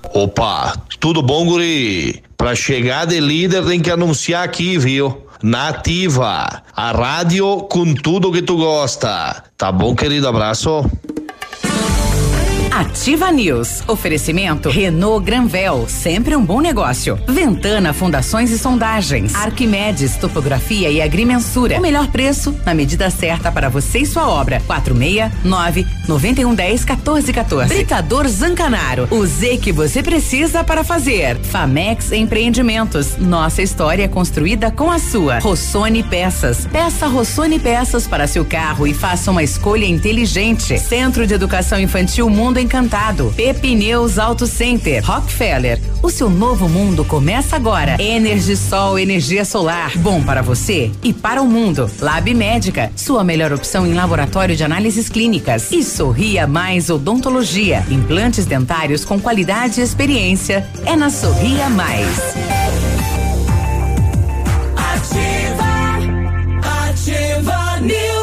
Opa, tudo bom, guri? Pra chegar de líder tem que anunciar aqui, viu? Nativa, a rádio com tudo que tu gosta. Tá bom, querido? Abraço. Ativa News. Oferecimento Renault Granvel, sempre um bom negócio. Ventana Fundações e Sondagens. Arquimedes Topografia e Agrimensura. O melhor preço na medida certa para você e sua obra. 469-9110-1414. Britador Zancanaro. O Z que você precisa para fazer. Famex Empreendimentos. Nossa história é construída com a sua. Rossoni Peças. Peça Rossoni Peças para seu carro e faça uma escolha inteligente. Centro de Educação Infantil Mundo Encantado. Pepineus Auto Center. Rockefeller. O seu novo mundo começa agora. Energisol, energia solar. Bom para você e para o mundo. Lab Médica. Sua melhor opção em laboratório de análises clínicas. E Sorria Mais Odontologia. Implantes dentários com qualidade e experiência. É na Sorria Mais. Ativa News.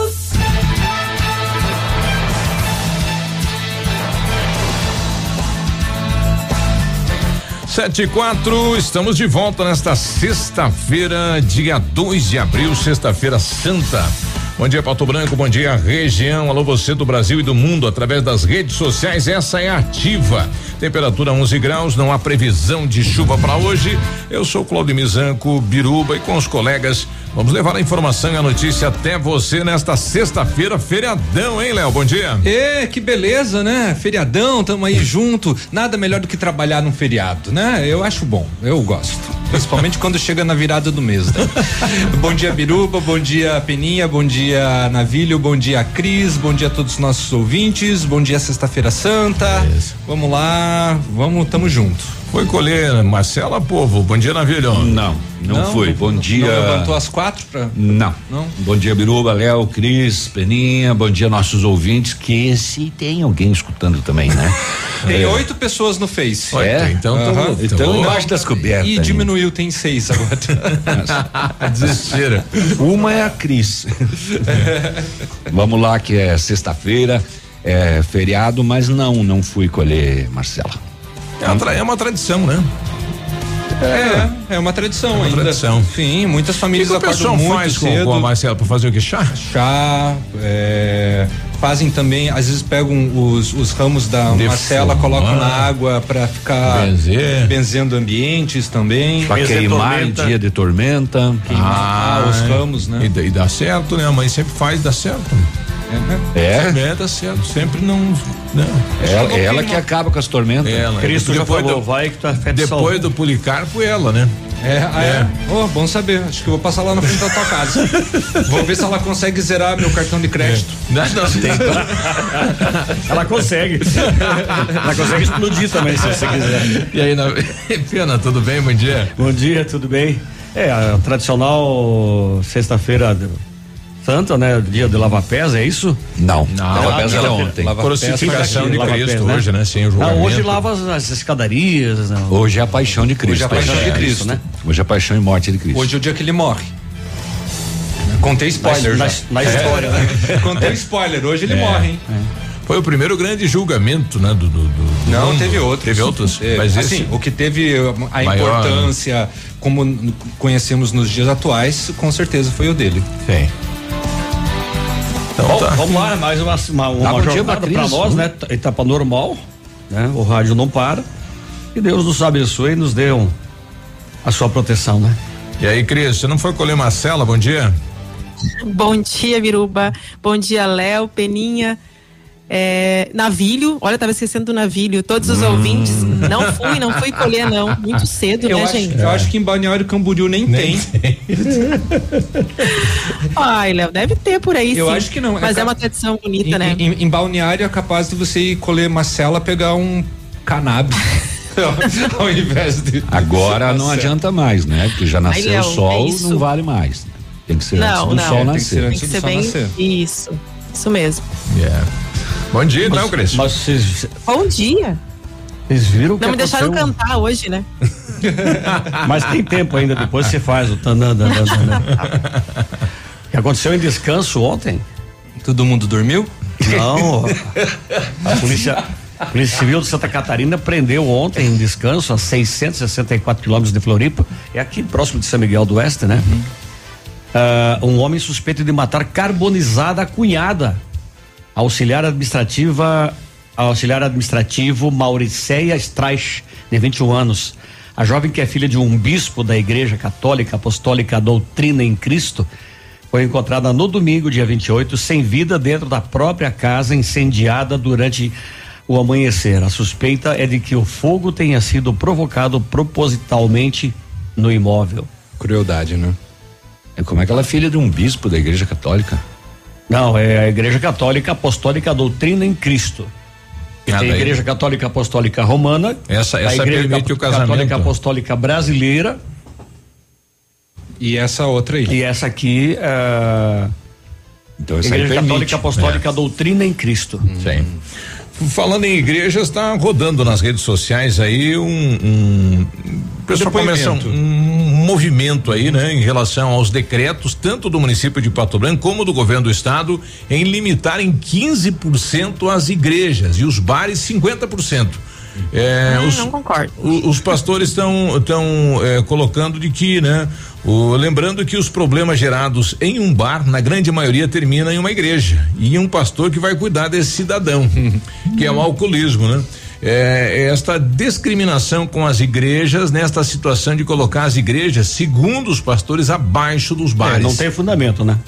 7:04, estamos de volta nesta sexta-feira, dia 2 de abril, sexta-feira santa. Bom dia, Pato Branco, bom dia, região. Alô, você do Brasil e do mundo, através das redes sociais, essa é a Ativa. Temperatura 11 graus, não há previsão de chuva para hoje. Eu sou Claudemir Zanco, Biruba, e com os colegas vamos levar a informação e a notícia até você nesta sexta-feira, feriadão, hein, Léo? Bom dia. Que beleza, né? Feriadão, tamo aí junto. Nada melhor do que trabalhar num feriado, né? Eu acho bom, eu gosto. Principalmente quando chega na virada do mês, né? Bom dia, Biruba, bom dia, Peninha, bom dia, Navilho, bom dia, Cris, bom dia a todos os nossos ouvintes, bom dia, sexta-feira santa. Vamos lá, tamo junto. Foi colher Marcela, povo? Bom dia, Navilho. Não fui. Bom dia. Não levantou às 4 pra... Não. Bom dia, Biruba, Léo, Cris, Peninha, bom dia, nossos ouvintes, que se tem alguém escutando também, né? Tem 8 pessoas no Face. Então embaixo das cobertas. E diminuiu, tem 6 agora. Desespero. Uma é a Cris. Vamos lá, que é sexta-feira, é feriado, mas não fui colher, Marcela. É uma tradição, né? É uma tradição ainda. Tradição. Sim, muitas famílias acordam muito faz cedo. com a Marcela para fazer o que? Chá, fazem também, às vezes pegam os ramos da Marcela, colocam na água para ficar benzendo ambientes também. Para queimar em dia de tormenta. Queimar os ramos, né? E dá certo, né? A mãe sempre faz, dá certo. Dá certo, sempre não. Ela que acaba com as tormentas. Cristo já falou, vai que tu é fé de depois salvo. do Policarpo, ela, né? Bom saber. Acho que eu vou passar lá na frente da tua casa. Vou ver se ela consegue zerar meu cartão de crédito. Não tem. Ela consegue. Ela consegue explodir também, se você quiser. E aí, Pena, tudo bem? Bom dia. Bom dia, tudo bem? A tradicional sexta-feira Santa, né? Dia de lava-pés, é isso? Não. Lava-pés era ontem. Crucificação de Cristo, né? hoje, né? Sem o julgamento. Hoje lava as escadarias. Não. Hoje é a paixão de Cristo. Hoje é a paixão de Cristo, né? Hoje é a paixão e morte de Cristo. Hoje é o dia que ele morre. Contei spoiler na história, né? Contei spoiler, hoje ele morre, hein? Foi o primeiro grande julgamento, né? Não, mundo. Teve outros. Teve outros? Mas assim, o que teve a importância, como conhecemos nos dias atuais, com certeza foi o dele. Sim. Então, vamos lá, mais uma jornada para nós, né? Etapa normal, né? O rádio não para. Que Deus nos abençoe e nos dê a sua proteção, né? E aí, Cris, você não foi colher Marcela? Bom dia. Bom dia, Biruba. Bom dia, Léo, Peninha. Navilho, olha, tava esquecendo do Navilho. Todos os ouvintes, não fui colher, não. Muito cedo, né, gente? Eu acho que em Balneário Camboriú nem tem. Ai, Léo, deve ter por aí, eu sim. Acho que não. Mas é uma tradição bonita, né? Em Balneário é capaz de você ir colher Marcela, pegar um cannabis. Ao invés de. Agora não adianta mais, né? Porque já nasceu Léo, o sol, não vale mais. Tem que ser antes do sol nascer. Tem que ser bem. Isso mesmo. Bom dia, então, Cris. Bom dia. Vocês viram que não me deixaram cantar hoje, né? Mas tem tempo ainda, depois você faz o tananda. O que aconteceu em descanso ontem? Todo mundo dormiu? Não. A polícia A Polícia Civil de Santa Catarina prendeu ontem em descanso a 664 quilômetros de Floripa, é aqui próximo de São Miguel do Oeste, né? Um homem suspeito de matar carbonizada a cunhada, auxiliar administrativo Mauriceia Streich, de 21 anos. A jovem, que é filha de um bispo da Igreja Católica Apostólica Doutrina em Cristo, foi encontrada no domingo, dia 28, sem vida dentro da própria casa, incendiada durante o amanhecer. A suspeita é de que o fogo tenha sido provocado propositalmente no imóvel. Crueldade, né? Como é que ela é filha de um bispo da Igreja Católica? Não, é a Igreja Católica Apostólica Doutrina em Cristo. E tem a Igreja Católica Apostólica Romana, essa a Igreja permite o casamento. Católica Apostólica Brasileira. E essa outra aí. E essa aqui, Então essa Igreja aí Católica Apostólica Doutrina em Cristo. Sim. Falando em igrejas, está rodando nas redes sociais aí o pessoal começa um movimento aí, né, em relação aos decretos tanto do município de Pato Branco como do governo do estado em limitar em 15% as igrejas e os bares 50%. Não concordo. Os pastores estão colocando de que, né? Lembrando que os problemas gerados em um bar, na grande maioria, termina em uma igreja e um pastor que vai cuidar desse cidadão, que é o alcoolismo, né? Esta discriminação com as igrejas, nesta situação de colocar as igrejas, segundo os pastores, abaixo dos bares. Não tem fundamento, né?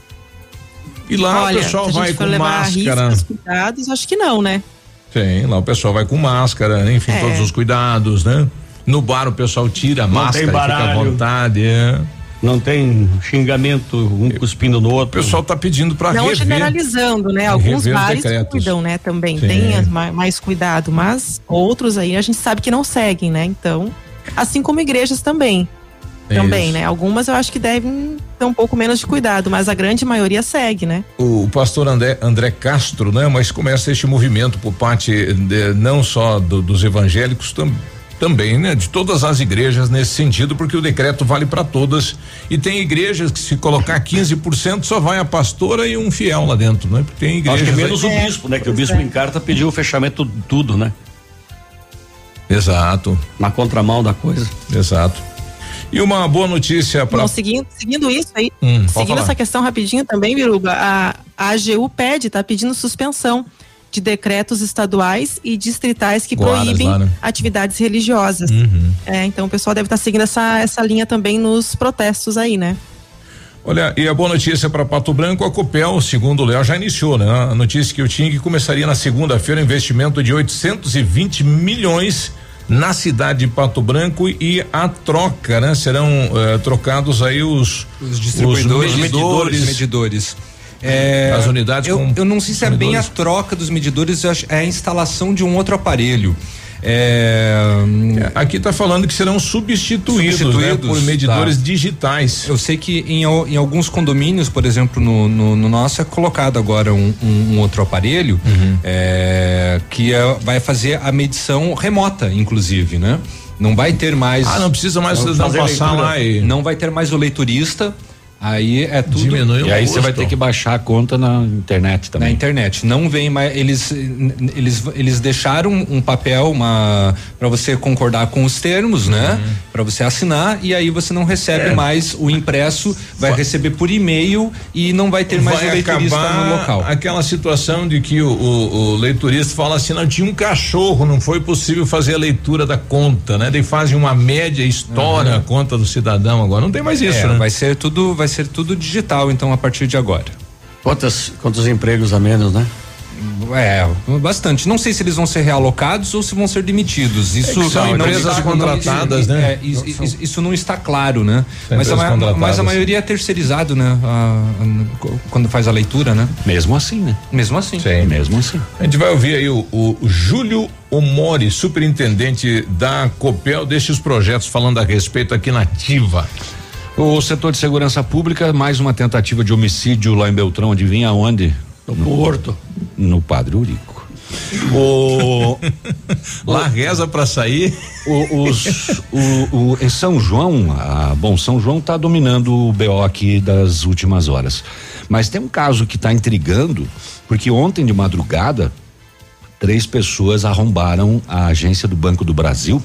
E lá o pessoal vai com máscara. Cuidados, acho que não, né? Tem, lá o pessoal vai com máscara, enfim, todos os cuidados, né? No bar o pessoal tira a máscara, fica à vontade. Não tem xingamento, um cuspindo no outro. O pessoal tá pedindo para rever. Não generalizando, né? Alguns bares cuidam, né? Também tem mais cuidado, mas outros aí a gente sabe que não seguem, né? Então, assim como igrejas também. Também, né? Algumas eu acho que devem ter um pouco menos de cuidado, mas a grande maioria segue, né? O pastor André Castro, né? Mas começa este movimento por parte não só dos evangélicos também, né? De todas as igrejas nesse sentido, porque o decreto vale para todas e tem igrejas que se colocar 15% só vai a pastora e um fiel lá dentro, né? Porque tem igrejas. Acho que menos o bispo, né? Que o bispo em carta pediu o fechamento de tudo, né? Exato. Na contramão da coisa. Exato. E uma boa notícia para. Seguindo isso aí, seguindo essa questão rapidinho também, Biruba, a AGU tá pedindo suspensão de decretos estaduais e distritais que proíbem lá, né? Atividades religiosas. Então o pessoal deve estar seguindo essa linha também nos protestos aí, né? Olha, e a boa notícia para Pato Branco, a Copel, segundo o Léo, já iniciou, né? A notícia que eu tinha que começaria na segunda-feira, investimento de 820 milhões na cidade de Pato Branco e a troca, né? Serão trocados aí os distribuidores, os medidores. As unidades. Eu não sei se é bem a troca dos medidores, é a instalação de um outro aparelho. Aqui está falando que serão substituídos né, por medidores digitais. Eu sei que em alguns condomínios, por exemplo, no nosso é colocado agora um outro aparelho que vai fazer a medição remota, inclusive, né? Não vai ter mais. Não precisa mais passar lá e. Não vai ter mais o leiturista. Aí é tudo. Diminui o aí você vai ter que baixar a conta na internet também. Na internet. Não vem mais. Eles deixaram um papel para você concordar com os termos, né? Para você assinar e aí você não recebe mais o impresso, vai receber por e-mail e não vai ter mais o leiturista no local. Aquela situação de que o leiturista fala assim, não tinha um cachorro, não foi possível fazer a leitura da conta, né? Daí fazem uma média, estoura a conta do cidadão agora. Não tem mais isso, né? Vai ser tudo digital, então, a partir de agora. Quantos empregos a menos, né? Bastante. Não sei se eles vão ser realocados ou se vão ser demitidos. Isso são empresas contratadas, né? Isso não está claro, né? Mas a maioria é terceirizado, né? Quando faz a leitura, né? Mesmo assim, né? Mesmo assim. Sim, mesmo assim. A gente vai ouvir aí o Júlio Omori, superintendente da Copel, destes projetos falando a respeito aqui na Ativa. O setor de segurança pública, mais uma tentativa de homicídio lá em Beltrão, adivinha onde? No Porto. No Padre Urico. Lá reza pra sair. Em São João, São João tá dominando o BO aqui das últimas horas. Mas tem um caso que tá intrigando, porque ontem de madrugada, 3 pessoas arrombaram a agência do Banco do Brasil,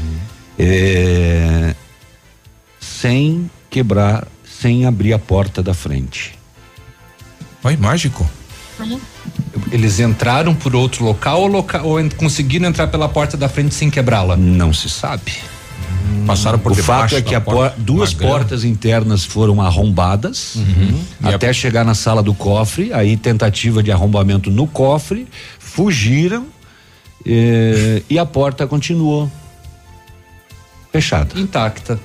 sem quebrar, sem abrir a porta da frente. Vai, mágico. Eles entraram por outro local ou conseguiram entrar pela porta da frente sem quebrá-la? Não se sabe. Passaram por o debaixo fato é que duas grana. portas internas foram arrombadas até chegar na sala do cofre, aí tentativa de arrombamento no cofre, fugiram e a porta continuou fechada. Intacta.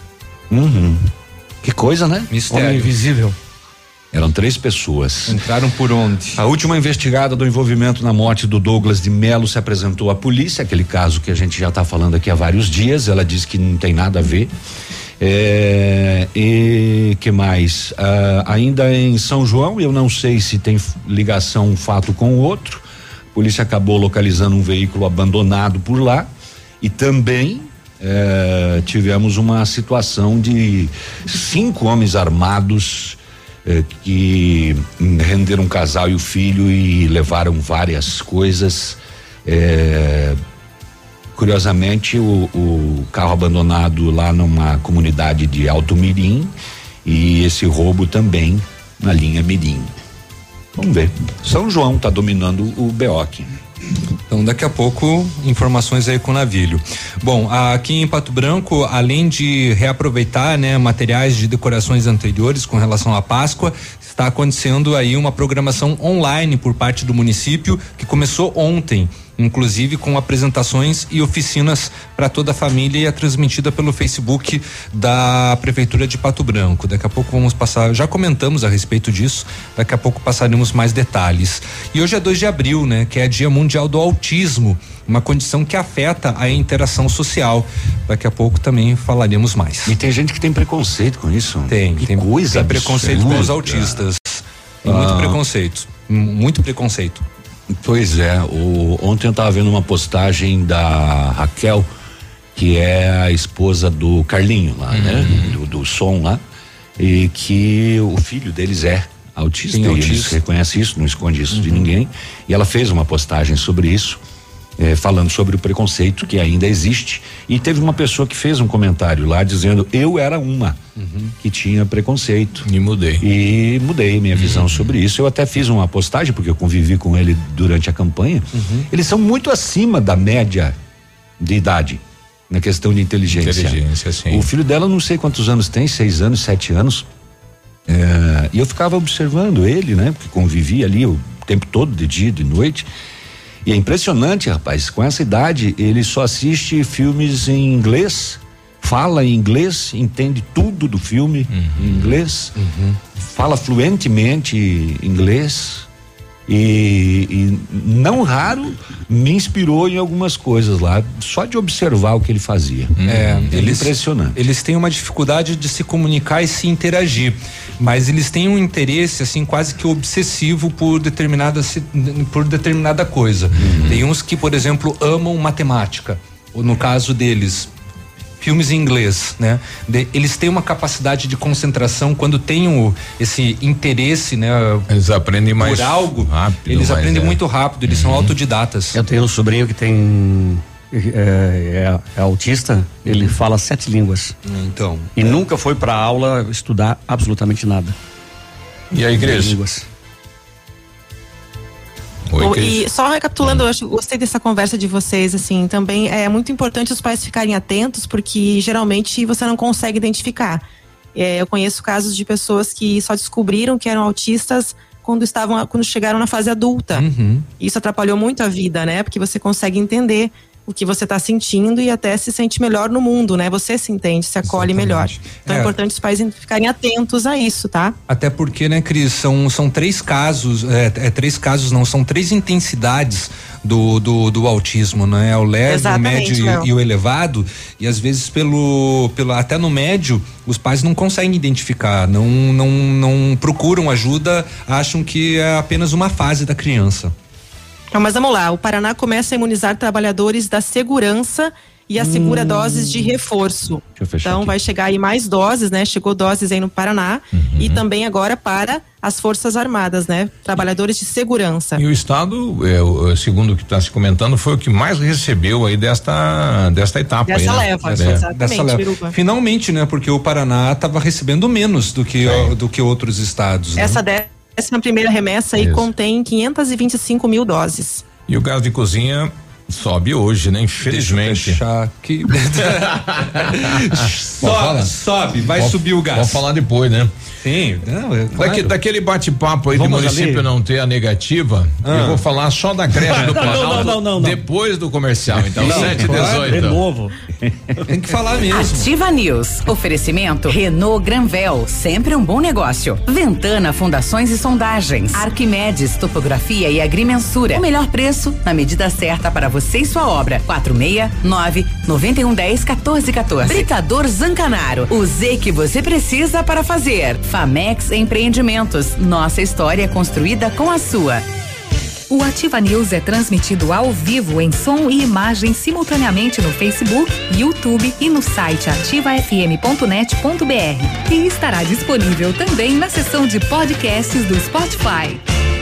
Que coisa, né? Mistério. Homem invisível. Eram 3 pessoas. Entraram por onde? A última investigada do envolvimento na morte do Douglas de Mello se apresentou à polícia, aquele caso que a gente já está falando aqui há vários dias. Ela disse que não tem nada a ver. E que mais? Ainda em São João, eu não sei se tem ligação um fato com o outro. A polícia acabou localizando um veículo abandonado por lá e também tivemos uma situação de 5 homens armados que renderam um casal e o filho e levaram várias coisas. Curiosamente, o carro abandonado lá numa comunidade de Alto Mirim e esse roubo também na linha Mirim. Vamos ver. São João tá dominando o BO aqui. Então, daqui a pouco, informações aí com o Navilho. Bom, aqui em Pato Branco, além de reaproveitar, né, materiais de decorações anteriores com relação à Páscoa, está acontecendo aí uma programação online por parte do município que começou ontem, inclusive com apresentações e oficinas para toda a família e é transmitida pelo Facebook da Prefeitura de Pato Branco. Daqui a pouco vamos passar, já comentamos a respeito disso, daqui a pouco passaremos mais detalhes. E hoje é 2 de abril, né, que é Dia Mundial do Autismo, uma condição que afeta a interação social. Daqui a pouco também falaremos mais. E tem gente que tem preconceito com isso. Tem coisa preconceito com os autistas. Tem muito preconceito. Muito preconceito. Pois é, ontem eu estava vendo uma postagem da Raquel, que é a esposa do Carlinho lá, né? Do som lá, e que o filho deles é autista, e eles reconhecem isso, não esconde isso de ninguém, e ela fez uma postagem sobre isso, falando sobre o preconceito que ainda existe, e teve uma pessoa que fez um comentário lá dizendo: eu era uma que tinha preconceito e mudei minha visão sobre isso. Eu até fiz uma postagem porque eu convivi com ele durante a campanha. Eles são muito acima da média de idade na questão de inteligência, sim. O filho dela não sei quantos anos tem, 6 anos, 7 anos, e eu ficava observando ele, né, porque convivia ali o tempo todo, de dia, de noite. E é impressionante, rapaz, com essa idade ele só assiste filmes em inglês, fala em inglês, entende tudo do filme em inglês, fala fluentemente inglês e não raro me inspirou em algumas coisas lá, só de observar o que ele fazia. É impressionante. Eles têm uma dificuldade de se comunicar e se interagir, mas eles têm um interesse assim quase que obsessivo por determinada coisa. Tem uns que, por exemplo, amam matemática, ou no caso deles, filmes em inglês, né? Eles têm uma capacidade de concentração quando tem esse interesse, né? Eles aprendem mais por algo rápido. Eles aprendem muito rápido, eles são autodidatas. Eu tenho um sobrinho que tem é autista, ele fala 7 línguas. Então. E nunca foi pra aula estudar absolutamente nada. E a igreja? E só recapitulando, eu gostei dessa conversa de vocês, assim, também é muito importante os pais ficarem atentos, porque geralmente você não consegue identificar. Eu conheço casos de pessoas que só descobriram que eram autistas quando chegaram na fase adulta. Isso atrapalhou muito a vida, né? Porque você consegue entender o que você está sentindo e até se sente melhor no mundo, né? Você se entende, se acolhe melhor. Então é importante os pais ficarem atentos a isso, tá? Até porque, né, Cris, são 3 casos, 3 casos não, são 3 intensidades do autismo, né? O leve, o médio e o elevado, e às vezes até no médio, os pais não conseguem identificar, não procuram ajuda, acham que é apenas uma fase da criança. Então, mas vamos lá, o Paraná começa a imunizar trabalhadores da segurança e assegura doses de reforço. Então vai chegar aí mais doses, né? Chegou doses aí no Paraná e também agora para as Forças Armadas, né? Trabalhadores de segurança. E o estado, segundo o que está se comentando, foi o que mais recebeu aí desta etapa. Dessa aí, leva, né? exatamente, Biruba. Finalmente, né? Porque o Paraná estava recebendo menos do que outros estados. Né? Essa 11ª remessa aí contém 525 mil doses. E o gás de cozinha sobe hoje, né? Infelizmente. Aqui. sobe, vai subir o gás. Vamos falar depois, né? Sim, claro. Daquele bate-papo aí do município não ter a negativa, eu vou falar só da greve do Planalto não. Depois do comercial, então 7h18. De novo. Tem que falar mesmo. Ativa News. Oferecimento Renault Granvel, sempre um bom negócio. Ventana Fundações e Sondagens. Arquimedes Topografia e Agrimensura. O melhor preço na medida certa para você e sua obra. 469-9110-1414. Britador Zancanaro. O Z que você precisa para fazer. Famex Empreendimentos. Nossa história construída com a sua. O Ativa News é transmitido ao vivo em som e imagem simultaneamente no Facebook, YouTube e no site ativafm.net.br. E estará disponível também na seção de podcasts do Spotify.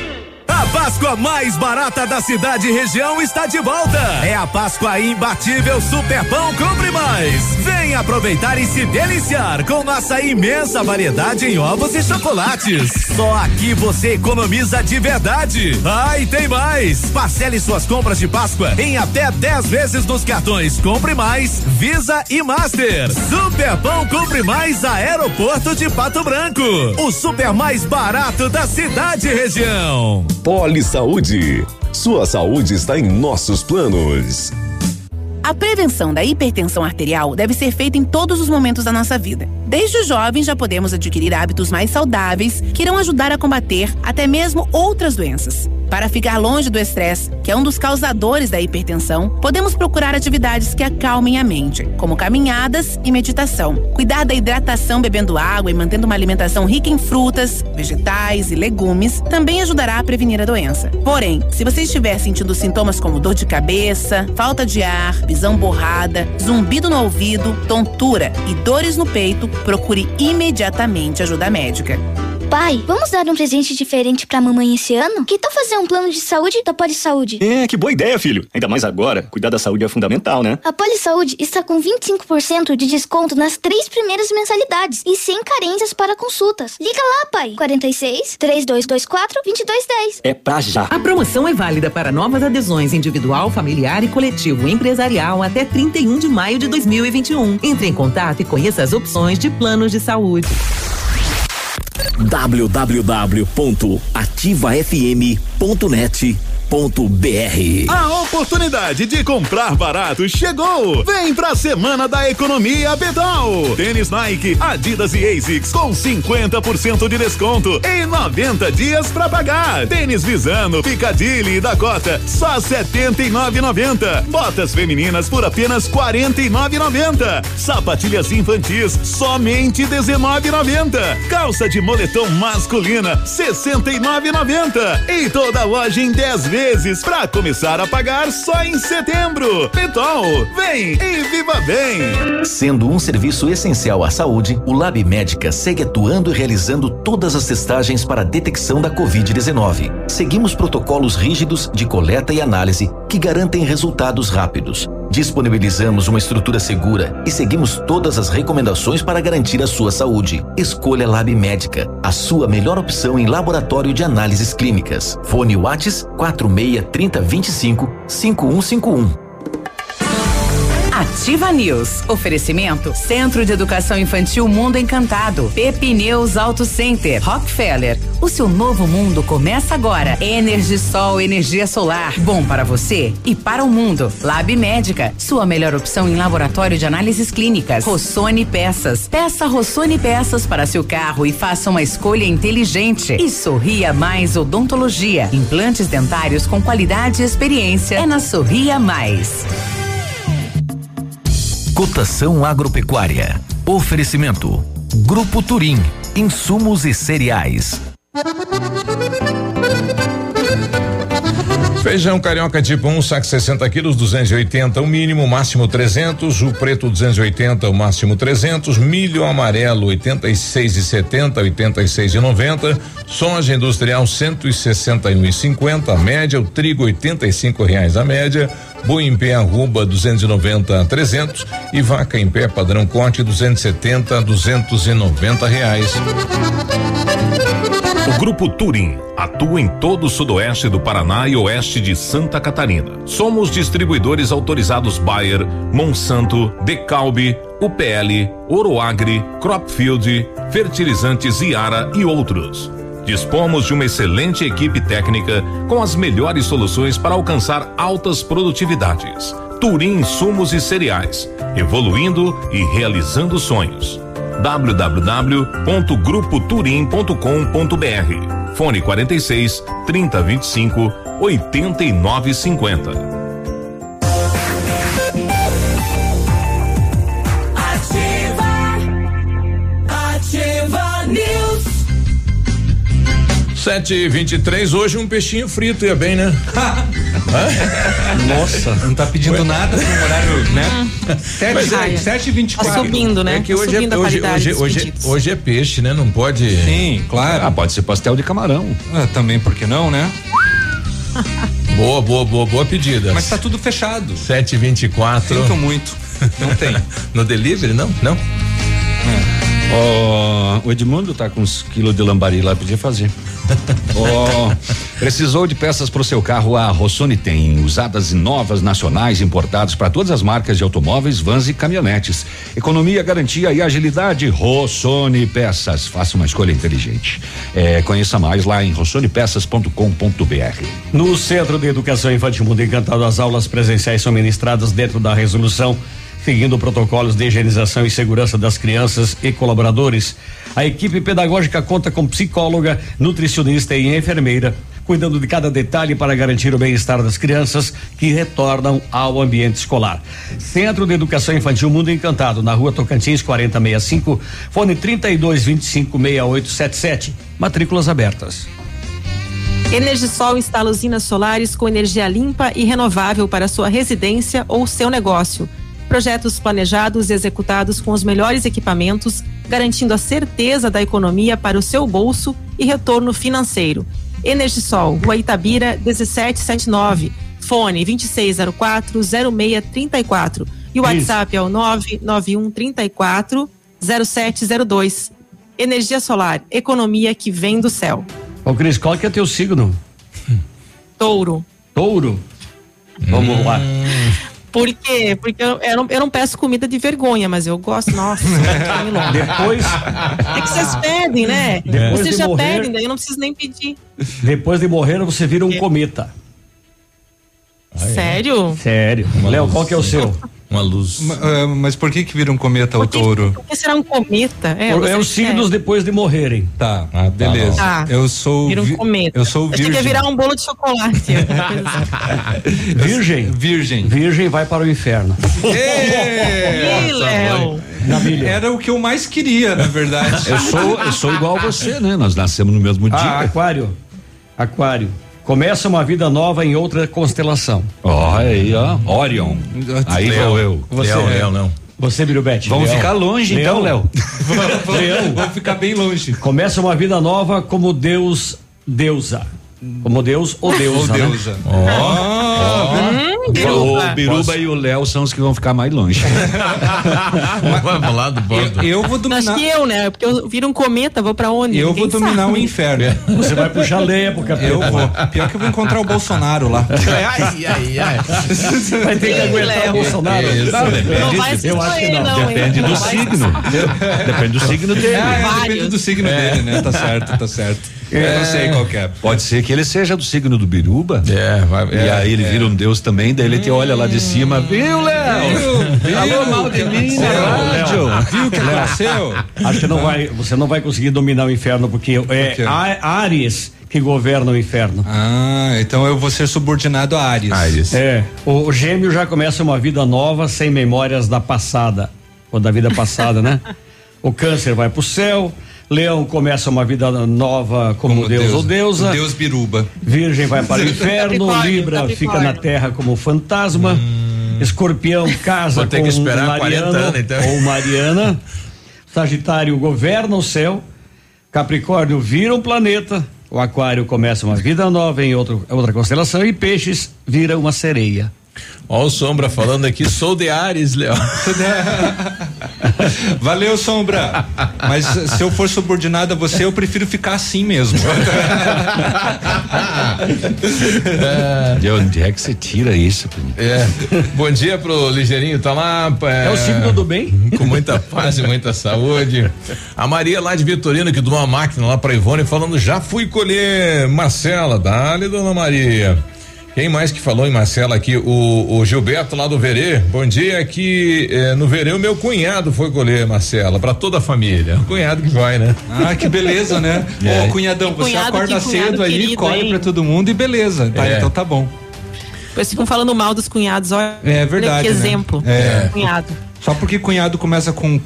A Páscoa mais barata da cidade e região está de volta. É a Páscoa imbatível Super Pão Compre Mais. Vem aproveitar e se deliciar com nossa imensa variedade em ovos e chocolates. Só aqui você economiza de verdade. Ah, e tem mais. Parcele suas compras de Páscoa em até 10 vezes nos cartões Compre Mais, Visa e Master. Super Pão Compre Mais Aeroporto de Pato Branco. O super mais barato da cidade e região. Poli Saúde. Sua saúde está em nossos planos. A prevenção da hipertensão arterial deve ser feita em todos os momentos da nossa vida. Desde os jovens já podemos adquirir hábitos mais saudáveis que irão ajudar a combater até mesmo outras doenças. Para ficar longe do estresse, que é um dos causadores da hipertensão, podemos procurar atividades que acalmem a mente, como caminhadas e meditação. Cuidar da hidratação bebendo água e mantendo uma alimentação rica em frutas, vegetais e legumes também ajudará a prevenir a doença. Porém, se você estiver sentindo sintomas como dor de cabeça, falta de ar, visão borrada, zumbido no ouvido, tontura e dores no peito, procure imediatamente ajuda médica. Pai, vamos dar um presente diferente pra mamãe esse ano? Que tal fazer um plano de saúde da Polisaúde? Que boa ideia, filho. Ainda mais agora, cuidar da saúde é fundamental, né? A Polisaúde está com 25% de desconto nas 3 primeiras mensalidades e sem carências para consultas. Liga lá, pai. 46 3224 2210. É pra já. A promoção é válida para novas adesões individual, familiar e coletivo empresarial até 31 de maio de 2021. Entre em contato e conheça as opções de planos de saúde. www.ativafm.net.br. A oportunidade de comprar barato chegou! Vem pra Semana da Economia Pedal. Tênis Nike, Adidas e ASICS com 50% de desconto em 90 dias pra pagar. Tênis Visano, Piccadilly e Dakota, só R$79,90. Botas femininas por apenas R$49,90. Sapatilhas infantis, somente R$19,90. Calça de moletom masculina, R$69,90. E toda a loja em 10 vezes pra começar a pagar só em setembro. Petol, vem e viva bem! Sendo um serviço essencial à saúde, o Lab Médica segue atuando e realizando todas as testagens para a detecção da Covid-19. Seguimos protocolos rígidos de coleta e análise que garantem resultados rápidos. Disponibilizamos uma estrutura segura e seguimos todas as recomendações para garantir a sua saúde. Escolha Lab Médica, a sua melhor opção em laboratório de análises clínicas. Fone WhatsApp 46 30 25 5151. Ativa News. Oferecimento Centro de Educação Infantil Mundo Encantado. Pepineus Auto Center. Rockefeller. O seu novo mundo começa agora. Energisol, energia solar. Bom para você e para o mundo. Lab Médica. Sua melhor opção em laboratório de análises clínicas. Rossoni Peças. Peça Rossoni Peças para seu carro e faça uma escolha inteligente. E Sorria Mais Odontologia. Implantes dentários com qualidade e experiência. É na Sorria Mais. Cotação agropecuária. Oferecimento. Grupo Turim. Insumos e cereais. Feijão carioca tipo 1, saco 60 quilos, 280 o mínimo, o máximo 300. O preto 280, o máximo 300. Milho amarelo 86,70, 86,90. Soja industrial 161,50 a média. O trigo R$85 a média. Boi em pé arroba 290 a 300 e vaca em pé padrão corte 270 a R$290. O Grupo Turim atua em todo o sudoeste do Paraná e oeste de Santa Catarina. Somos distribuidores autorizados Bayer, Monsanto, Decalbe, UPL, Oroagri, Cropfield, Fertilizantes Iara e outros. Dispomos de uma excelente equipe técnica com as melhores soluções para alcançar altas produtividades. Turim Insumos e Cereais, evoluindo e realizando sonhos. www.grupoturim.com.br. Fone 46 3025 8950. Ativa News. 7h23, hoje um peixinho frito ia bem, né? Nossa, não tá pedindo nada pro horário, né? 7h24. Tá subindo, né? É que hoje é peixe, né? Não pode. Sim, claro. Pode ser pastel de camarão. Também, por que não, né? Boa pedida. Mas tá tudo fechado. 7h24. Sinto muito. Não tem. No delivery, não? Não? O Edmundo tá com uns quilos de lambari lá, podia fazer. Precisou de peças para o seu carro? A Rossoni tem usadas e novas, nacionais, importadas para todas as marcas de automóveis, vans e caminhonetes. Economia, garantia e agilidade. Rossoni Peças. Faça uma escolha inteligente. Conheça mais lá em rossonepeças.com.br. No Centro de Educação Infantil Mundo Encantado, as aulas presenciais são ministradas dentro da resolução, seguindo protocolos de higienização e segurança das crianças e colaboradores. A equipe pedagógica conta com psicóloga, nutricionista e enfermeira, cuidando de cada detalhe para garantir o bem-estar das crianças que retornam ao ambiente escolar. Centro de Educação Infantil Mundo Encantado, na Rua Tocantins 4065, fone 32256877. Matrículas abertas. Energisol instala usinas solares com energia limpa e renovável para sua residência ou seu negócio. Projetos planejados e executados com os melhores equipamentos, garantindo a certeza da economia para o seu bolso e retorno financeiro. Energisol, Rua Itabira, 1779, fone 2604-0634 e o WhatsApp é o 99134-0702. Energia solar, economia que vem do céu. Ô Cris, qual que é teu signo? Touro. Touro? Vamos lá. Por quê? Porque eu não peço comida de vergonha, mas eu gosto, nossa. Depois. É que vocês pedem, né? Vocês já pedem, daí eu não preciso nem pedir. Depois de morrer, você vira um cometa. Sério? Sério. Léo, qual que é o seu? Uma luz. Mas por que vira um cometa o touro? Por que será um cometa? É os signos depois de morrerem. Tá, beleza. Tá. Eu sou vira um cometa. Eu sou virgem. Eu achei que ia virar um bolo de chocolate. Virgem? Virgem. Virgem vai para o inferno. Ih, Léo. Era o que eu mais queria, na verdade. Eu sou igual a você, né? Nós nascemos no mesmo dia. Aquário. Começa uma vida nova em outra constelação. Aí, ó. Orion. Aí vou eu. Léo, não. Você, Birubete. Vamos ficar longe, então, Léo. Vamos ficar bem longe. Começa uma vida nova como deusa. Como Deus ou deusa. Ou deusa. O Biruba e o Léo são os que vão ficar mais longe. Vamos lá do bando. Eu vou dominar. Acho que eu, né? Porque eu viro um cometa, vou pra onde? Eu vou dominar o inferno. Você vai puxar lenha pro capeta. Eu vou. Pior que eu vou encontrar o Bolsonaro lá. Ai. Vai ter que aguentar o Bolsonaro. Não vai ser eu acho que não. Depende do signo. Depende do signo dele. Depende do signo dele, né? Tá certo. Eu não sei qual que é. Pode ser que ele seja do signo do Biruba. E aí ele vira um deus também, daí ele te olha lá de cima. Viu, Léo? Falou mal de mim, Léo. Viu o que aconteceu? Acho que você não vai conseguir dominar o inferno, porque é Áries que governa o inferno. Então eu vou ser subordinado a Áries. O Gêmeo já começa uma vida nova sem memórias da passada, ou da vida passada, né? O Câncer vai pro céu, Leão começa uma vida nova como Deus ou deusa. Deus Biruba. Virgem vai para o inferno. Libra fica na terra como fantasma. Escorpião casa com Mariano anos, então. Ou Mariana. Sagitário governa o céu. Capricórnio vira um planeta. O Aquário começa uma vida nova em outra constelação. E Peixes vira uma sereia. Ó o Sombra falando aqui, sou de Áries, Léo. Valeu, Sombra. Mas se eu for subordinado a você, eu prefiro ficar assim mesmo. De onde é que você tira isso? Bom dia pro Ligeirinho, tá lá. É o signo do bem? Com muita paz e muita saúde. A Maria lá de Vitorino, que doou uma máquina lá pra Ivone, falando, já fui colher Marcela. Dale, dona Maria. Quem mais que falou em Marcela aqui? O Gilberto lá do Verê. Bom dia, aqui no Verê o meu cunhado foi colher Marcela, pra toda a família. O cunhado que vai, né? Ah, que beleza, né? Ô, cunhadão, você cunhado, acorda cedo aí, querido, colhe pra todo mundo e beleza. Tá, então tá bom. Vocês ficam falando mal dos cunhados, olha. É verdade. Que exemplo. Né? Cunhado. Só porque cunhado começa com.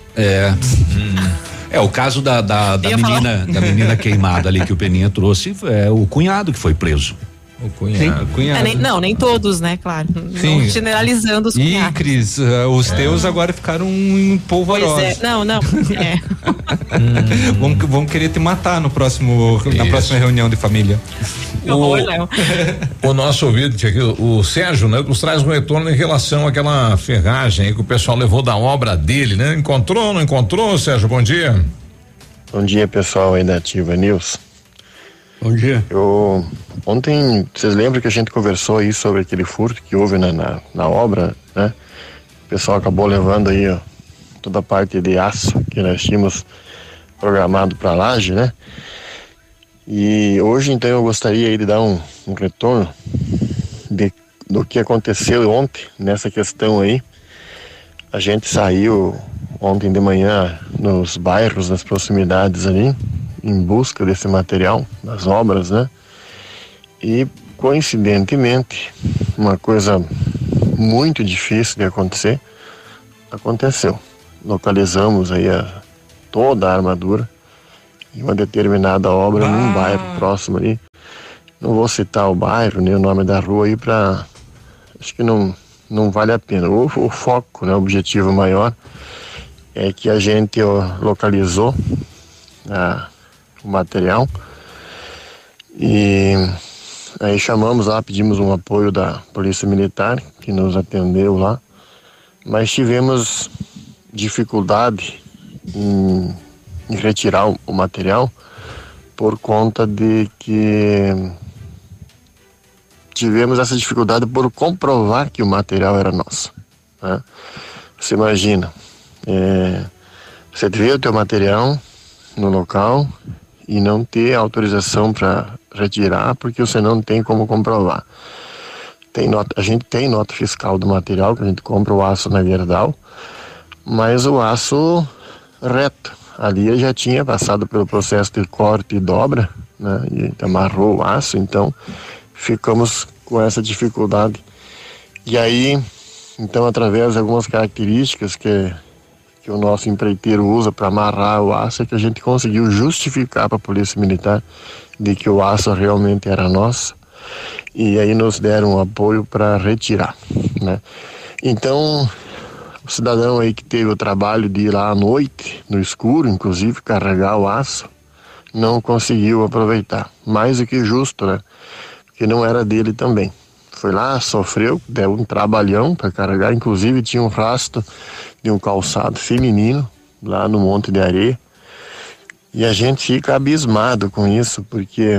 É o caso da menina queimada ali que o Peninha trouxe, é o cunhado que foi preso. O cunhado. Nem todos, né? Claro. Sim. Não generalizando os cunhados. Cris, os teus agora ficaram polvorosos. Pois é. Não. Vão querer te matar na próxima reunião de família. O nosso ouvinte aqui, o Sérgio, né? Nos traz um retorno em relação àquela ferragem aí que o pessoal levou da obra dele, né? Encontrou, não encontrou, Sérgio? Bom dia. Bom dia, pessoal aí da Ativa News. Bom dia. Ontem, vocês lembram que a gente conversou aí sobre aquele furto que houve na obra, né? O pessoal acabou levando aí, ó, toda a parte de aço que nós tínhamos programado para laje, né? E hoje, então, eu gostaria aí de dar um retorno do que aconteceu ontem nessa questão aí. A gente saiu ontem de manhã nos bairros, nas proximidades ali, em busca desse material, das obras, né? E, coincidentemente, uma coisa muito difícil de acontecer, aconteceu. Localizamos aí toda a armadura em uma determinada obra num bairro próximo ali. Não vou citar o bairro, nem o nome da rua aí acho que não vale a pena. O foco, né? O objetivo maior é que a gente localizou o material e aí chamamos lá, pedimos um apoio da Polícia Militar que nos atendeu lá, mas tivemos dificuldade em retirar o material por conta de que tivemos essa dificuldade por comprovar que o material era nosso, né? Você imagina, você vê o teu material no local e não ter autorização para retirar porque você não tem como comprovar. A gente tem nota fiscal do material, que a gente compra o aço na Gerdau, mas o aço reto, ali já tinha passado pelo processo de corte e dobra, né? E amarrou o aço, então ficamos com essa dificuldade. E aí, então, através de algumas características que o nosso empreiteiro usa para amarrar o aço, é que a gente conseguiu justificar para a Polícia Militar de que o aço realmente era nosso, e aí nos deram um apoio para retirar, né? Então, o cidadão aí que teve o trabalho de ir lá à noite, no escuro, inclusive, carregar o aço, não conseguiu aproveitar. Mais do que justo, né? Porque não era dele também. Foi lá, sofreu, deu um trabalhão para carregar, inclusive tinha um rastro de um calçado feminino lá no Monte de Areia. E a gente fica abismado com isso, porque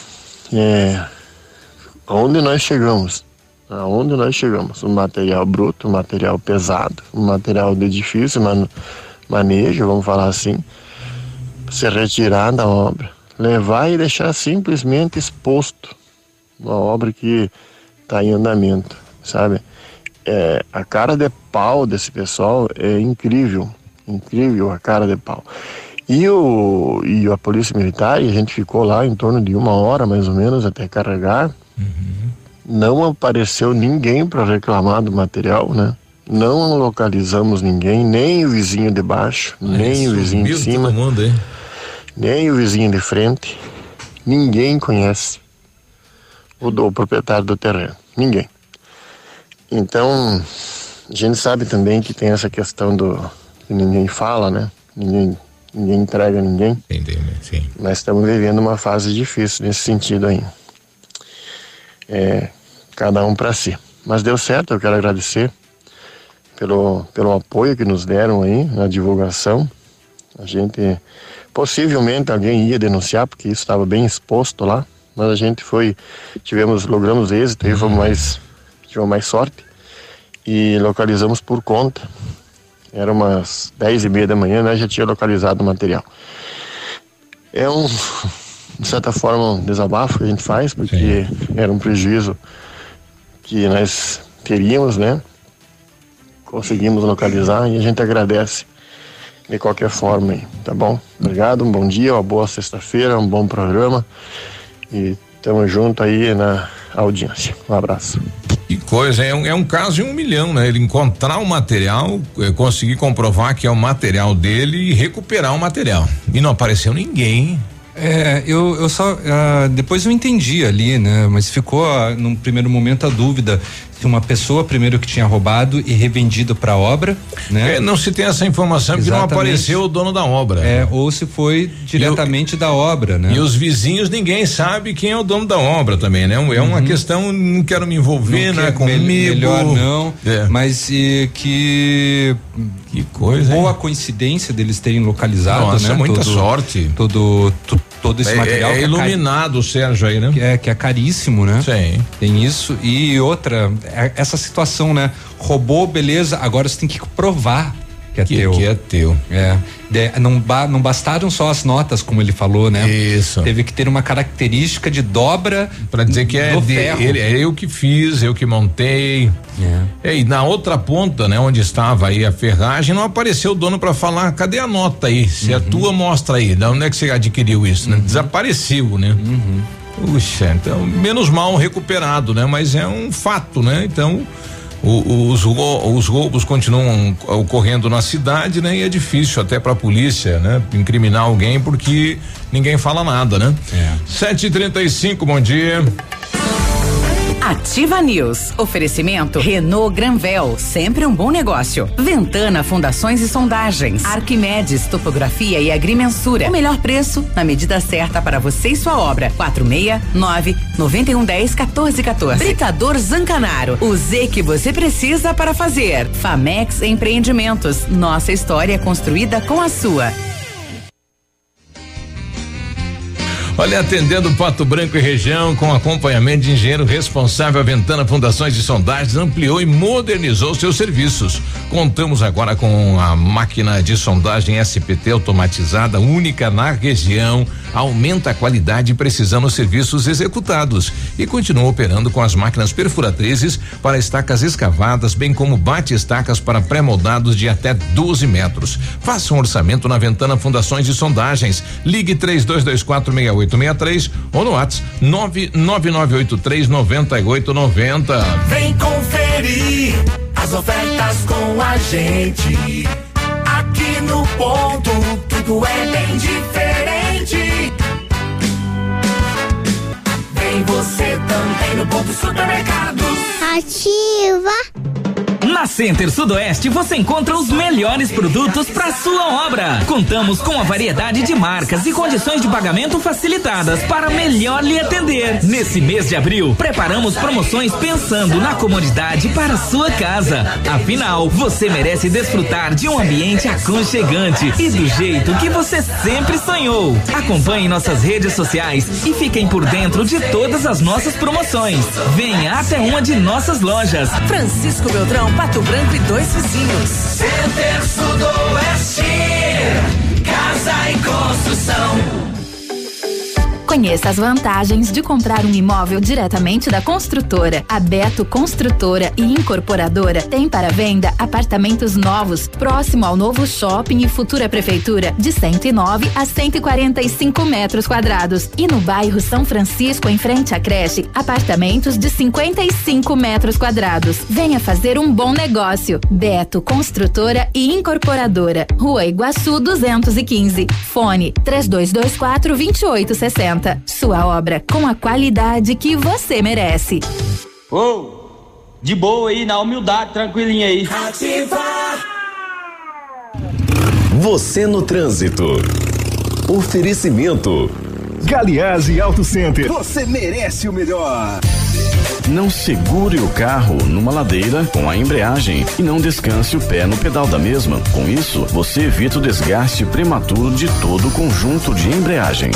aonde nós chegamos, um material bruto, um material pesado, um material de difícil manejo, vamos falar assim, se retirar da obra, levar e deixar simplesmente exposto, uma obra que está em andamento, sabe? A cara de pau desse pessoal é incrível a cara de pau. E a Polícia Militar, a gente ficou lá em torno de 1 hora mais ou menos até carregar. Não apareceu ninguém para reclamar do material, né? Não localizamos ninguém, nem o vizinho de baixo, nem o vizinho de cima. Todo mundo, hein? nem o vizinho de frente, ninguém conhece o proprietário do terreno, ninguém. Então, a gente sabe também que tem essa questão que ninguém fala, né? Ninguém entrega ninguém. Entendi, sim. Mas estamos vivendo uma fase difícil nesse sentido aí. Cada um para si. Mas deu certo, eu quero agradecer pelo apoio que nos deram aí na divulgação. A gente, possivelmente alguém ia denunciar, porque isso estava bem exposto lá, mas a gente logramos êxito, aí tivemos mais sorte e localizamos por conta. Era umas 10:30 da manhã, né? Já tinha localizado o material. É de certa forma, um desabafo que a gente faz, porque era um prejuízo que nós teríamos, né? Conseguimos localizar e a gente agradece de qualquer forma aí, tá bom? Obrigado, um bom dia, uma boa sexta-feira, um bom programa e tamo junto aí na audiência. Um abraço. Que coisa, é um caso de 1 milhão, né? Ele encontrar o material, conseguir comprovar que é o material dele e recuperar o material. E não apareceu ninguém. Eu só, depois eu entendi ali, né? Mas ficou num primeiro momento a dúvida se uma pessoa primeiro que tinha roubado e revendido para obra, né? Não se tem essa informação porque não apareceu o dono da obra. Ou se foi diretamente da obra, né? E os vizinhos, ninguém sabe quem é o dono da obra também, né? É uma questão, não quero me envolver, né? Comigo. Melhor não, mas que coisa. Boa coincidência deles terem localizado, nossa, né? Muita sorte. Todo esse material. É iluminado o Sérgio aí, né? Que é caríssimo, né? Sim. Tem isso. E outra, essa situação, né? Roubou, beleza, agora você tem que provar que é teu. Que é teu. Não bastaram só as notas, como ele falou, né? Isso. Teve que ter uma característica de dobra para dizer que é eu que fiz, eu que montei. E na outra ponta, né, onde estava aí a ferragem, não apareceu o dono para falar, cadê a nota aí? Se é tua, mostra aí. De onde é que você adquiriu isso, né? Desapareceu, né? Puxa, então, menos mal recuperado, né? Mas é um fato, né? Então, os roubos continuam ocorrendo na cidade, né? E é difícil até pra polícia, né? Incriminar alguém porque ninguém fala nada, né? 7h35, bom dia. Ativa News. Oferecimento Renault Granvel, sempre um bom negócio. Ventana Fundações e Sondagens. Arquimedes Topografia e Agrimensura. O melhor preço na medida certa para você e sua obra. 469-9110-1414. Britador Zancanaro. O Z que você precisa para fazer. Famex Empreendimentos. Nossa história é construída com a sua. Olha, atendendo Pato Branco e região com acompanhamento de engenheiro responsável, a Ventana Fundações e Sondagens ampliou e modernizou seus serviços. Contamos agora com a máquina de sondagem SPT automatizada, única na região, aumenta a qualidade e precisão nos serviços executados e continua operando com as máquinas perfuratrizes para estacas escavadas, bem como bate-estacas para pré-moldados de até 12 metros. Faça um orçamento na Ventana Fundações e Sondagens. Ligue 32246863 ou no WhatsApp 999839890. Vem conferir as ofertas com a gente. Aqui no ponto, tudo é bem diferente. Vem você também no ponto supermercados. Ativa. Na Center Sudoeste você encontra os melhores produtos para sua obra. Contamos com a variedade de marcas e condições de pagamento facilitadas para melhor lhe atender. Nesse mês de abril, preparamos promoções pensando na comodidade para sua casa. Afinal, você merece desfrutar de um ambiente aconchegante e do jeito que você sempre sonhou. Acompanhe nossas redes sociais e fiquem por dentro de todas as nossas promoções. Venha até uma de nossas lojas. Francisco Beltrão, Pato Branco e 2 vizinhos. Center Sudoeste, casa e construção. Conheça as vantagens de comprar um imóvel diretamente da construtora. A Beto Construtora e Incorporadora tem para venda apartamentos novos, próximo ao novo shopping e futura prefeitura, de 109 a 145 metros quadrados. E no bairro São Francisco, em frente à creche, apartamentos de 55 metros quadrados. Venha fazer um bom negócio. Beto Construtora e Incorporadora. Rua Iguaçu 215. Fone 3224-2860. Sua obra com a qualidade que você merece. De boa aí, na humildade, tranquilinha aí. Você no trânsito. Oferecimento. Galiase Auto Center. Você merece o melhor. Não segure o carro numa ladeira com a embreagem e não descanse o pé no pedal da mesma. Com isso, você evita o desgaste prematuro de todo o conjunto de embreagem.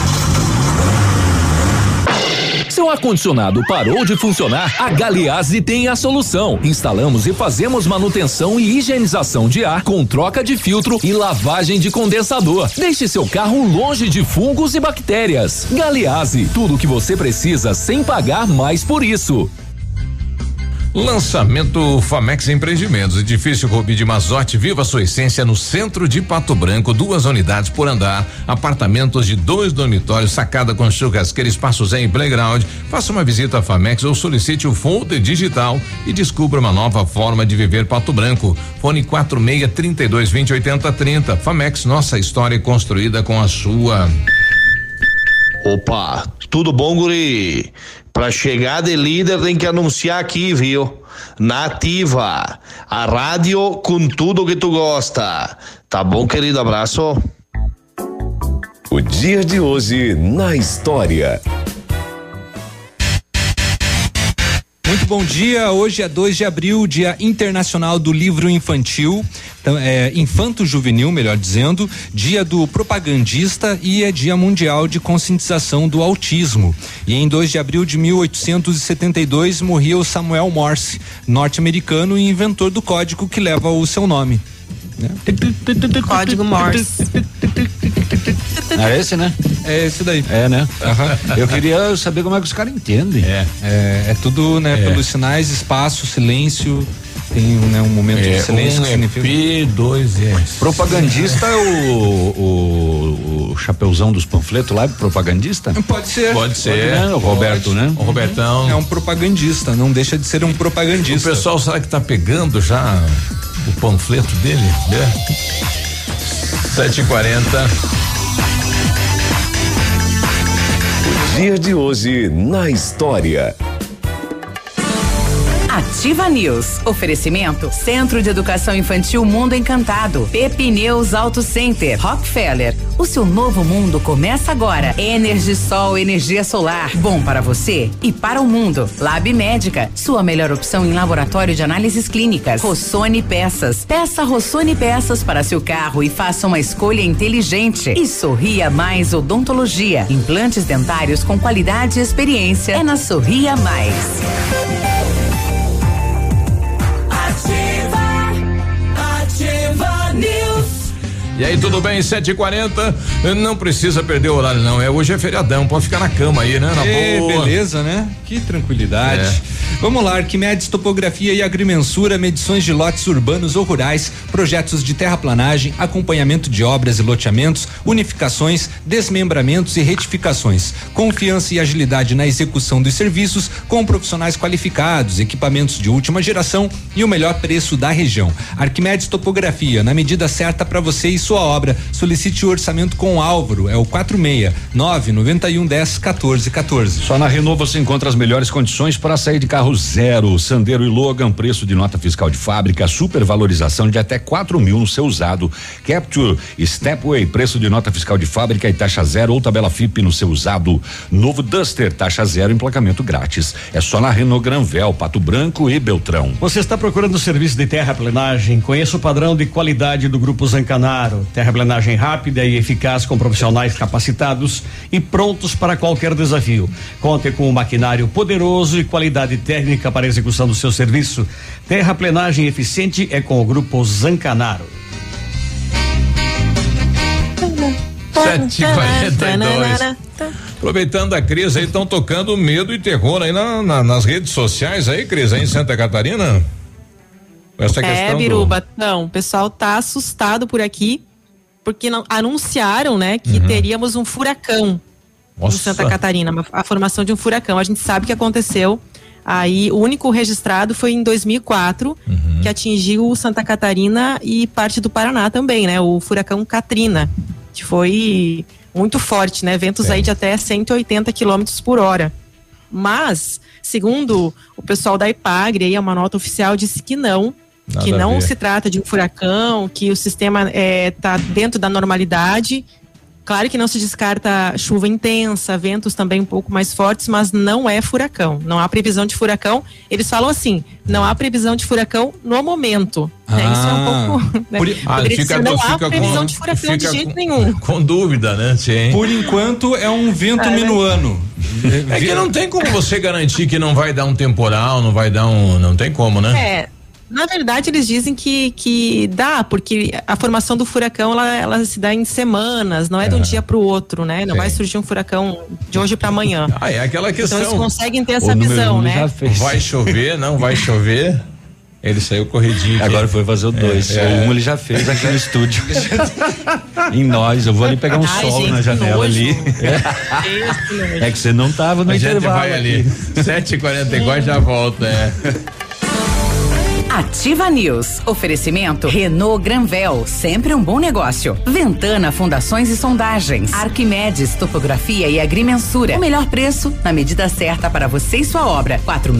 Seu ar-condicionado parou de funcionar? A Galiase tem a solução. Instalamos e fazemos manutenção e higienização de ar com troca de filtro e lavagem de condensador. Deixe seu carro longe de fungos e bactérias. Galiase, tudo o que você precisa sem pagar mais por isso. Lançamento Famex Empreendimentos, edifício Rubi de Mazotti, viva sua essência no centro de Pato Branco, 2 unidades por andar, apartamentos de 2 dormitórios, sacada com churrasqueira, espaço zen e playground. Faça uma visita à Famex ou solicite o folder digital e descubra uma nova forma de viver Pato Branco. Fone 46-3220-8030. Famex, nossa história construída com a sua. Opa, tudo bom, guri? Pra chegar de líder tem que anunciar aqui, viu? Na Ativa, a rádio com tudo que tu gosta. Tá bom, querido? Abraço. O dia de hoje na história. Muito bom dia, hoje é 2 de abril, Dia Internacional do Livro Infantil, Infanto Juvenil, melhor dizendo, Dia do Propagandista e é Dia Mundial de Conscientização do Autismo. E em 2 de abril de 1872 morria o Samuel Morse, norte-americano e inventor do código que leva o seu nome. Código Morse. É esse, né? É esse daí. É, né? Eu queria saber como é que os caras entendem. É tudo, né? Pelos sinais, espaço, silêncio. Tem, né, um momento de silêncio que significa. P2S. Propagandista é o chapeuzão dos panfletos lá, propagandista? Pode ser. Pode ser. Né? O Roberto, né? O Robertão. É um propagandista, não deixa de ser um propagandista. O pessoal, será que tá pegando já o panfleto dele? 7h40. O dia de hoje na história. Ativa News. Oferecimento Centro de Educação Infantil Mundo Encantado. Pepineus Auto Center. Rockefeller. O seu novo mundo começa agora. Energisol, energia solar. Bom para você e para o mundo. Lab Médica. Sua melhor opção em laboratório de análises clínicas. Rossoni Peças. Peça Rossoni Peças para seu carro e faça uma escolha inteligente. E Sorria Mais Odontologia. Implantes dentários com qualidade e experiência. É na Sorria Mais. E aí, tudo bem? 7h40. Não precisa perder o horário, não. Hoje é feriadão, pode ficar na cama aí, né? Na boa. Beleza, né? Que tranquilidade. Vamos lá, Arquimedes Topografia e Agrimensura, medições de lotes urbanos ou rurais, projetos de terraplanagem, acompanhamento de obras e loteamentos, unificações, desmembramentos e retificações. Confiança e agilidade na execução dos serviços com profissionais qualificados, equipamentos de última geração e o melhor preço da região. Arquimedes Topografia, na medida certa para você e sua obra. Solicite o orçamento com o Álvaro, é o 46-99110-1414. Só na Renault você encontra as melhores condições para sair de carro zero. Sandero e Logan, preço de nota fiscal de fábrica, supervalorização de até 4.000 no seu usado. Capture, Stepway, preço de nota fiscal de fábrica e taxa zero ou tabela FIP no seu usado. Novo Duster, taxa zero, emplacamento grátis. É só na Renault Granvel, Pato Branco e Beltrão. Você está procurando serviço de terraplenagem? Conheça o padrão de qualidade do Grupo Zancanaro. Terraplenagem rápida e eficaz com profissionais capacitados e prontos para qualquer desafio. Conte com um maquinário poderoso e qualidade técnica para a execução do seu serviço. Terraplenagem eficiente é com o Grupo Zancanaro. 7h42. Eita. Aproveitando a crise aí, estão tocando medo e terror aí nas redes sociais aí, Cris, aí em Santa Catarina? Essa questão Biruba, não, o pessoal tá assustado por aqui, porque anunciaram, né, que teríamos um furacão em Santa Catarina, a formação de um furacão. A gente sabe que aconteceu. Aí o único registrado foi em 2004, que atingiu Santa Catarina e parte do Paraná também, né? O furacão Katrina, que foi muito forte, né? Ventos aí de até 180 quilômetros por hora. Mas, segundo o pessoal da IPAGRE, aí é uma nota oficial, disse que não se trata de um furacão, que o sistema está dentro da normalidade. Claro que não se descarta chuva intensa, ventos também um pouco mais fortes, mas não é furacão. Não há previsão de furacão. Eles falam assim, não há previsão de furacão no momento. Isso é um pouco... Né? Não há previsão de furacão de jeito nenhum. Com dúvida, né? Sim. Por enquanto é um vento minuano. É que não tem como você garantir que não vai dar um temporal, não vai dar um... Não tem como, né? Na verdade, eles dizem que dá, porque a formação do furacão, ela se dá em semanas, não é de um dia para o outro, né? Não vai surgir um furacão de hoje para amanhã. É aquela questão. Então eles conseguem ter essa visão, né? Vai chover, não vai chover. Ele saiu corridinho. Agora foi fazer o 2. O 1 ele já fez aqui no estúdio. Em nós, eu vou ali pegar um sol na janela ali. É que você não tava no intervalo. A gente vai ali. 7h44 já volta, Ativa News. Oferecimento Renault Granvel, sempre um bom negócio. Ventana Fundações e Sondagens. Arquimedes Topografia e Agrimensura. O melhor preço na medida certa para você e sua obra.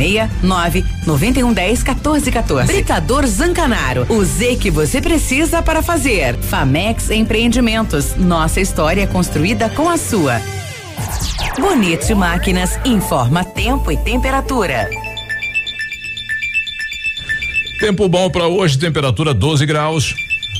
469-9110-1414. Britador Zancanaro. O Z que você precisa para fazer. Famex Empreendimentos. Nossa história construída com a sua. Bonito Máquinas informa tempo e temperatura. Tempo bom para hoje, temperatura 12 graus.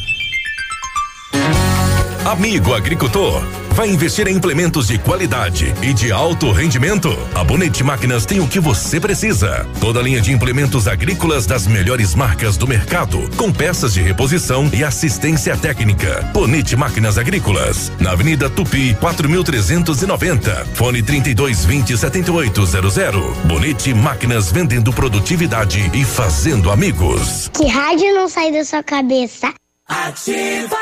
Amigo agricultor, vai investir em implementos de qualidade e de alto rendimento? A Bonete Máquinas tem o que você precisa. Toda a linha de implementos agrícolas das melhores marcas do mercado, com peças de reposição e assistência técnica. Bonete Máquinas Agrícolas, na Avenida Tupi, 4.390. Fone 3220-7800. Bonete Máquinas, vendendo produtividade e fazendo amigos. Que rádio não sai da sua cabeça? Ativa!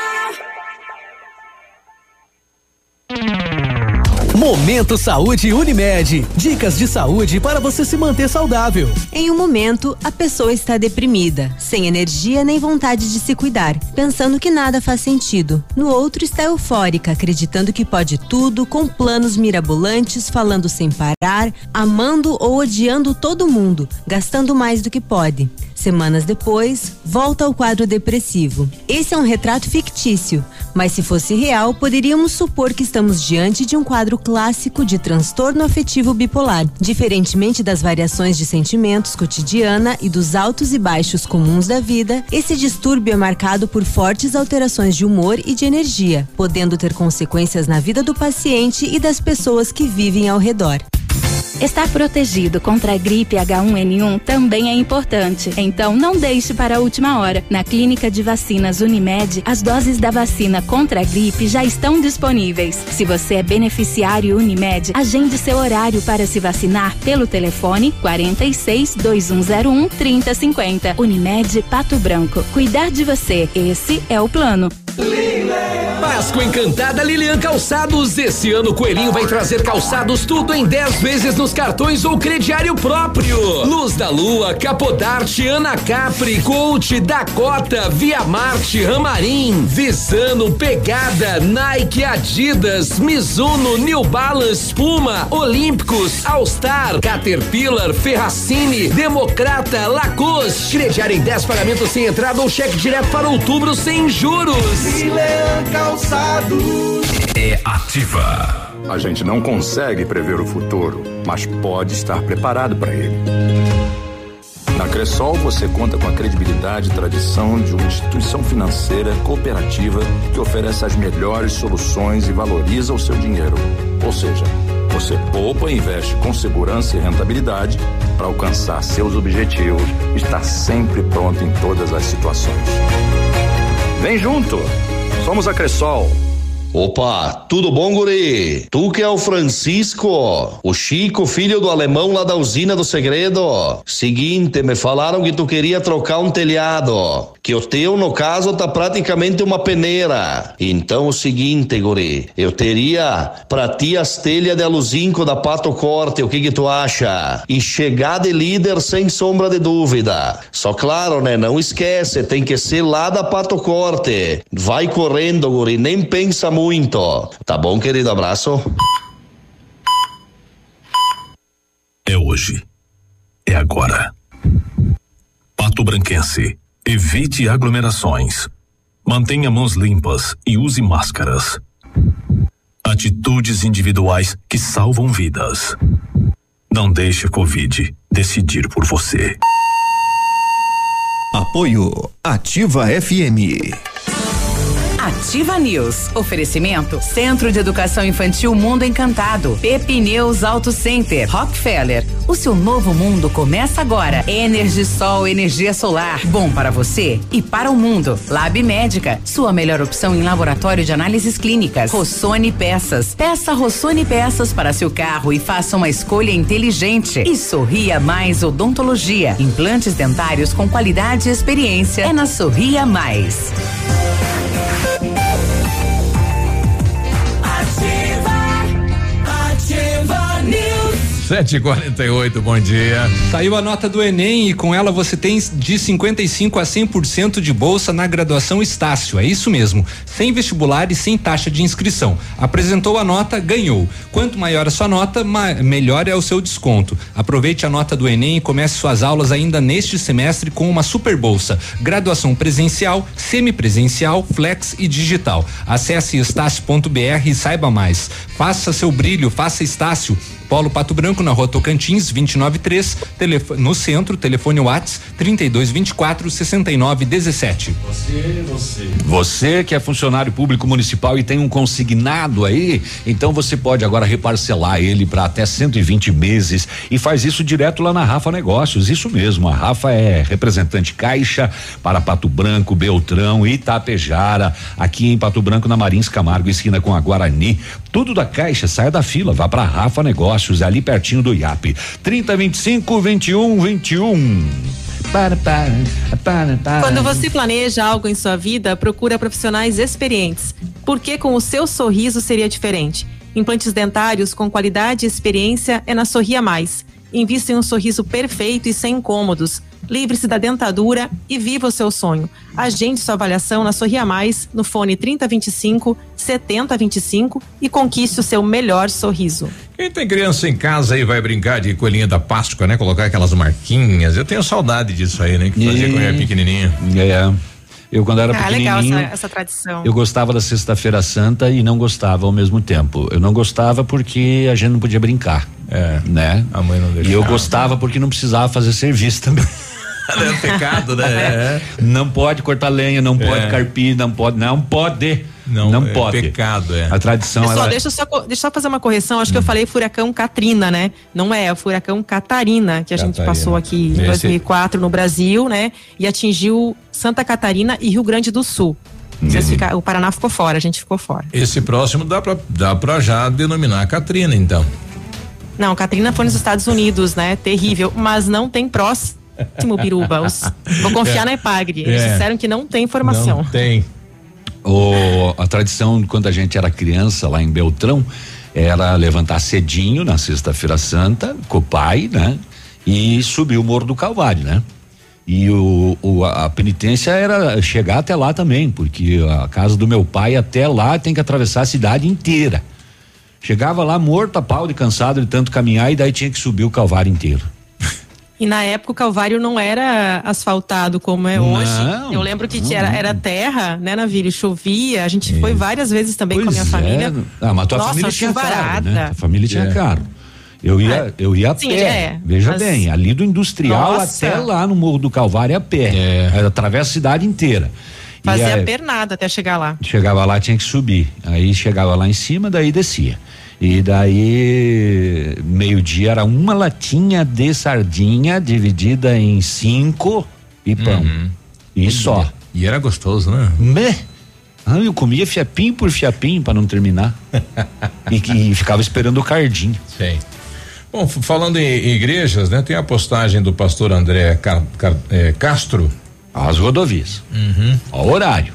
Momento Saúde Unimed. Dicas de saúde para você se manter saudável. Em um momento, a pessoa está deprimida, sem energia nem vontade de se cuidar, pensando que nada faz sentido. No outro, está eufórica, acreditando que pode tudo, com planos mirabolantes, falando sem parar, amando ou odiando todo mundo, gastando mais do que pode. Semanas depois, volta ao quadro depressivo. Esse é um retrato fictício, mas se fosse real, poderíamos supor que estamos diante de um quadro clássico de transtorno afetivo bipolar. Diferentemente das variações de sentimentos cotidiana e dos altos e baixos comuns da vida, esse distúrbio é marcado por fortes alterações de humor e de energia, podendo ter consequências na vida do paciente e das pessoas que vivem ao redor. Estar protegido contra a gripe H1N1 também é importante. Então, não deixe para a última hora. Na Clínica de Vacinas Unimed, as doses da vacina contra a gripe já estão disponíveis. Se você é beneficiário Unimed, agende seu horário para se vacinar pelo telefone 46-2101-3050. Unimed Pato Branco. Cuidar de você, esse é o plano. Páscoa Encantada Lilian Calçados. Esse ano o Coelhinho vai trazer calçados tudo em 10 vezes nos cartões ou crediário próprio. Luz da Lua, Capodarte, Ana Capri, Coach, Dakota, Via Marte, Ramarim, Visano, Pegada, Nike, Adidas, Mizuno, New Balance, Puma, Olímpicos, All Star, Caterpillar, Ferracini, Democrata, Lacoste. Crediário em 10 pagamentos sem entrada ou cheque direto para outubro sem juros. Lilian Calçados. É Ativa. A gente não consegue prever o futuro, mas pode estar preparado para ele. Na Cressol você conta com a credibilidade e tradição de uma instituição financeira cooperativa que oferece as melhores soluções e valoriza o seu dinheiro. Ou seja, você poupa e investe com segurança e rentabilidade para alcançar seus objetivos e estar sempre pronto em todas as situações. Vem junto! Somos a Cressol. Opa, tudo bom, guri? Tu que é o Francisco, o Chico, filho do alemão lá da usina do segredo. Seguinte, me falaram que tu queria trocar um telhado, que o teu, no caso, tá praticamente uma peneira. Então, o seguinte, guri, eu teria pra ti as telhas de aluzinco da Pato Corte, o que tu acha? E chegar de líder sem sombra de dúvida. Só claro, né, não esquece, tem que ser lá da Pato Corte. Vai correndo, guri, nem pensa muito. Tá bom, querido? Abraço. É hoje. É agora. Pato Branquense. Evite aglomerações. Mantenha mãos limpas e use máscaras. Atitudes individuais que salvam vidas. Não deixe a Covid decidir por você. Apoio Ativa FM. Ativa News. Oferecimento Centro de Educação Infantil Mundo Encantado. Pepineus Auto Center. Rockefeller. O seu novo mundo começa agora. Energisol, energia solar. Bom para você e para o mundo. Lab Médica. Sua melhor opção em laboratório de análises clínicas. Rossoni Peças. Peça Rossoni Peças para seu carro e faça uma escolha inteligente. E Sorria Mais Odontologia. Implantes dentários com qualidade e experiência. É na Sorria Mais. 7h48, bom dia. Saiu a nota do Enem e com ela você tem de 55% a 100% de bolsa na graduação Estácio. É isso mesmo, sem vestibular e sem taxa de inscrição. Apresentou a nota, ganhou. Quanto maior a sua nota, melhor é o seu desconto. Aproveite a nota do Enem e comece suas aulas ainda neste semestre com uma super bolsa. Graduação presencial, semipresencial, flex e digital. Acesse estácio.br e saiba mais. Faça seu brilho, faça Estácio. Polo Pato Branco, na Rua Tocantins, 293, no centro, telefone WhatsApp 3224-6917. Você que é funcionário público municipal e tem um consignado aí, então você pode agora reparcelar ele para até 120 meses e faz isso direto lá na Rafa Negócios. Isso mesmo, a Rafa é representante Caixa para Pato Branco, Beltrão e Itapejara, aqui em Pato Branco, na Marins Camargo, esquina com a Guarani. Tudo da Caixa, saia da fila, vá para Rafa Negócios, ali pertinho do IAP. 3025-2121. Quando você planeja algo em sua vida, procura profissionais experientes. Porque com o seu sorriso seria diferente. Implantes dentários com qualidade e experiência é na Sorria Mais. Invista em um sorriso perfeito e sem incômodos. Livre-se da dentadura e viva o seu sonho. Agende sua avaliação na Sorria Mais, no fone 3025-7025 e conquiste o seu melhor sorriso. Quem tem criança em casa aí vai brincar de coelhinha da Páscoa, né? Colocar aquelas marquinhas. Eu tenho saudade disso aí, né? Que fazia quando eu era pequenininho. Eu quando era pequenininho, legal essa tradição. Eu gostava da Sexta-feira Santa e não gostava ao mesmo tempo. Eu não gostava porque a gente não podia brincar, né? A mãe não deixava. E eu gostava porque não precisava fazer serviço também. É pecado, né? Não pode cortar lenha, não pode carpir, não pode. Não pode. Pecado, A tradição Pessoal, deixa eu só fazer uma correção. Acho que eu falei furacão Katrina, né? Não é o furacão Catarina, que a gente passou aqui em 2004 no Brasil, né? E atingiu Santa Catarina e Rio Grande do Sul. O Paraná ficou fora, a gente ficou fora. Esse próximo dá pra já denominar Katrina, então. Não, Katrina foi nos Estados Unidos, né? Terrível, mas não tem próximo, Biruba. Vou confiar na EPAGRE. Eles disseram que não tem informação. Não tem. A tradição, quando a gente era criança lá em Beltrão, era levantar cedinho na Sexta-feira Santa com o pai, né? E subir o Morro do Calvário, né? E a penitência era chegar até lá também, porque a casa do meu pai até lá tem que atravessar a cidade inteira. Chegava lá morto a pau de cansado de tanto caminhar e daí tinha que subir o Calvário inteiro. E na época o Calvário não era asfaltado como é hoje. Eu lembro que era terra, né, Navírio? Chovia, a gente foi várias vezes também com a minha família. Mas tua família tinha carro, né? A família tinha carro. Eu ia a pé. Veja bem, ali do Industrial até lá no Morro do Calvário a pé. Atravessa a cidade inteira. Fazia pernada até chegar lá. Chegava lá, tinha que subir. Aí chegava lá em cima, daí descia. E daí, meio-dia era uma latinha de sardinha dividida em 5 e pão. E só. E era gostoso, né? Eu comia fiapinho por fiapinho para não terminar. e ficava esperando o cardinho. Sim. Bom, falando em igrejas, né? Tem a postagem do pastor André Castro. As rodovias. Ao horário.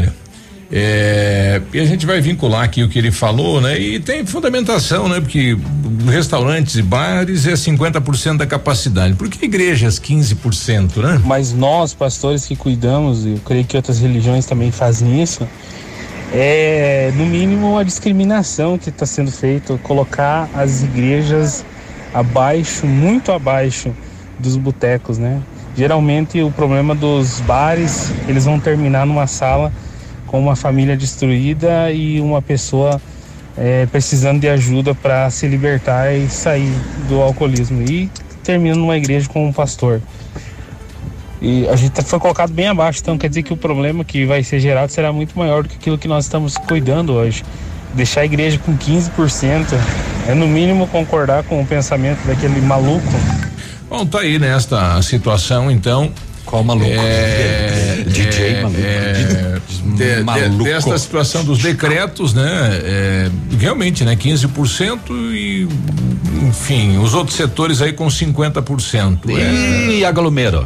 E a gente vai vincular aqui o que ele falou, né? E tem fundamentação, né? Porque restaurantes e bares é 50% da capacidade. Por que igrejas 15%, né? Mas nós, pastores que cuidamos, eu creio que outras religiões também fazem isso, no mínimo a discriminação que está sendo feita, colocar as igrejas abaixo, muito abaixo dos botecos, né? Geralmente o problema dos bares, eles vão terminar numa sala com uma família destruída e uma pessoa precisando de ajuda para se libertar e sair do alcoolismo, e termina numa igreja com um pastor. E a gente foi colocado bem abaixo, então quer dizer que o problema que vai ser gerado será muito maior do que aquilo que nós estamos cuidando hoje. Deixar a igreja com 15% é no mínimo concordar com o pensamento daquele maluco. Bom, tá aí nesta situação, então. Qual maluco? DJ maluco. Desta situação dos decretos, né? Realmente, né? 15% e, enfim, os outros setores aí com 50%. E aglomero.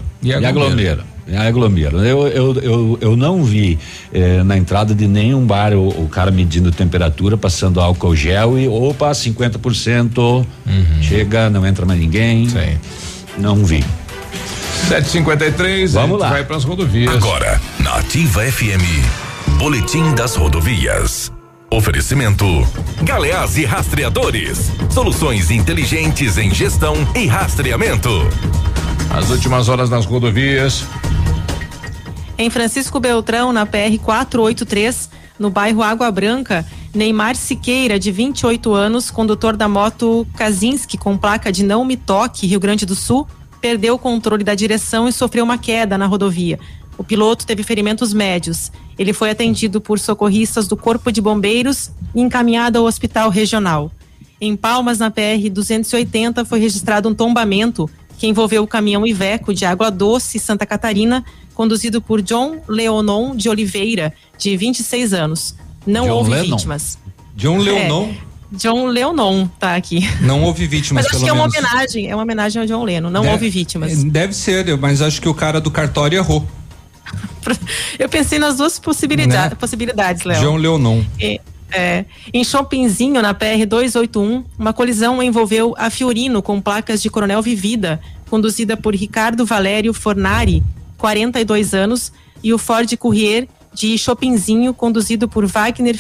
Eu não vi na entrada de nenhum bar o cara medindo temperatura, passando álcool gel e 50%. Chega, não entra mais ninguém. Sim. Não vi. 7h53, vamos lá. Vai para as rodovias. Agora, na Ativa FM, Boletim das Rodovias. Oferecimento: Galeás e Rastreadores. Soluções inteligentes em gestão e rastreamento. As últimas horas nas rodovias. Em Francisco Beltrão, na PR 483, no bairro Água Branca, Neymar Siqueira, de 28 anos, condutor da moto Kazinski com placa de Não Me Toque, Rio Grande do Sul, perdeu o controle da direção e sofreu uma queda na rodovia. O piloto teve ferimentos médios. Ele foi atendido por socorristas do Corpo de Bombeiros e encaminhado ao hospital regional. Em Palmas, na PR 280, foi registrado um tombamento que envolveu o caminhão Iveco de Água Doce, Santa Catarina, conduzido por John Leonon de Oliveira, de 26 anos. Não houve vítimas. John Leonon? John Leonon tá aqui. Não houve vítimas, mas acho que é uma homenagem ao John Lennon. Não houve vítimas. Deve ser, mas acho que o cara do cartório errou. Eu pensei nas duas possibilidades, Léo. John Leonon. Em Chopinzinho, na PR 281, uma colisão envolveu a Fiorino com placas de Coronel Vivida, conduzida por Ricardo Valério Fornari, 42 anos, e o Ford Courier de Chopinzinho, conduzido por Wagner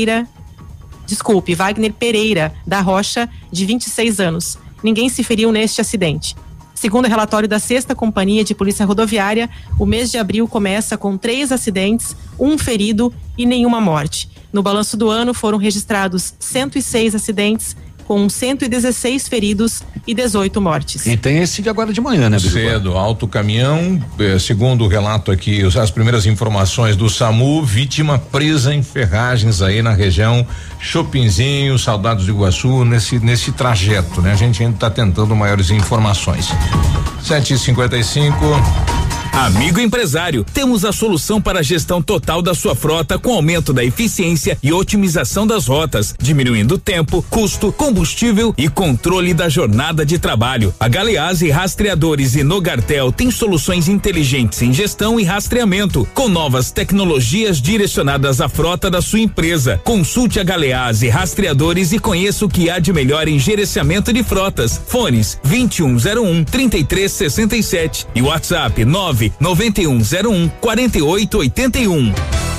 Pereira da Rocha, de 26 anos. Ninguém se feriu neste acidente. Segundo o relatório da 6ª Companhia de Polícia Rodoviária, o mês de abril começa com 3 acidentes, 1 ferido e nenhuma morte. No balanço do ano foram registrados 106 acidentes, com 116 feridos e 18 mortes. E tem esse de agora de manhã, né, Biruba? Cedo, alto caminhão, segundo o relato aqui, as primeiras informações do SAMU, vítima presa em ferragens aí na região Chopinzinho, Saudades do Iguaçu, nesse trajeto, né? A gente ainda está tentando maiores informações. 7h55. Amigo empresário, temos a solução para a gestão total da sua frota com aumento da eficiência e otimização das rotas, diminuindo tempo, custo, combustível e controle da jornada de trabalho. A Galeás e Rastreadores e Nogartel tem soluções inteligentes em gestão e rastreamento, com novas tecnologias direcionadas à frota da sua empresa. Consulte a Galeás e Rastreadores e conheça o que há de melhor em gerenciamento de frotas. Fones 2101-3367 e WhatsApp 99101-4881.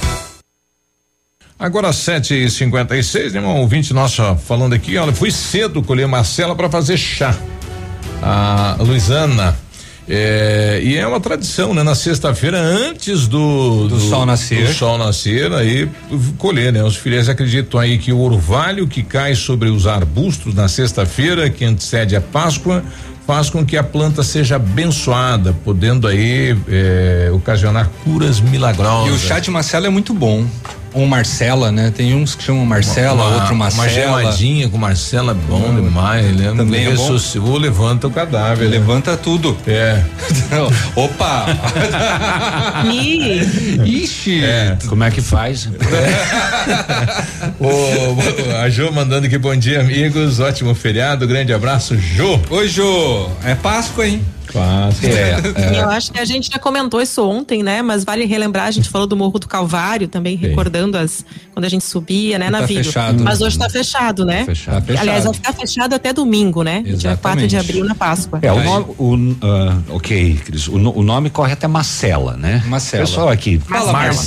Agora 7h56, né, um ouvinte nosso falando aqui, olha, fui cedo colher Marcela para fazer chá. A Luizana. E é uma tradição, né? Na sexta-feira, antes do sol nascer. Do sol nascer, aí colher, né? Os fiéis acreditam aí que o orvalho que cai sobre os arbustos na sexta-feira, que antecede a Páscoa, faz com que a planta seja abençoada, podendo aí ocasionar curas milagrosas. E o chá de Marcela é muito bom. Ou Marcela, né? Tem uns que chamam Marcela, outro Marcela. Uma gemadinha com Marcela é bom demais, né? Também é bom. O levanta o cadáver. Levanta tudo. É. Opa! Ixi! Como é que faz? A Jô mandando aqui, bom dia, amigos. Ótimo feriado, grande abraço, Jô. Oi, Jô. É Páscoa, hein? Eu acho que a gente já comentou isso ontem, né? Mas vale relembrar, a gente falou do Morro do Calvário também, recordando quando a gente subia, né, Navilho? Fechado. Mas hoje tá fechado, né? Fechado. Aliás, vai ficar fechado até domingo, né? Dia 4 de abril, na Páscoa. Ok, Cris, o nome corre até Marcela, né? Marcela. Pessoal aqui. Fala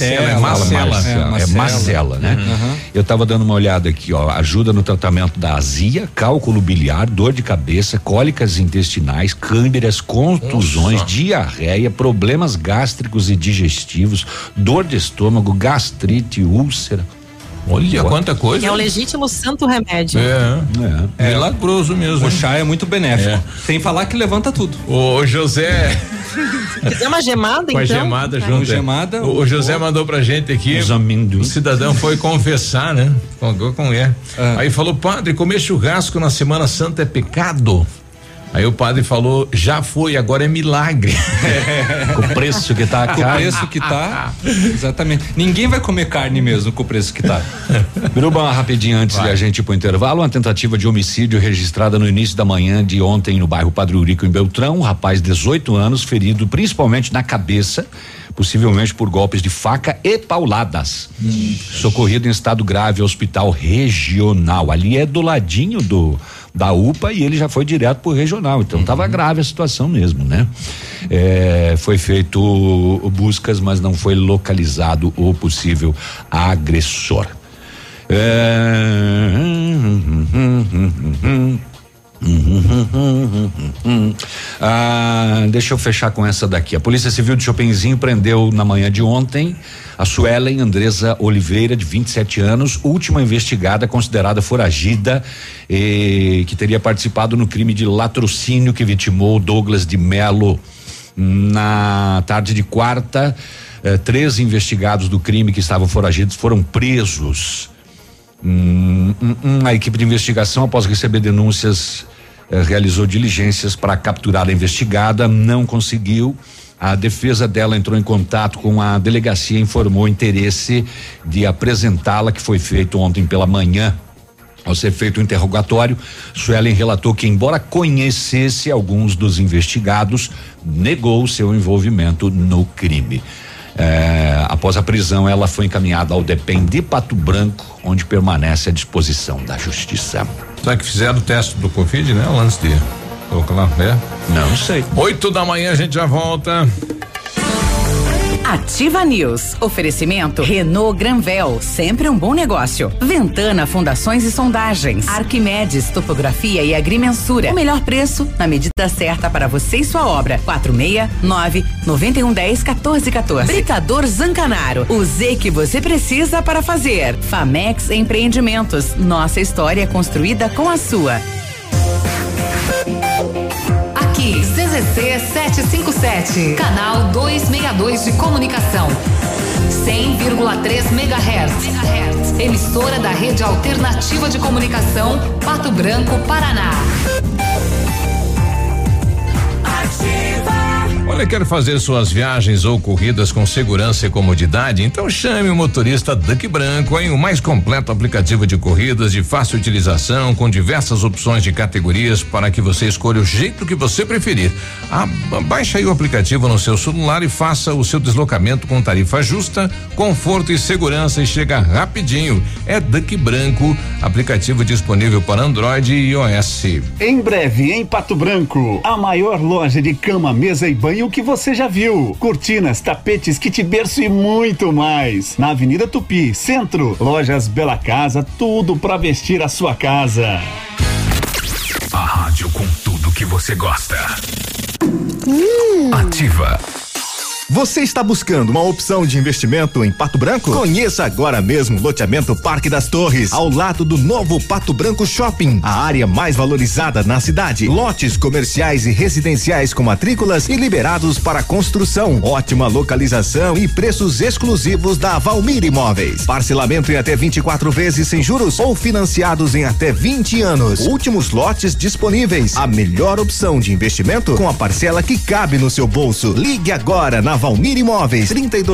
Marcela, né? Eu tava dando uma olhada aqui, ó, ajuda no tratamento da azia, cálculo biliar, dor de cabeça, cólicas intestinais, câimbras, contusões, diarreia, problemas gástricos e digestivos, dor de estômago, gastrite, úlcera. Olha quanta coisa. É um legítimo santo remédio. É milagroso mesmo. O chá é muito benéfico. Sem falar que levanta tudo. O José. Quiser uma gemada, com a então? gemada junto. O José mandou pra gente aqui. O cidadão foi confessar, né? Aí falou, padre, comer churrasco na Semana Santa é pecado? Aí o padre falou, já foi, agora é milagre. Com o preço que tá. Com o preço que tá. Exatamente. Ninguém vai comer carne mesmo com o preço que tá. Biruba, rapidinho antes de a gente ir pro intervalo, uma tentativa de homicídio registrada no início da manhã de ontem no bairro Padre Eurico, em Beltrão. Um rapaz de 18 anos, ferido principalmente na cabeça, possivelmente por golpes de faca e pauladas. Socorrido em estado grave ao hospital regional. Ali é do ladinho da UPA e ele já foi direto pro regional, então tava grave a situação mesmo, né? Foi feito buscas, mas não foi localizado o possível agressor. Deixa eu fechar com essa daqui. A Polícia Civil de Chopinzinho prendeu na manhã de ontem a Suelen Andresa Oliveira, de 27 anos, última investigada, considerada foragida, que teria participado no crime de latrocínio que vitimou Douglas de Melo. Na tarde de quarta, 3 investigados do crime que estavam foragidos foram presos. A equipe de investigação, após receber denúncias, realizou diligências para capturar a investigada, não conseguiu. A defesa dela entrou em contato com a delegacia e informou interesse de apresentá-la, que foi feito ontem pela manhã. Ao ser feito o interrogatório, Suelen relatou que, embora conhecesse alguns dos investigados, negou seu envolvimento no crime. Após a prisão, ela foi encaminhada ao DEPEN de Pato Branco, onde permanece à disposição da justiça. Será que fizeram o teste do Covid, né? Antes de colocar lá, Não sei. 8 da manhã a gente já volta. Ativa News. Oferecimento Renault Granvel, sempre um bom negócio. Ventana Fundações e Sondagens. Arquimedes Topografia e Agrimensura. O melhor preço na medida certa para você e sua obra. 469-9110-1414. Britador Zancanaro. O Z que você precisa para fazer. Famex Empreendimentos. Nossa história construída com a sua. Aqui, CZC 757, canal 262 de comunicação. 100,3 MHz. Emissora da Rede Alternativa de Comunicação, Pato Branco, Paraná. Olha, quer fazer suas viagens ou corridas com segurança e comodidade? Então chame o motorista Duck Branco, hein? O mais completo aplicativo de corridas de fácil utilização, com diversas opções de categorias para que você escolha o jeito que você preferir. Baixe aí o aplicativo no seu celular e faça o seu deslocamento com tarifa justa, conforto e segurança e chega rapidinho. É Duck Branco, aplicativo disponível para Android e iOS. Em breve, em Pato Branco, a maior loja de cama, mesa e banho que você já viu. Cortinas, tapetes, kit berço e muito mais. Na Avenida Tupi, Centro. Lojas Bela Casa, tudo pra vestir a sua casa. A rádio com tudo que você gosta. Ativa. Você está buscando uma opção de investimento em Pato Branco? Conheça agora mesmo o loteamento Parque das Torres, ao lado do novo Pato Branco Shopping, a área mais valorizada na cidade. Lotes comerciais e residenciais com matrículas e liberados para construção. Ótima localização e preços exclusivos da Valmir Imóveis. Parcelamento em até 24 vezes sem juros ou financiados em até 20 anos. Últimos lotes disponíveis. A melhor opção de investimento com a parcela que cabe no seu bolso. Ligue agora na Valmir Imóveis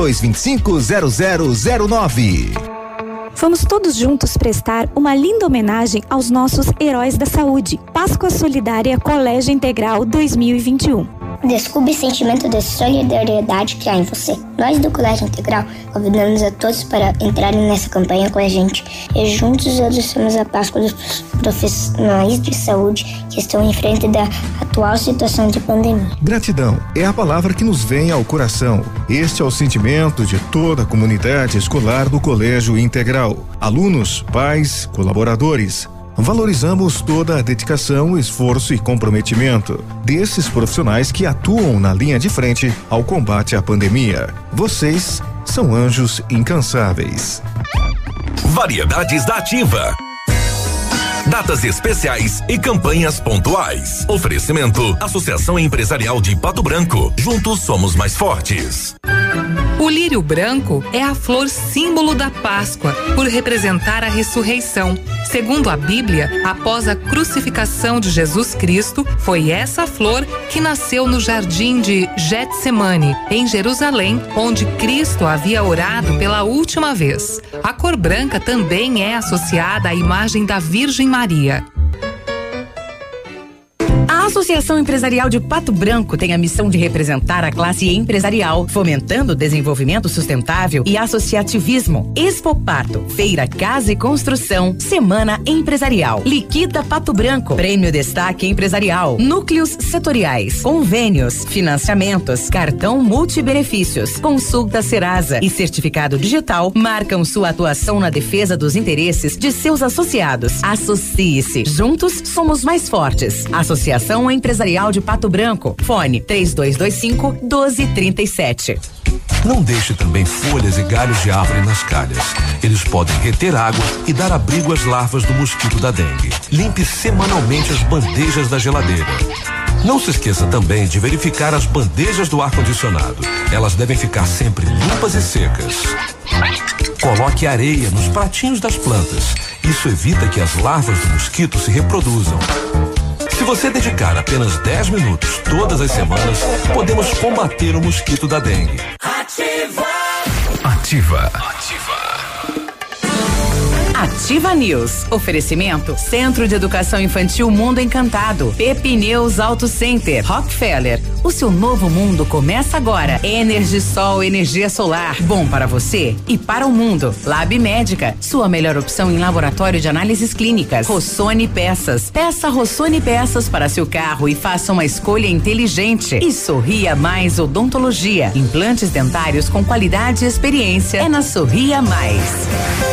3225-0009. Vamos todos juntos prestar uma linda homenagem aos nossos heróis da saúde. Páscoa Solidária Colégio Integral 2021. Descubra o sentimento de solidariedade que há em você. Nós do Colégio Integral convidamos a todos para entrarem nessa campanha com a gente e juntos adoçamos a Páscoa dos profissionais de saúde que estão em frente da atual situação de pandemia. Gratidão é a palavra que nos vem ao coração. Este é o sentimento de toda a comunidade escolar do Colégio Integral. Alunos, pais, colaboradores. Valorizamos toda a dedicação, esforço e comprometimento desses profissionais que atuam na linha de frente ao combate à pandemia. Vocês são anjos incansáveis. Variedades da Ativa. Datas especiais e campanhas pontuais. Oferecimento: Associação Empresarial de Pato Branco. Juntos somos mais fortes. O lírio branco é a flor símbolo da Páscoa, por representar a ressurreição. Segundo a Bíblia, após a crucificação de Jesus Cristo, foi essa flor que nasceu no jardim de Getsemane, em Jerusalém, onde Cristo havia orado pela última vez. A cor branca também é associada à imagem da Virgem Maria. A Associação Empresarial de Pato Branco tem a missão de representar a classe empresarial, fomentando o desenvolvimento sustentável e associativismo. Expo Pato, Feira Casa e Construção, Semana Empresarial, Liquida Pato Branco, Prêmio Destaque Empresarial, Núcleos Setoriais, Convênios, Financiamentos, Cartão Multibenefícios, Consulta Serasa e Certificado Digital marcam sua atuação na defesa dos interesses de seus associados. Associe-se. Juntos somos mais fortes. Associação Empresarial de Pato Branco. Fone 3225-1237. Não deixe também folhas e galhos de árvore nas calhas. Eles podem reter água e dar abrigo às larvas do mosquito da dengue. Limpe semanalmente as bandejas da geladeira. Não se esqueça também de verificar as bandejas do ar-condicionado. Elas devem ficar sempre limpas e secas. Coloque areia nos pratinhos das plantas. Isso evita que as larvas do mosquito se reproduzam. Se você dedicar apenas 10 minutos todas as semanas, podemos combater o mosquito da dengue. Ativa. Ativa. Ativa News. Oferecimento: Centro de Educação Infantil Mundo Encantado, Pepineus Auto Center, Rockefeller. O seu novo mundo começa agora. Energisol, energia solar, bom para você e para o mundo. Lab Médica, sua melhor opção em laboratório de análises clínicas. Rossoni Peças. Peça Rossoni Peças para seu carro e faça uma escolha inteligente. E Sorria Mais Odontologia. Implantes dentários com qualidade e experiência. É na Sorria Mais.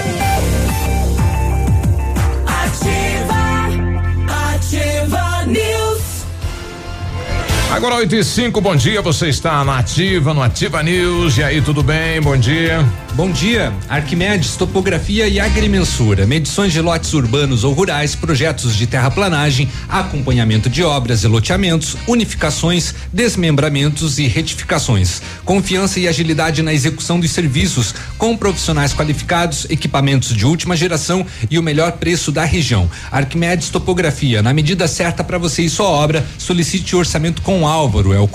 Ativa News. Agora 8:05, bom dia, você está na Ativa, no Ativa News. E aí, tudo bem? Bom dia. Bom dia. Arquimedes, topografia e agrimensura, medições de lotes urbanos ou rurais, projetos de terraplanagem, acompanhamento de obras e loteamentos, unificações, desmembramentos e retificações. Confiança e agilidade na execução dos serviços, com profissionais qualificados, equipamentos de última geração e o melhor preço da região. Arquimedes Topografia, na medida certa para você e sua obra. Solicite orçamento com Álvaro, é o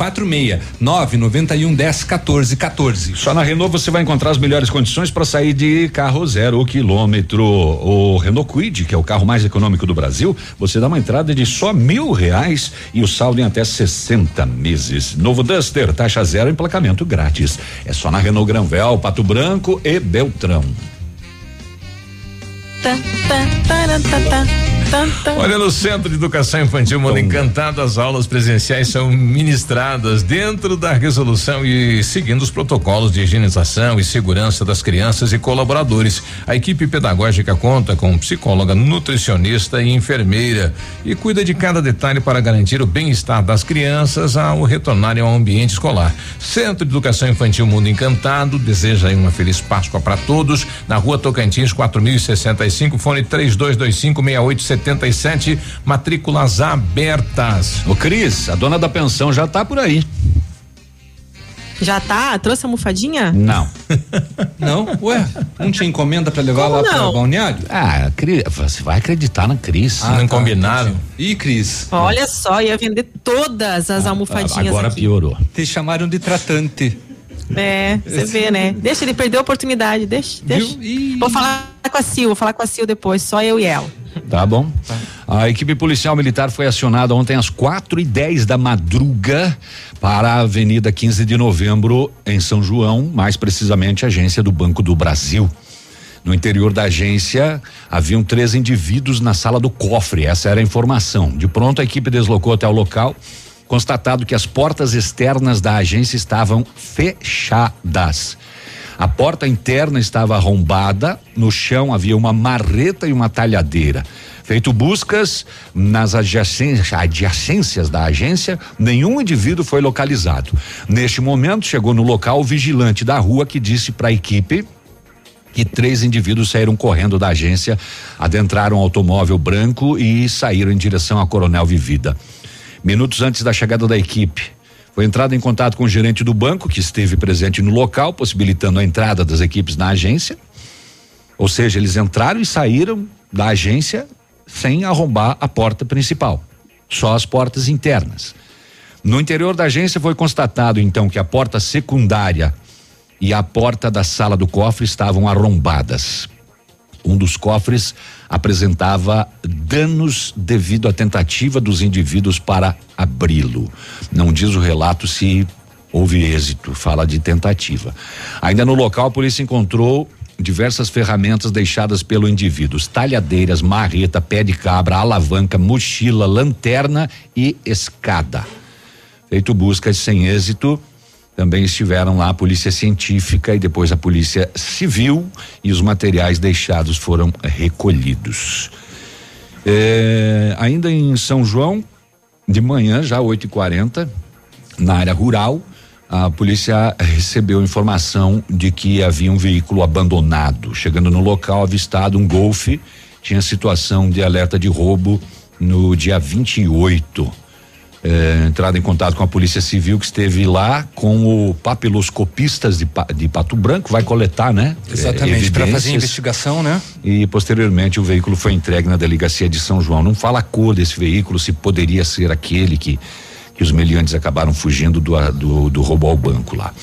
46-99110-1414. Só na Renault você vai encontrar as melhores condições para sair de carro 0 quilômetro. O Renault Kwid, que é o carro mais econômico do Brasil, você dá uma entrada de só R$1.000 e o saldo em até 60 meses. Novo Duster, taxa zero, emplacamento grátis. É só na Renault Granvel, Pato Branco e Beltrão. Olha, no Centro de Educação Infantil Mundo Encantado, as aulas presenciais são ministradas dentro da resolução e seguindo os protocolos de higienização e segurança das crianças e colaboradores. A equipe pedagógica conta com psicóloga, nutricionista e enfermeira e cuida de cada detalhe para garantir o bem-estar das crianças ao retornarem ao ambiente escolar. Centro de Educação Infantil Mundo Encantado deseja aí uma feliz Páscoa para todos. Na Rua Tocantins, 4065, fone 32256877, matrículas abertas. Ô Cris, a dona da pensão já tá por aí. Já tá? Trouxe a almofadinha? Não. Não? Ué, não tinha encomenda pra levar lá para o balneário? Ah, Cris, você vai acreditar na Cris. Não combinaram? Ih, Cris. Olha só, ia vender todas as almofadinhas agora aqui. Piorou. Te chamaram de tratante. É, você vê, né? Deixa ele perder a oportunidade, deixa. Vou falar com a Sil depois, só eu e ela. Tá bom. A equipe policial militar foi acionada ontem às 4:10 da madruga para a Avenida 15 de Novembro, em São João, mais precisamente a agência do Banco do Brasil. No interior da agência, haviam 3 indivíduos na sala do cofre, essa era a informação. De pronto, a equipe deslocou até o local, constatado que as portas externas da agência estavam fechadas. A porta interna estava arrombada, no chão havia uma marreta e uma talhadeira. Feito buscas nas adjacências da agência, nenhum indivíduo foi localizado. Neste momento, chegou no local o vigilante da rua que disse para a equipe que 3 indivíduos saíram correndo da agência, adentraram um automóvel branco e saíram em direção à Coronel Vivida. Minutos antes da chegada da equipe, foi entrado em contato com o gerente do banco, que esteve presente no local, possibilitando a entrada das equipes na agência. Ou seja, eles entraram e saíram da agência sem arrombar a porta principal, só as portas internas. No interior da agência foi constatado, então, que a porta secundária e a porta da sala do cofre estavam arrombadas. Um dos cofres apresentava danos devido à tentativa dos indivíduos para abri-lo. Não diz o relato se houve êxito, fala de tentativa. Ainda no local, a polícia encontrou diversas ferramentas deixadas pelo indivíduo: talhadeiras, marreta, pé de cabra, alavanca, mochila, lanterna e escada. Feito buscas sem êxito, também estiveram lá a polícia científica e depois a polícia civil, e os materiais deixados foram recolhidos. Ainda em São João, de manhã, já 8h40, na área rural, a polícia recebeu informação de que havia um veículo abandonado. Chegando no local, avistado um Golf, tinha situação de alerta de roubo no dia 28. Entrada em contato com a Polícia Civil, que esteve lá com o papiloscopistas de Pato Branco, vai coletar, né? Exatamente, para fazer investigação, né? E posteriormente o veículo foi entregue na delegacia de São João. Não fala a cor desse veículo, se poderia ser aquele que os meliantes acabaram fugindo do roubo ao banco lá.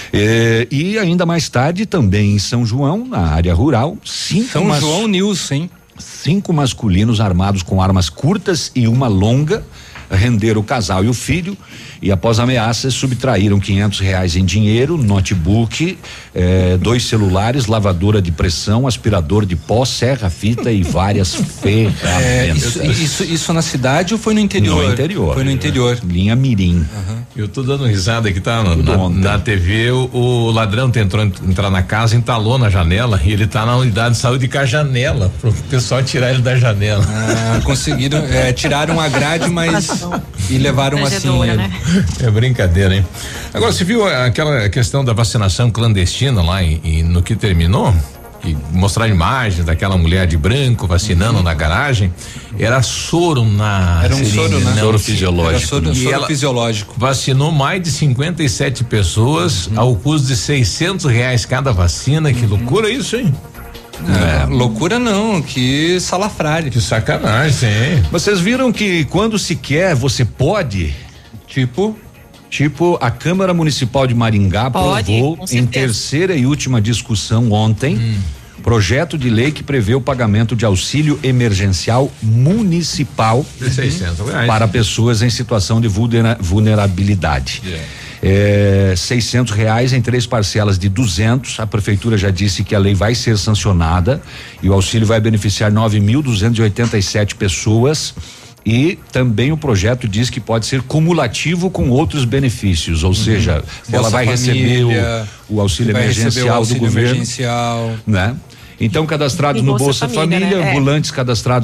E ainda mais tarde, também em São João, na área rural, João News, hein? 5 masculinos armados com armas curtas e uma longa renderam o casal e o filho, e após ameaças subtraíram R$500 em dinheiro, notebook, 2 celulares, lavadora de pressão, aspirador de pó, serra-fita e várias ferramentas. Isso na cidade ou foi no interior? No interior. Foi no interior. Linha Mirim. Eu tô dando risada que tá na TV, o ladrão tentou entrar na casa, entalou na janela e ele tá na unidade de saúde com a janela, pro pessoal tirar ele da janela. Conseguiram, tiraram a grade, mas e levaram assim ele. Né? É brincadeira, hein? Agora, você viu aquela questão da vacinação clandestina lá no que terminou? Que mostrar imagens daquela mulher de branco vacinando na garagem, era soro na era um soro, né? Soro fisiológico. Era soro fisiológico. Vacinou mais de 57 pessoas ao custo de R$600 cada vacina. Que loucura isso, hein? Loucura não, que salafrário. Que sacanagem, sim. Vocês viram que quando se quer, você pode? Tipo, a Câmara Municipal de Maringá aprovou em terceira e última discussão ontem projeto de lei que prevê o pagamento de auxílio emergencial municipal R$600 para pessoas em situação de vulnerabilidade. R$600 em 3 parcelas de 200. A prefeitura já disse que a lei vai ser sancionada e o auxílio vai beneficiar 9.287 pessoas. E também o projeto diz que pode ser cumulativo com outros benefícios, ou seja, ela vai receber o auxílio emergencial do governo, né? Então, cadastrados no Bolsa Família, né? ambulantes cadastrados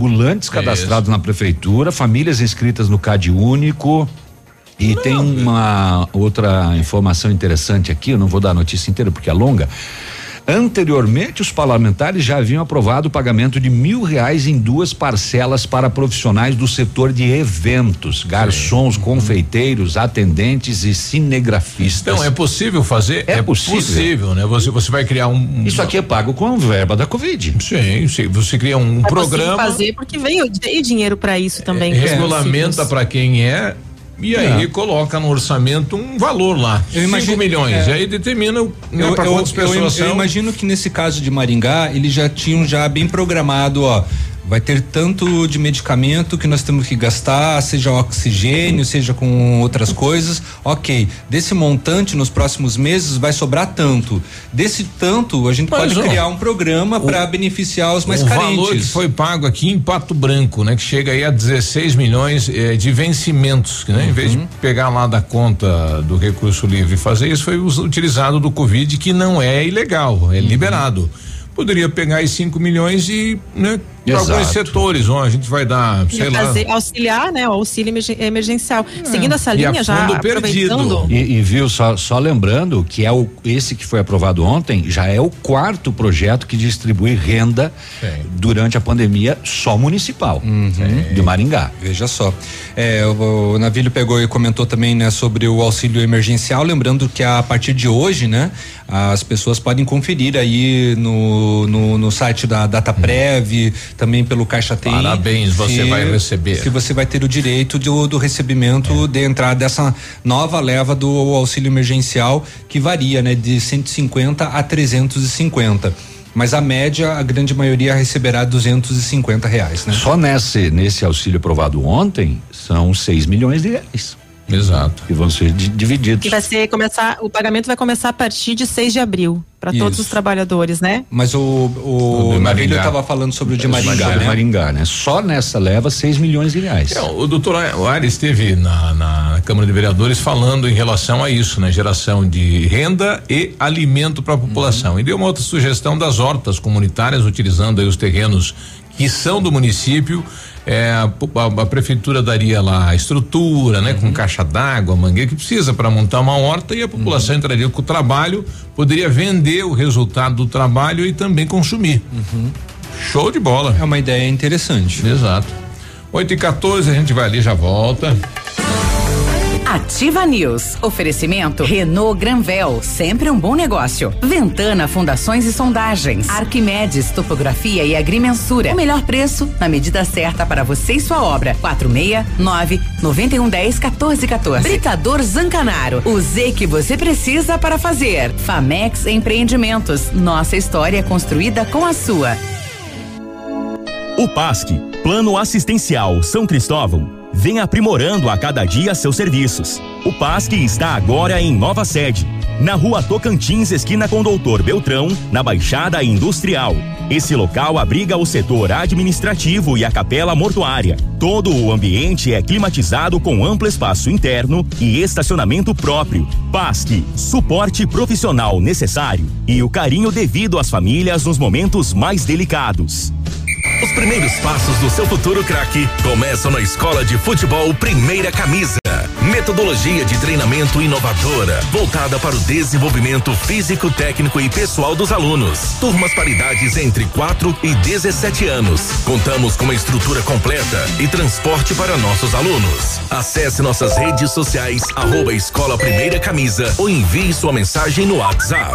na prefeitura, famílias inscritas no CAD único. E tem uma outra informação interessante aqui, eu não vou dar a notícia inteira porque é longa. Anteriormente, os parlamentares já haviam aprovado o pagamento de R$1.000 em 2 parcelas para profissionais do setor de eventos, garçons, confeiteiros, atendentes e cinegrafistas. Então, é possível fazer? É possível, né? Você vai criar Isso aqui é pago com a verba da Covid. Sim, você cria um programa. Fazer porque veio dinheiro para isso também. Regulamenta para quem é. E aí coloca no orçamento um valor lá, 5 milhões, e aí determina para quantas pessoas são. Eu imagino que nesse caso de Maringá, eles já tinham bem programado, vai ter tanto de medicamento que nós temos que gastar, seja oxigênio, seja com outras coisas, ok, desse montante nos próximos meses vai sobrar tanto, desse tanto a gente pode criar um programa para beneficiar os mais carentes. O valor que foi pago aqui em Pato Branco, né, que chega aí a 16 milhões de vencimentos, né, em vez de pegar lá da conta do recurso livre e fazer isso, foi utilizado do Covid, que não é ilegal, é liberado. Poderia pegar os 5 milhões e, né, para alguns setores, a gente vai dar, sei lá. Auxiliar, né, o auxílio emergencial. Seguindo essa linha, já aproveitando. E viu, só lembrando que esse que foi aprovado ontem, já é o 4º projeto que distribui renda durante a pandemia só municipal, de Maringá. Veja só. O Navilho pegou e comentou também, né, sobre o auxílio emergencial, lembrando que a partir de hoje, né, as pessoas podem conferir aí no site da Dataprev, também pelo Caixa Tem. Parabéns, você vai receber. Se você vai ter o direito do recebimento de entrada dessa nova leva do auxílio emergencial, que varia, né, de 150 a 350. Mas a média, a grande maioria receberá R$250, né? Só nesse auxílio aprovado ontem, são 6 milhões de reais. Exato. Que vão ser divididos. E o pagamento vai começar a partir de 6 de abril, para todos os trabalhadores, né? Mas o Navilho estava falando sobre o de Maringá, né? Maringá, né? Só nessa leva 6 milhões de reais. O doutor Aires esteve na Câmara de Vereadores falando em relação a isso, né? Geração de renda e alimento para a população. E deu uma outra sugestão das hortas comunitárias, utilizando aí os terrenos que são do município. A prefeitura daria lá a estrutura, né? Com caixa d'água, mangueira que precisa para montar uma horta, e a população entraria com o trabalho, poderia vender o resultado do trabalho e também consumir. Show de bola. É uma ideia interessante. Exato. 8h14, a gente vai ali, já volta. Ativa News. Oferecimento Renault Granvel, sempre um bom negócio. Ventana Fundações e Sondagens. Arquimedes Topografia e Agrimensura. O melhor preço na medida certa para você e sua obra. 469-9110-1414. Britador Zancanaro. O Z que você precisa para fazer. Famex Empreendimentos. Nossa história construída com a sua. O PASC, Plano Assistencial São Cristóvão, vem aprimorando a cada dia seus serviços. O PASC está agora em nova sede, na Rua Tocantins, esquina com Doutor Beltrão, na Baixada Industrial. Esse local abriga o setor administrativo e a capela mortuária. Todo o ambiente é climatizado com amplo espaço interno e estacionamento próprio. PASC, suporte profissional necessário e o carinho devido às famílias nos momentos mais delicados. Os primeiros passos do seu futuro craque começam na Escola de Futebol Primeira Camisa. Metodologia de treinamento inovadora, voltada para o desenvolvimento físico, técnico e pessoal dos alunos. Turmas para idades entre 4 e 17 anos. Contamos com uma estrutura completa e transporte para nossos alunos. Acesse nossas redes sociais, @Escola Primeira Camisa, ou envie sua mensagem no WhatsApp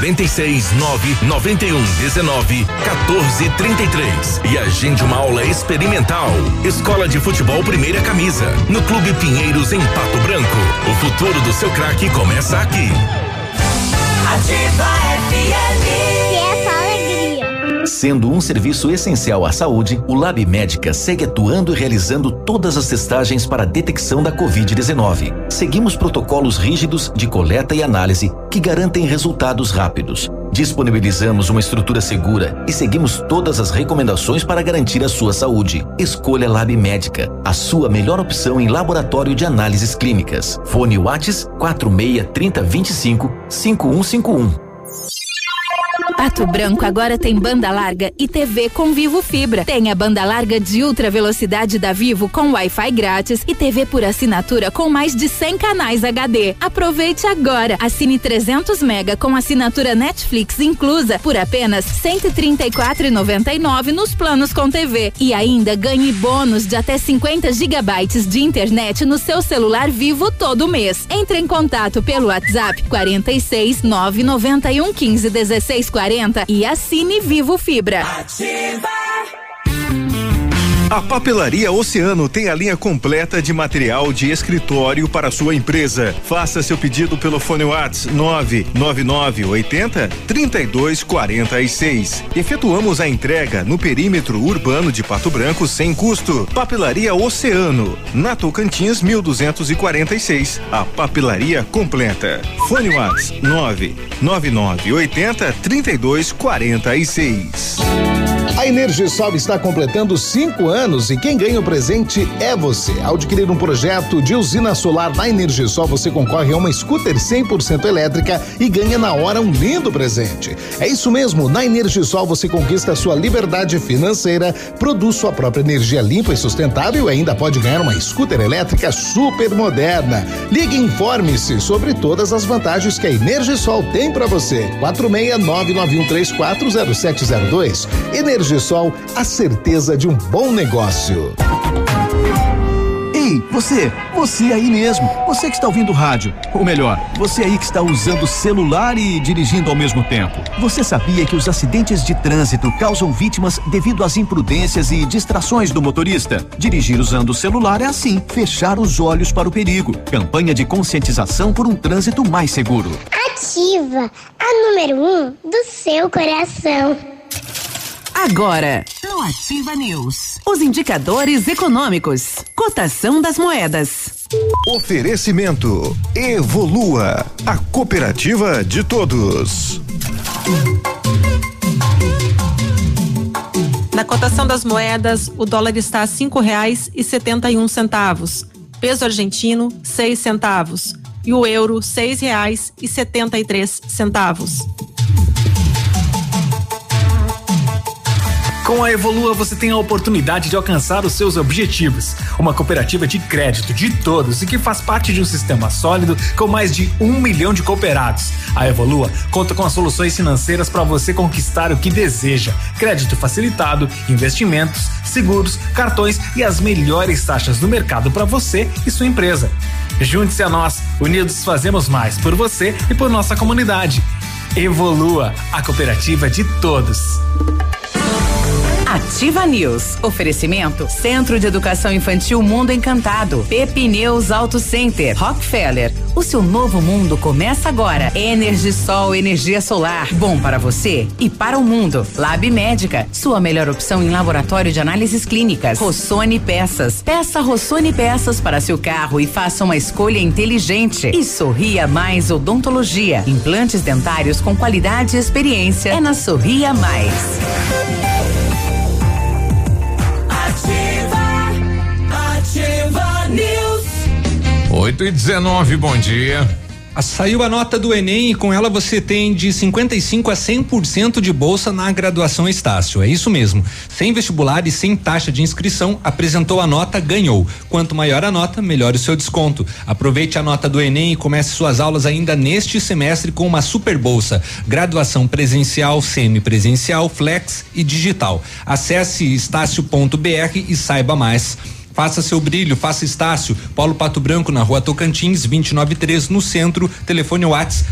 469-9119-1433 e agende uma aula experimental. Escola de Futebol Primeira Camisa, no Clube Pinheiros, em Pato Branco. O futuro do seu craque começa aqui. Ativa FM. E essa alegria. Sendo um serviço essencial à saúde, o Lab Médica segue atuando e realizando todas as testagens para a detecção da Covid-19. Seguimos protocolos rígidos de coleta e análise que garantem resultados rápidos. Disponibilizamos uma estrutura segura e seguimos todas as recomendações para garantir a sua saúde. Escolha Lab Médica, a sua melhor opção em laboratório de análises clínicas. Fone WhatsApp 46 30 25 5151. Pato Branco agora tem banda larga e TV com Vivo Fibra. Tem a banda larga de ultra velocidade da Vivo com Wi-Fi grátis e TV por assinatura com mais de 100 canais HD. Aproveite agora. Assine 300 mega com assinatura Netflix inclusa por apenas R$ 134,99 nos planos com TV. E ainda ganhe bônus de até 50 gigabytes de internet no seu celular Vivo todo mês. Entre em contato pelo WhatsApp 46 991 15 16 40 e assine Vivo Fibra. Ativa. A Papelaria Oceano tem a linha completa de material de escritório para sua empresa. Faça seu pedido pelo fone WhatsApp 99980 3246. Efetuamos a entrega no perímetro urbano de Pato Branco sem custo. Papelaria Oceano, na Tocantins 1246. A papelaria completa. Fone WhatsApp 99980 3246. A Energisol está completando 5 anos e quem ganha o presente é você. Ao adquirir um projeto de usina solar na Energisol, você concorre a uma scooter 100% elétrica e ganha na hora um lindo presente. É isso mesmo, na Energisol você conquista a sua liberdade financeira, produz sua própria energia limpa e sustentável e ainda pode ganhar uma scooter elétrica super moderna. Ligue e informe-se sobre todas as vantagens que a Energisol tem para você. 46991340702. Energisol, a certeza de um bom negócio. Ei, você aí mesmo, você que está ouvindo rádio, ou melhor, você aí que está usando celular e dirigindo ao mesmo tempo. Você sabia que os acidentes de trânsito causam vítimas devido às imprudências e distrações do motorista? Dirigir usando o celular é assim, fechar os olhos para o perigo. Campanha de conscientização por um trânsito mais seguro. Ativa, a número 1 do seu coração. Agora, no Ativa News, os indicadores econômicos, cotação das moedas. Oferecimento Evolua, a cooperativa de todos. Na cotação das moedas, o dólar está a R$5,71. Peso argentino, 6 centavos. E o euro, R$6,73. Com a Evolua você tem a oportunidade de alcançar os seus objetivos. Uma cooperativa de crédito de todos e que faz parte de um sistema sólido com mais de 1 milhão de cooperados. A Evolua conta com as soluções financeiras para você conquistar o que deseja: crédito facilitado, investimentos, seguros, cartões e as melhores taxas do mercado para você e sua empresa. Junte-se a nós, unidos fazemos mais por você e por nossa comunidade. Evolua, a cooperativa de todos. Ativa News. Oferecimento Centro de Educação Infantil Mundo Encantado. Pepineus Auto Center. Rockefeller. O seu novo mundo começa agora. Energisol, energia solar. Bom para você e para o mundo. Lab Médica. Sua melhor opção em laboratório de análises clínicas. Rossoni Peças. Peça Rossoni Peças para seu carro e faça uma escolha inteligente. E Sorria Mais Odontologia. Implantes dentários com qualidade e experiência. É na Sorria Mais. Ativa News. 8h19, bom dia. Saiu a nota do Enem e com ela você tem de 55% a 100% de bolsa na graduação Estácio. É isso mesmo. Sem vestibular e sem taxa de inscrição, apresentou a nota, ganhou. Quanto maior a nota, melhor o seu desconto. Aproveite a nota do Enem e comece suas aulas ainda neste semestre com uma super bolsa. Graduação presencial, semipresencial, flex e digital. Acesse estácio.br e saiba mais. Faça seu brilho, faça Estácio. Polo Pato Branco, na Rua Tocantins, 293, no centro. Telefone WhatsApp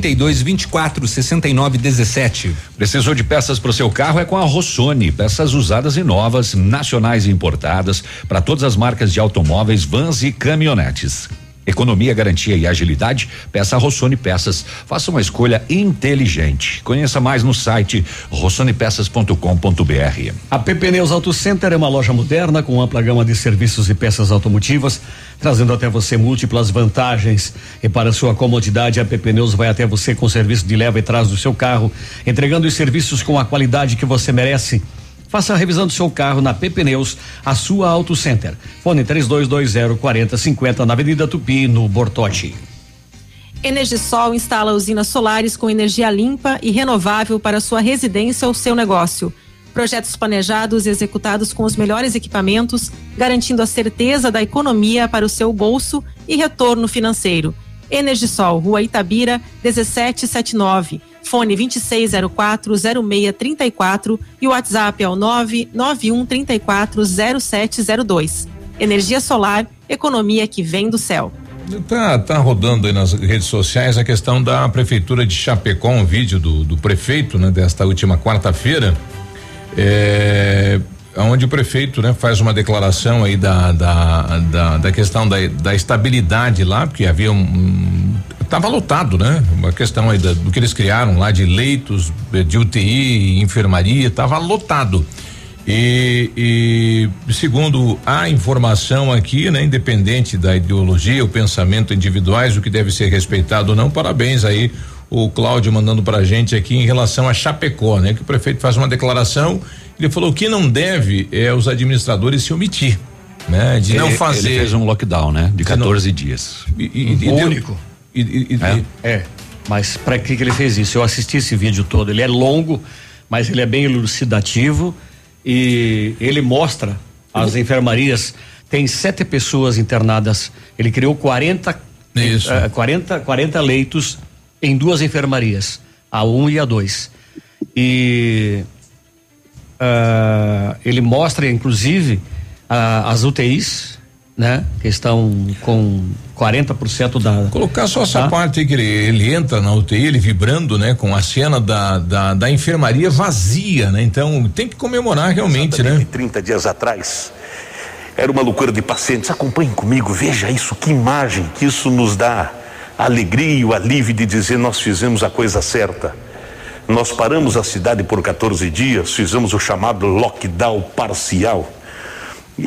3224-6917. Precisou de peças para o seu carro? É com a Rossoni. Peças usadas e novas, nacionais e importadas, para todas as marcas de automóveis, vans e caminhonetes. Economia, garantia e agilidade? Peça a Rossoni Peças. Faça uma escolha inteligente. Conheça mais no site rossonepeças.com.br. A PP Pneus Auto Center é uma loja moderna com ampla gama de serviços e peças automotivas, trazendo até você múltiplas vantagens. E para sua comodidade, a PP Pneus vai até você com serviço de leva e trás do seu carro, entregando os serviços com a qualidade que você merece. Faça a revisão do seu carro na PP Pneus, a sua Auto Center. Fone 3220-4050 na Avenida Tupi, no Bortote. Energisol instala usinas solares com energia limpa e renovável para sua residência ou seu negócio. Projetos planejados e executados com os melhores equipamentos, garantindo a certeza da economia para o seu bolso e retorno financeiro. Energisol, Rua Itabira, 1779. Fone 2604-0634 e o WhatsApp é o 991340702. Energia solar, economia que vem do céu. Tá rodando aí nas redes sociais a questão da prefeitura de Chapecó, um vídeo do prefeito, né, desta última quarta-feira, onde o prefeito, né, faz uma declaração aí da questão da estabilidade lá, porque havia tava lotado, né? Uma questão aí do que eles criaram lá de leitos de UTI, enfermaria, tava lotado. E segundo a informação aqui, né, independente da ideologia, o pensamento individuais, o que deve ser respeitado ou não, parabéns aí o Cláudio mandando pra gente aqui em relação a Chapecó, né? Que o prefeito faz uma declaração, ele falou que não deve os administradores se omitir, né? De não fazer. Ele fez um lockdown, né? De 14 dias. Único. Mas para que ele fez isso? Eu assisti esse vídeo todo, ele é longo, mas ele é bem elucidativo e ele mostra as enfermarias, tem 7 pessoas internadas, ele criou 40 leitos em 2 enfermarias, a 1 e a 2, e ele mostra inclusive as UTIs, né? Que estão com 40% da. Colocar só essa parte aí que ele entra na UTI, ele vibrando, né? Com a cena da enfermaria vazia, né? Então tem que comemorar realmente, exatamente, né? 30 dias atrás era uma loucura de pacientes. Acompanhem comigo, veja isso, que imagem, que isso nos dá a alegria e o alívio de dizer nós fizemos a coisa certa. Nós paramos a cidade por 14 dias, fizemos o chamado lockdown parcial. E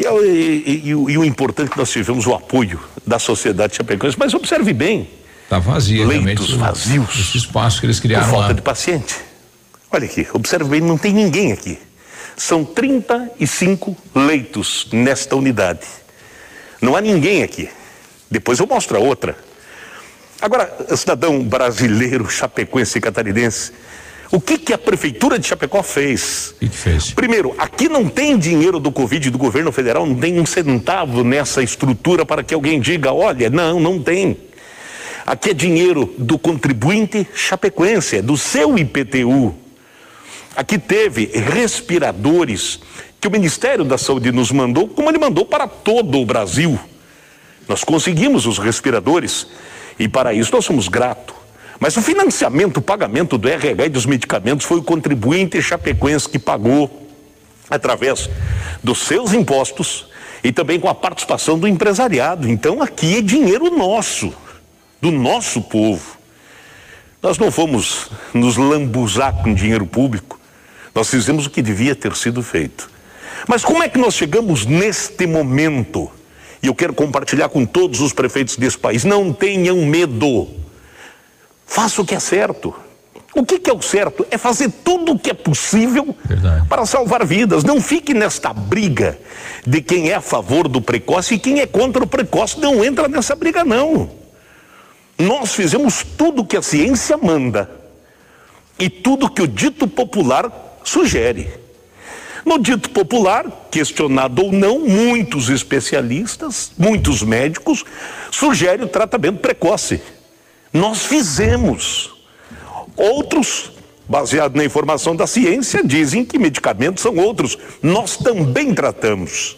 o importante é que nós tivemos o apoio da sociedade chapecoense, mas observe bem. Tá vazia, leitos vazios. Esse espaço que eles criaram por falta lá. de paciente. Olha aqui, observe bem, não tem ninguém aqui. São 35 leitos nesta unidade. Não há ninguém aqui. Depois eu mostro a outra. Agora, cidadão brasileiro, chapecoense e catarinense, o que a prefeitura de Chapecó fez? O que fez? Primeiro, aqui não tem dinheiro do Covid do governo federal, não tem um centavo nessa estrutura para que alguém diga, olha, não tem. Aqui é dinheiro do contribuinte chapecoense, é do seu IPTU. Aqui teve respiradores que o Ministério da Saúde nos mandou, como ele mandou para todo o Brasil. Nós conseguimos os respiradores e para isso nós somos gratos. Mas o financiamento, o pagamento do RH e dos medicamentos foi o contribuinte chapecoense que pagou através dos seus impostos e também com a participação do empresariado. Então aqui é dinheiro nosso, do nosso povo. Nós não fomos nos lambuzar com dinheiro público, nós fizemos o que devia ter sido feito. Mas como é que nós chegamos neste momento? E eu quero compartilhar com todos os prefeitos desse país, não tenham medo. Faça o que é certo. O que é o certo? É fazer tudo o que é possível para salvar vidas. Não fique nesta briga de quem é a favor do precoce e quem é contra o precoce. Não entra nessa briga, não. Nós fizemos tudo o que a ciência manda e tudo que o dito popular sugere. No dito popular, questionado ou não, muitos especialistas, muitos médicos sugerem o tratamento precoce. Nós fizemos. Outros, baseado na informação da ciência, dizem que medicamentos são outros. Nós também tratamos.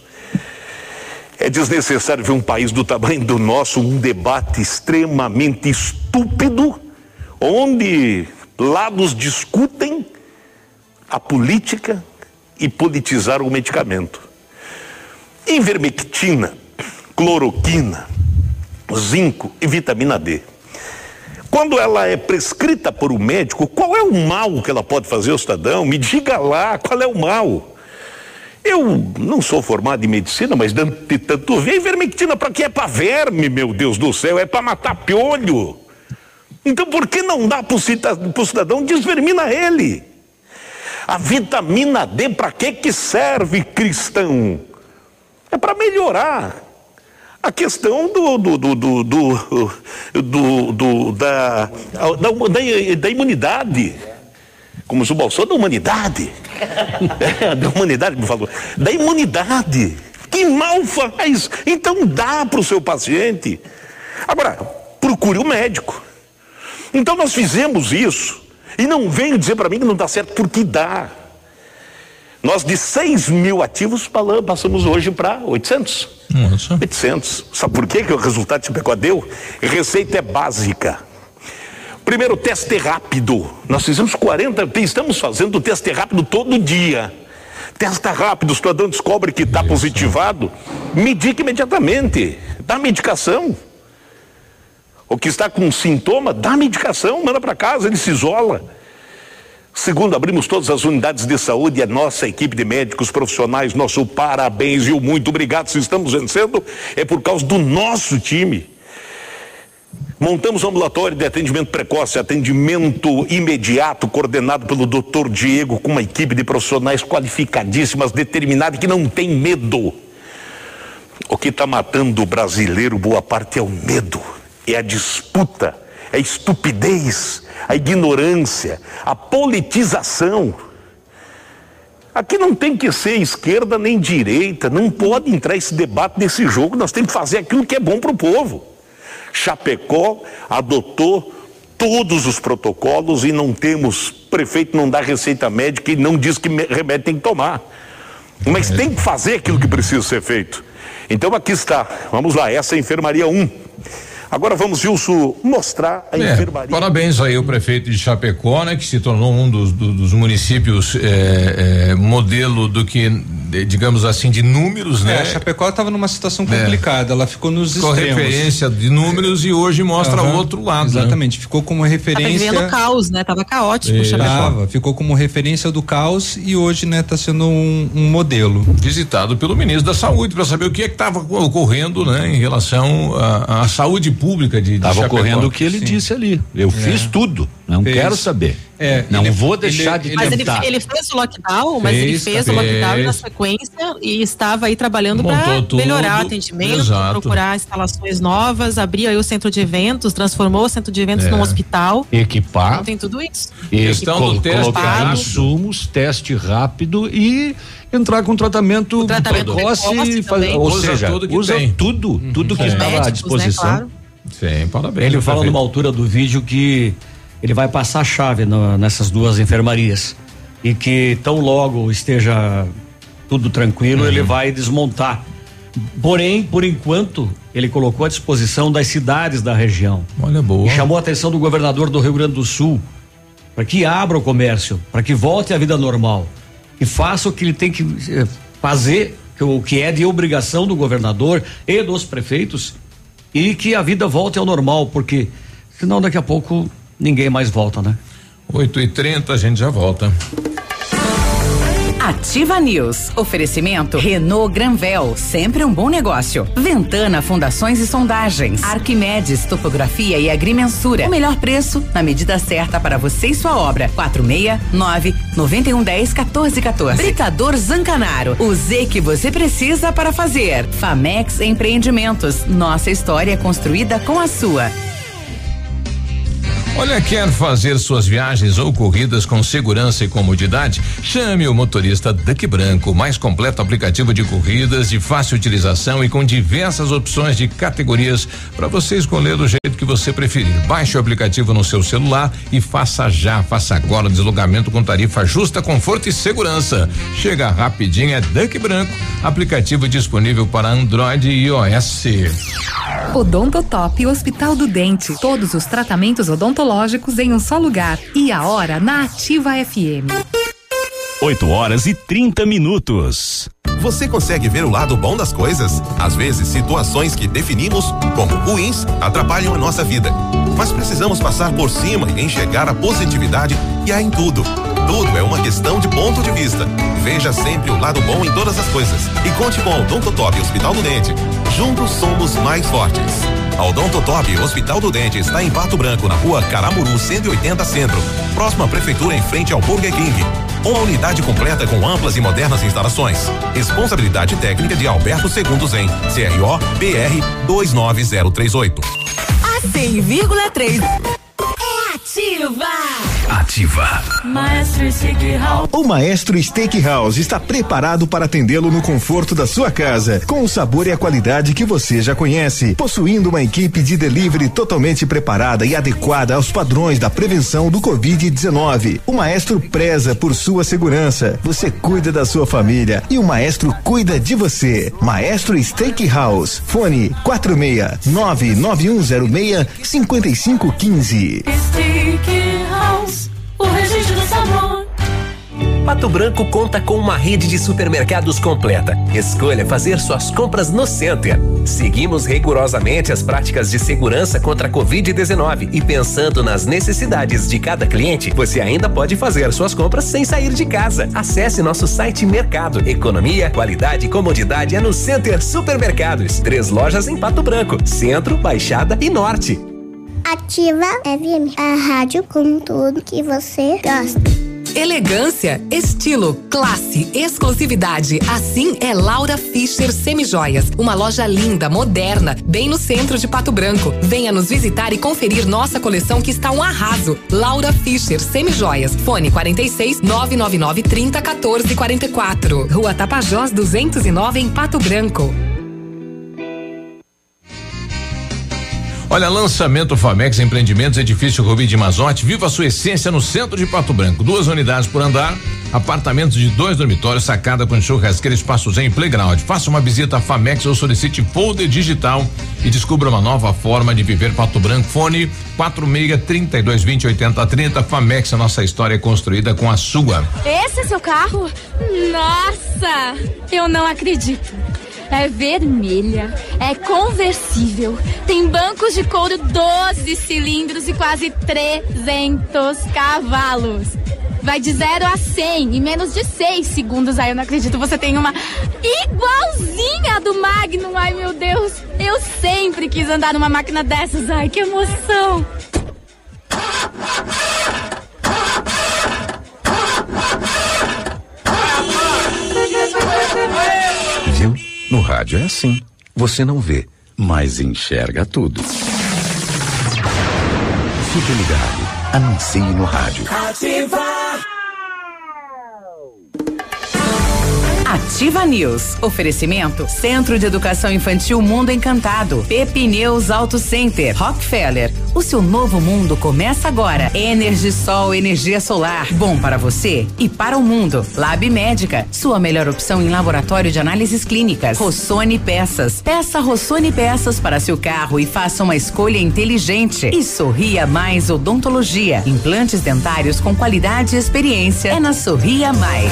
É desnecessário ver um país do tamanho do nosso, um debate extremamente estúpido, onde lados discutem a política e politizar o medicamento. Ivermectina, cloroquina, zinco e vitamina D. Quando ela é prescrita por um médico, qual é o mal que ela pode fazer ao cidadão? Me diga lá, qual é o mal? Eu não sou formado em medicina, mas de tanto ver, ivermectina para quê? É para verme, meu Deus do céu, é para matar piolho. Então por que não dá para o cidadão? Desvermina ele. A vitamina D para que serve, cristão? É para melhorar a questão da imunidade. Como o Bolsonaro, da humanidade. Da humanidade, me falou. Da imunidade. Que mal faz? Então dá para o seu paciente. Agora, procure o médico. Então nós fizemos isso. E não venha dizer para mim que não dá certo, porque dá. Nós de 6 mil ativos passamos hoje para 800. Nossa. 800. Sabe por quê que o resultado de Chapecó deu? Receita é básica. Primeiro, teste rápido. Nós fizemos 40, estamos fazendo o teste rápido todo dia. Testa rápido, o cidadão descobre que está positivado, medica imediatamente, dá medicação. O que está com sintoma, dá medicação, manda para casa, ele se isola. Segundo, abrimos todas as unidades de saúde e a nossa equipe de médicos profissionais, nosso parabéns e o muito obrigado. Se estamos vencendo, é por causa do nosso time. Montamos um ambulatório de atendimento precoce, atendimento imediato, coordenado pelo Dr. Diego, com uma equipe de profissionais qualificadíssimas, determinadas, que não tem medo. O que está matando o brasileiro, boa parte, é o medo, é a disputa, é a estupidez, a ignorância, a politização. Aqui não tem que ser esquerda nem direita, não pode entrar esse debate nesse jogo, nós temos que fazer aquilo que é bom para o povo. Chapecó adotou todos os protocolos e não temos, prefeito não dá receita médica e não diz que remédio tem que tomar. Mas tem que fazer aquilo que precisa ser feito. Então aqui está, vamos lá, essa é a enfermaria 1. Agora vamos, Gilson, mostrar a enfermaria. Parabéns aí ao prefeito de Chapecó, né, que se tornou um dos municípios modelo do que, digamos assim, de números, né? Chapecó estava numa situação complicada, ela ficou nos extremos. Com referência de números e hoje mostra o outro lado. Exatamente, ficou como referência. Tava vivendo caos, né? Tava caótico Chapecó. Ficou como referência do caos e hoje, né, tá sendo um modelo. Visitado pelo ministro da Saúde para saber o que estava ocorrendo, né, em relação à saúde pública de Estava Chapecó. ocorrendo o que ele disse ali. Eu fiz tudo, não quero saber. Não vou deixar de tentar. Mas ele fez o lockdown, ele fez o lockdown na sequência e estava aí trabalhando para melhorar o atendimento, procurar instalações novas, abrir aí o centro de eventos, transformou o centro de eventos num hospital. Equipar. Então tem tudo isso. Colocar insumos, teste rápido e entrar com tratamento precoce, ou seja, usa tudo que estava à disposição. Né, claro. Sim, parabéns. Ele fala numa altura do vídeo que ele vai passar a chave nessas duas enfermarias e que tão logo esteja tudo tranquilo, ele vai desmontar. Porém, por enquanto, ele colocou à disposição das cidades da região. Olha, boa. E chamou a atenção do governador do Rio Grande do Sul para que abra o comércio, para que volte à vida normal e faça o que ele tem que fazer, o que é de obrigação do governador e dos prefeitos, e que a vida volte ao normal, porque senão daqui a pouco ninguém mais volta, né? 8h30, a gente já volta. Ativa News. Oferecimento Renault Granvel, sempre um bom negócio. Ventana Fundações e Sondagens. Arquimedes Topografia e Agrimensura. O melhor preço na medida certa para você e sua obra. 469-9110-1414. Britador Zancanaro. O Z que você precisa para fazer. Famex Empreendimentos. Nossa história construída com a sua. Olha, quer fazer suas viagens ou corridas com segurança e comodidade? Chame o motorista Duck Branco, mais completo aplicativo de corridas, de fácil utilização e com diversas opções de categorias para você escolher do jeito que você preferir. Baixe o aplicativo no seu celular e faça agora o deslocamento com tarifa justa, conforto e segurança. Chega rapidinho, é Duck Branco, aplicativo disponível para Android e iOS. Odontotop Hospital do Dente. Todos os tratamentos odontológicos em um só lugar. E a hora na Ativa FM. 8h30. Você consegue ver o lado bom das coisas? Às vezes, situações que definimos como ruins atrapalham a nossa vida. Mas precisamos passar por cima e enxergar a positividade que há em tudo. Tudo é uma questão de ponto de vista. Veja sempre o lado bom em todas as coisas. E conte com o Odontotop Hospital do Dente. Juntos somos mais fortes. A Odontotop Hospital do Dente está em Pato Branco, na rua Caramuru 180 Centro, próxima à prefeitura, em frente ao Burger King. Uma unidade completa com amplas e modernas instalações. Responsabilidade técnica de Alberto II Zen, CRO BR 29038. A 100,3 é ativa. Ativa. Maestro Steakhouse. O Maestro Steakhouse está preparado para atendê-lo no conforto da sua casa, com o sabor e a qualidade que você já conhece, possuindo uma equipe de delivery totalmente preparada e adequada aos padrões da prevenção do Covid-19. O Maestro preza por sua segurança, você cuida da sua família e o Maestro cuida de você. Maestro Steakhouse. Fone 46991065515. Steakhouse, o registro do sabor. Pato Branco conta com uma rede de supermercados completa. Escolha fazer suas compras no Center. Seguimos rigorosamente as práticas de segurança contra a Covid-19 e pensando nas necessidades de cada cliente, você ainda pode fazer suas compras sem sair de casa. Acesse nosso site Mercado. Economia, qualidade e comodidade é no Center Supermercados. 3 lojas em Pato Branco, Centro, Baixada e Norte. Ativa FM, a rádio com tudo que você gosta. Elegância, estilo, classe, exclusividade. Assim é Laura Fischer Semijoias. Uma loja linda, moderna, bem no centro de Pato Branco. Venha nos visitar e conferir nossa coleção que está um arraso. Laura Fischer Semijoias. Fone 46 999 30 14 44. Rua Tapajós 209 em Pato Branco. Olha, lançamento Famex Empreendimentos, edifício Rubi de Mazote. Viva a sua essência no centro de Pato Branco. 2 unidades por andar, apartamentos de 2 dormitórios, sacada com churrasqueira, espaços em playground. Faça uma visita à Famex ou solicite folder digital e descubra uma nova forma de viver Pato Branco. Fone 46-3220-8030. Famex, a nossa história é construída com a sua. Esse é seu carro? Nossa, eu não acredito. É vermelha, é conversível, tem bancos de couro 12 cilindros e quase 300 cavalos. Vai de 0 a 100 em menos de 6 segundos. Ai, eu não acredito, você tem uma igualzinha a do Magnum. Ai, meu Deus, eu sempre quis andar numa máquina dessas. Ai, que emoção. Viu? No rádio é assim. Você não vê, mas enxerga tudo. Fique ligado. Anuncie no rádio. Ativa News. Oferecimento Centro de Educação Infantil Mundo Encantado. Pepineus Auto Center. Rockefeller. O seu novo mundo começa agora. Energisol, energia solar. Bom para você e para o mundo. Lab Médica. Sua melhor opção em laboratório de análises clínicas. Rossoni Peças. Peça Rossoni Peças para seu carro e faça uma escolha inteligente. E Sorria Mais Odontologia. Implantes dentários com qualidade e experiência. É na Sorria Mais.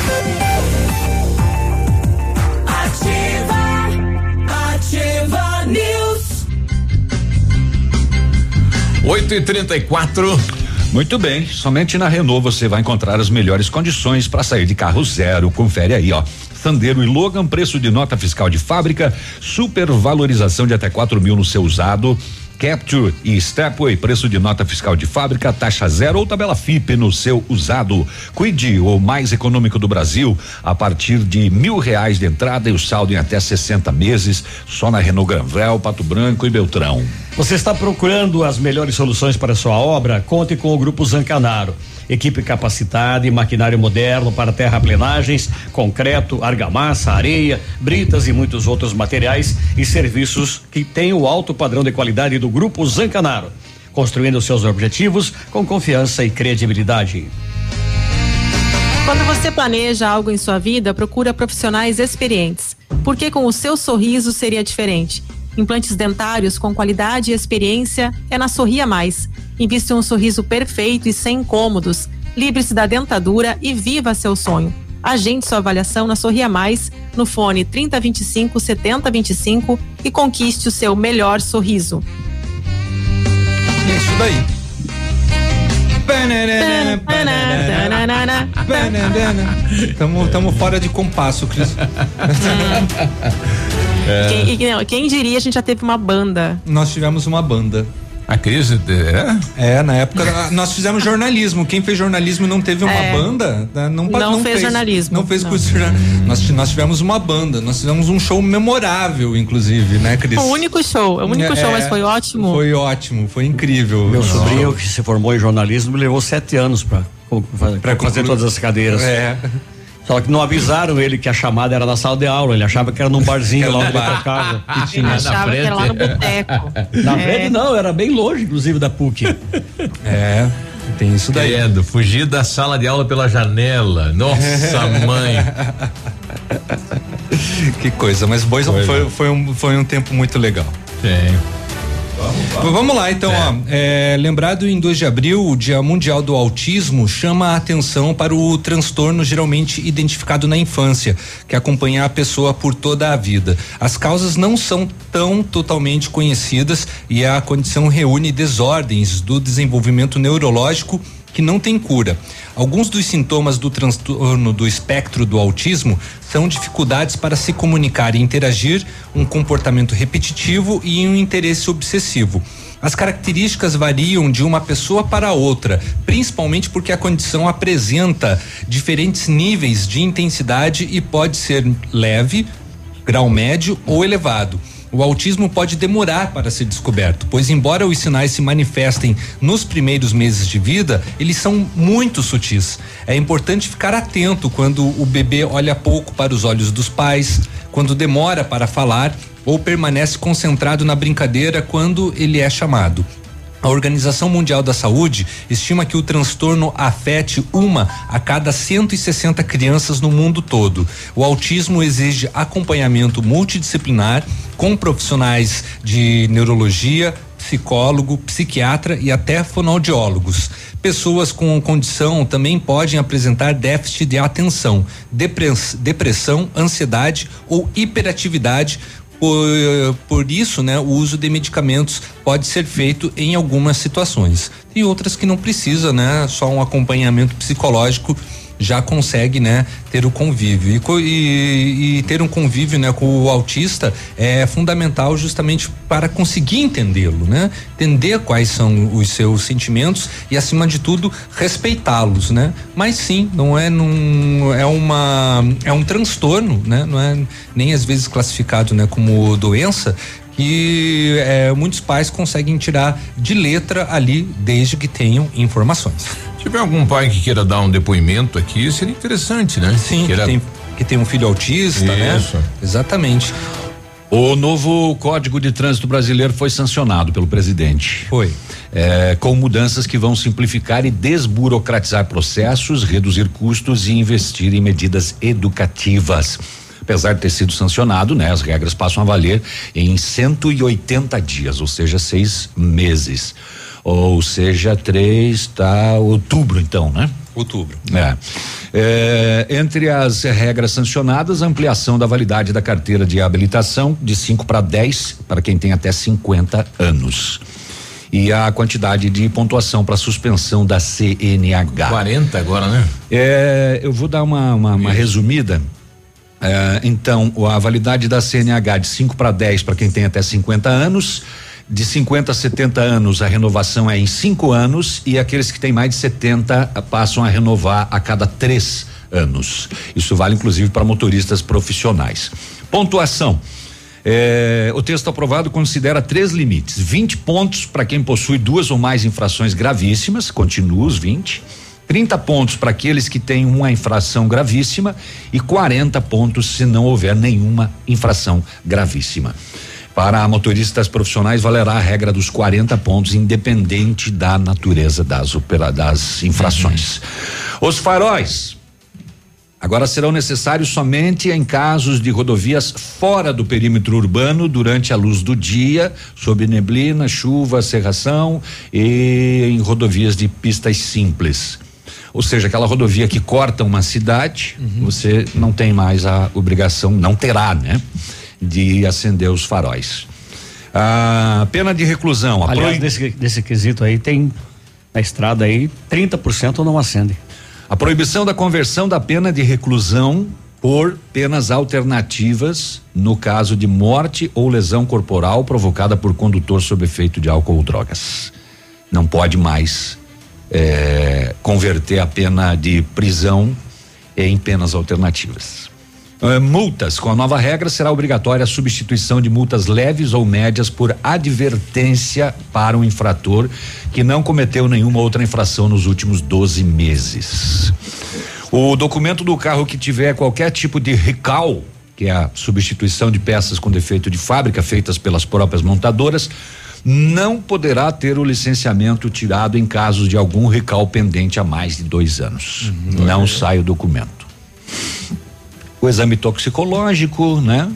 Ativa News. 8h34. Muito bem, somente na Renault você vai encontrar as melhores condições para sair de carro zero. Confere aí, ó. Sandero e Logan, preço de nota fiscal de fábrica, supervalorização de até 4.000 no seu usado. Capture e Stepway, preço de nota fiscal de fábrica, taxa zero ou tabela FIP no seu usado. Cuide, o mais econômico do Brasil, a partir de R$1.000 de entrada e o saldo em até 60 meses, só na Renault Granvel, Pato Branco e Beltrão. Você está procurando as melhores soluções para sua obra? Conte com o Grupo Zancanaro. Equipe capacitada e maquinário moderno para terraplenagens, concreto, argamassa, areia, britas e muitos outros materiais e serviços que têm o alto padrão de qualidade do Grupo Zancanaro, construindo seus objetivos com confiança e credibilidade. Quando você planeja algo em sua vida, procura profissionais experientes, porque com o seu sorriso seria diferente. Implantes dentários com qualidade e experiência é na Sorria Mais. Invista um sorriso perfeito e sem incômodos. Livre-se da dentadura e viva seu sonho. Agende sua avaliação na Sorria Mais, no fone 3025 7025 e conquiste o seu melhor sorriso. É isso daí. Tamo fora de compasso, Cris. Quem diria, a gente já teve uma banda. Nós tivemos uma banda. A Cris na época nós fizemos jornalismo. Quem fez jornalismo e não teve uma banda, não fez jornalismo. Não fez curso de jornalismo. Nós tivemos uma banda, nós fizemos um show memorável, inclusive, né, Cris? O único show, mas foi ótimo. Foi ótimo, foi incrível. Meu sobrinho que se formou em jornalismo levou 7 anos pra fazer todas as cadeiras. Só que não avisaram ele que a chamada era na sala de aula, ele achava que era num barzinho lá onde ele tocava. Ele achava que era lá no boteco. Na frente não, era bem longe, inclusive, da PUC. Tem isso daí. Fugir da sala de aula pela janela. Nossa, mãe. Que coisa, mas foi um tempo muito legal. Vamos lá, então, lembrado em 2 de abril, o Dia Mundial do Autismo chama a atenção para o transtorno geralmente identificado na infância, que acompanha a pessoa por toda a vida. As causas não são tão totalmente conhecidas e a condição reúne desordens do desenvolvimento neurológico que não tem cura. Alguns dos sintomas do transtorno do espectro do autismo são dificuldades para se comunicar e interagir, um comportamento repetitivo e um interesse obsessivo. As características variam de uma pessoa para outra, principalmente porque a condição apresenta diferentes níveis de intensidade e pode ser leve, grau médio ou elevado. O autismo pode demorar para ser descoberto, pois embora os sinais se manifestem nos primeiros meses de vida, eles são muito sutis. É importante ficar atento quando o bebê olha pouco para os olhos dos pais, quando demora para falar ou permanece concentrado na brincadeira quando ele é chamado. A Organização Mundial da Saúde estima que o transtorno afete 1 a cada 160 crianças no mundo todo. O autismo exige acompanhamento multidisciplinar com profissionais de neurologia, psicólogo, psiquiatra e até fonoaudiólogos. Pessoas com condição também podem apresentar déficit de atenção, depressão, ansiedade ou hiperatividade. Por isso, né, o uso de medicamentos pode ser feito em algumas situações. Tem outras que não precisa, né? Só um acompanhamento psicológico já consegue, né, ter o convívio e ter um convívio, né, com o autista é fundamental justamente para conseguir entendê-lo, né? Entender quais são os seus sentimentos e, acima de tudo, respeitá-los, né? Mas sim, é um transtorno, né? Não é nem às vezes classificado, né, como doença, que muitos pais conseguem tirar de letra ali, desde que tenham informações. Se tiver algum pai que queira dar um depoimento aqui, seria interessante, né? Sim, que tem um filho autista, isso, né? Exatamente. O novo Código de Trânsito Brasileiro foi sancionado pelo presidente. Foi. Com mudanças que vão simplificar e desburocratizar processos, reduzir custos e investir em medidas educativas. Apesar de ter sido sancionado, né? As regras passam a valer em 180 dias, ou seja, 6 meses. Ou seja, 3 outubro, então, né? Outubro. Entre as regras sancionadas, ampliação da validade da carteira de habilitação de 5 para 10 para quem tem até 50 anos. E a quantidade de pontuação para suspensão da CNH. 40 agora, né? Eu vou dar uma resumida. Então, a validade da CNH de 5 para 10 para quem tem até 50 anos. De 50 a 70 anos, a renovação é em 5 anos, e aqueles que têm mais de 70 passam a renovar a cada 3 anos. Isso vale inclusive para motoristas profissionais. Pontuação. O texto aprovado considera 3 limites: 20 pontos para quem possui 2 ou mais infrações gravíssimas, continua os 20. 30 pontos para aqueles que têm uma infração gravíssima e 40 pontos se não houver nenhuma infração gravíssima. Para motoristas profissionais valerá a regra dos 40 pontos, independente da natureza das infrações. Os faróis agora serão necessários somente em casos de rodovias fora do perímetro urbano durante a luz do dia, sob neblina, chuva, cerração, e em rodovias de pistas simples. Ou seja, aquela rodovia que corta uma cidade, você não tem mais a obrigação, não terá, né? De acender os faróis. A pena de reclusão. Aliás, desse quesito aí tem na estrada aí 30% não acende. A proibição da conversão da pena de reclusão por penas alternativas no caso de morte ou lesão corporal provocada por condutor sob efeito de álcool ou drogas. Não pode mais converter a pena de prisão em penas alternativas. Multas. Com a nova regra, será obrigatória a substituição de multas leves ou médias por advertência para o infrator que não cometeu nenhuma outra infração nos últimos 12 meses. O documento do carro que tiver qualquer tipo de recall, que é a substituição de peças com defeito de fábrica feitas pelas próprias montadoras, não poderá ter o licenciamento tirado em casos de algum recall pendente há mais de 2 anos. Não sai o documento. O exame toxicológico, né?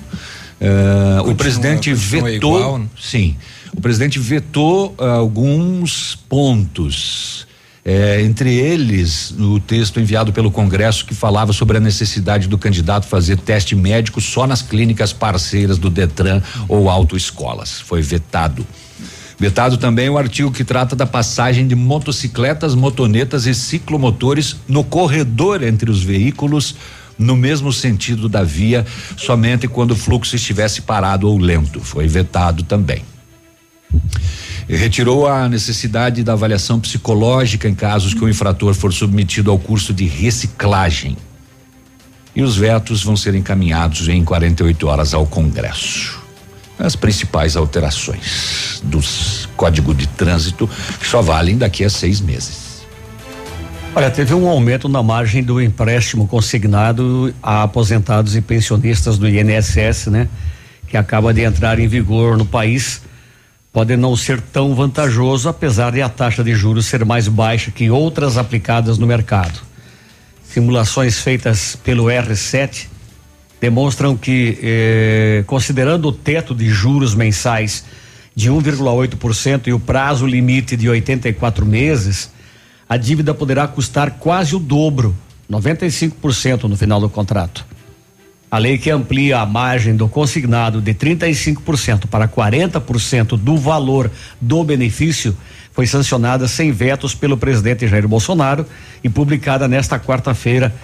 O presidente vetou, igual, né? Sim, o presidente vetou alguns pontos. Entre eles, o texto enviado pelo Congresso que falava sobre a necessidade do candidato fazer teste médico só nas clínicas parceiras do Detran ou autoescolas. Foi vetado. Vetado também o artigo que trata da passagem de motocicletas, motonetas e ciclomotores no corredor entre os veículos no mesmo sentido da via, somente quando o fluxo estivesse parado ou lento. Foi vetado também. Retirou a necessidade da avaliação psicológica em casos que o infrator for submetido ao curso de reciclagem. E os vetos vão ser encaminhados em 48 horas ao Congresso. As principais alterações dos Código de Trânsito, que só valem daqui a 6 meses. Olha, teve um aumento na margem do empréstimo consignado a aposentados e pensionistas do INSS, né? Que acaba de entrar em vigor no país. Pode não ser tão vantajoso, apesar de a taxa de juros ser mais baixa que outras aplicadas no mercado. Simulações feitas pelo R7 demonstram que, considerando o teto de juros mensais de 1,8% e o prazo limite de 84 meses, a dívida poderá custar quase o dobro, 95% no final do contrato. A lei que amplia a margem do consignado de 35% para 40% do valor do benefício foi sancionada sem vetos pelo presidente Jair Bolsonaro e publicada nesta quarta-feira,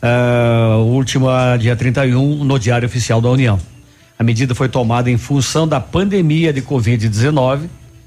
última dia 31, no Diário Oficial da União. A medida foi tomada em função da pandemia de Covid-19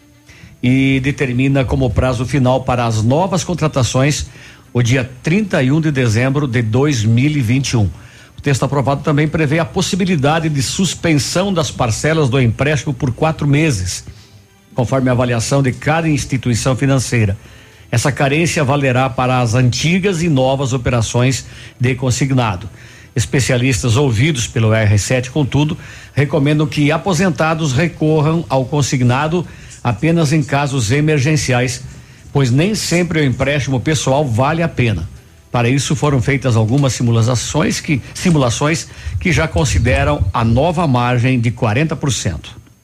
e determina como prazo final para as novas contratações o dia 31 de dezembro de 2021. O texto aprovado também prevê a possibilidade de suspensão das parcelas do empréstimo por 4 meses, conforme a avaliação de cada instituição financeira. Essa carência valerá para as antigas e novas operações de consignado. Especialistas ouvidos pelo R7, contudo, recomendam que aposentados recorram ao consignado apenas em casos emergenciais, pois nem sempre o empréstimo pessoal vale a pena. Para isso foram feitas algumas simulações que já consideram a nova margem de 40%.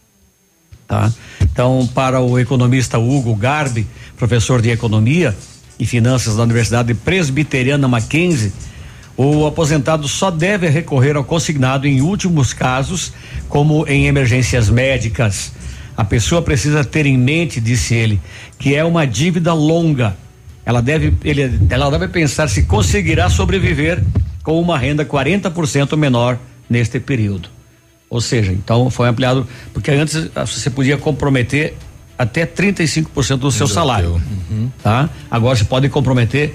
Tá? Então, para o economista Hugo Garbi, professor de Economia e Finanças da Universidade Presbiteriana Mackenzie, o aposentado só deve recorrer ao consignado em últimos casos, como em emergências médicas. A pessoa precisa ter em mente, disse ele, que é uma dívida longa. Ela deve pensar se conseguirá sobreviver com uma renda 40% menor neste período. Ou seja, então foi ampliado, porque antes você podia comprometer até 35% do seu salário, tá? Agora você pode comprometer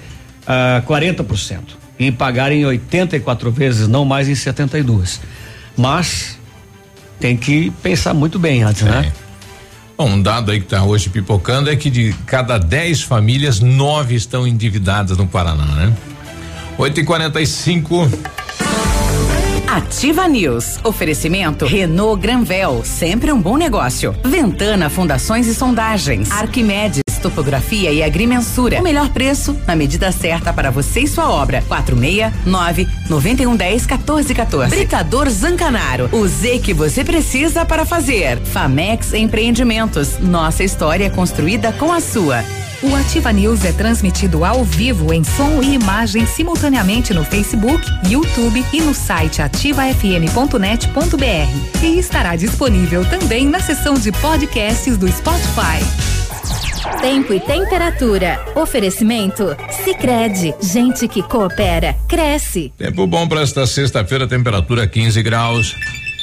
40% e pagar em 84 vezes, não mais em 72. Mas tem que pensar muito bem antes, né? Bom, um dado aí que está hoje pipocando é que de cada 10 famílias, 9 estão endividadas no Paraná, né? 8h45. Ativa News. Oferecimento Renault Granvel, sempre um bom negócio. Ventana Fundações e Sondagens. Arquimedes Topografia e Agrimensura. O melhor preço na medida certa para você e sua obra. 469-9110-1414. Britador Zancanaro. O Z que você precisa para fazer. Famex Empreendimentos. Nossa história construída com a sua. O Ativa News é transmitido ao vivo em som e imagem simultaneamente no Facebook, YouTube e no site ativafm.net.br. E estará disponível também na seção de podcasts do Spotify. Tempo e temperatura. Oferecimento Sicredi. Gente que coopera, cresce. Tempo bom para esta sexta-feira, temperatura 15 graus.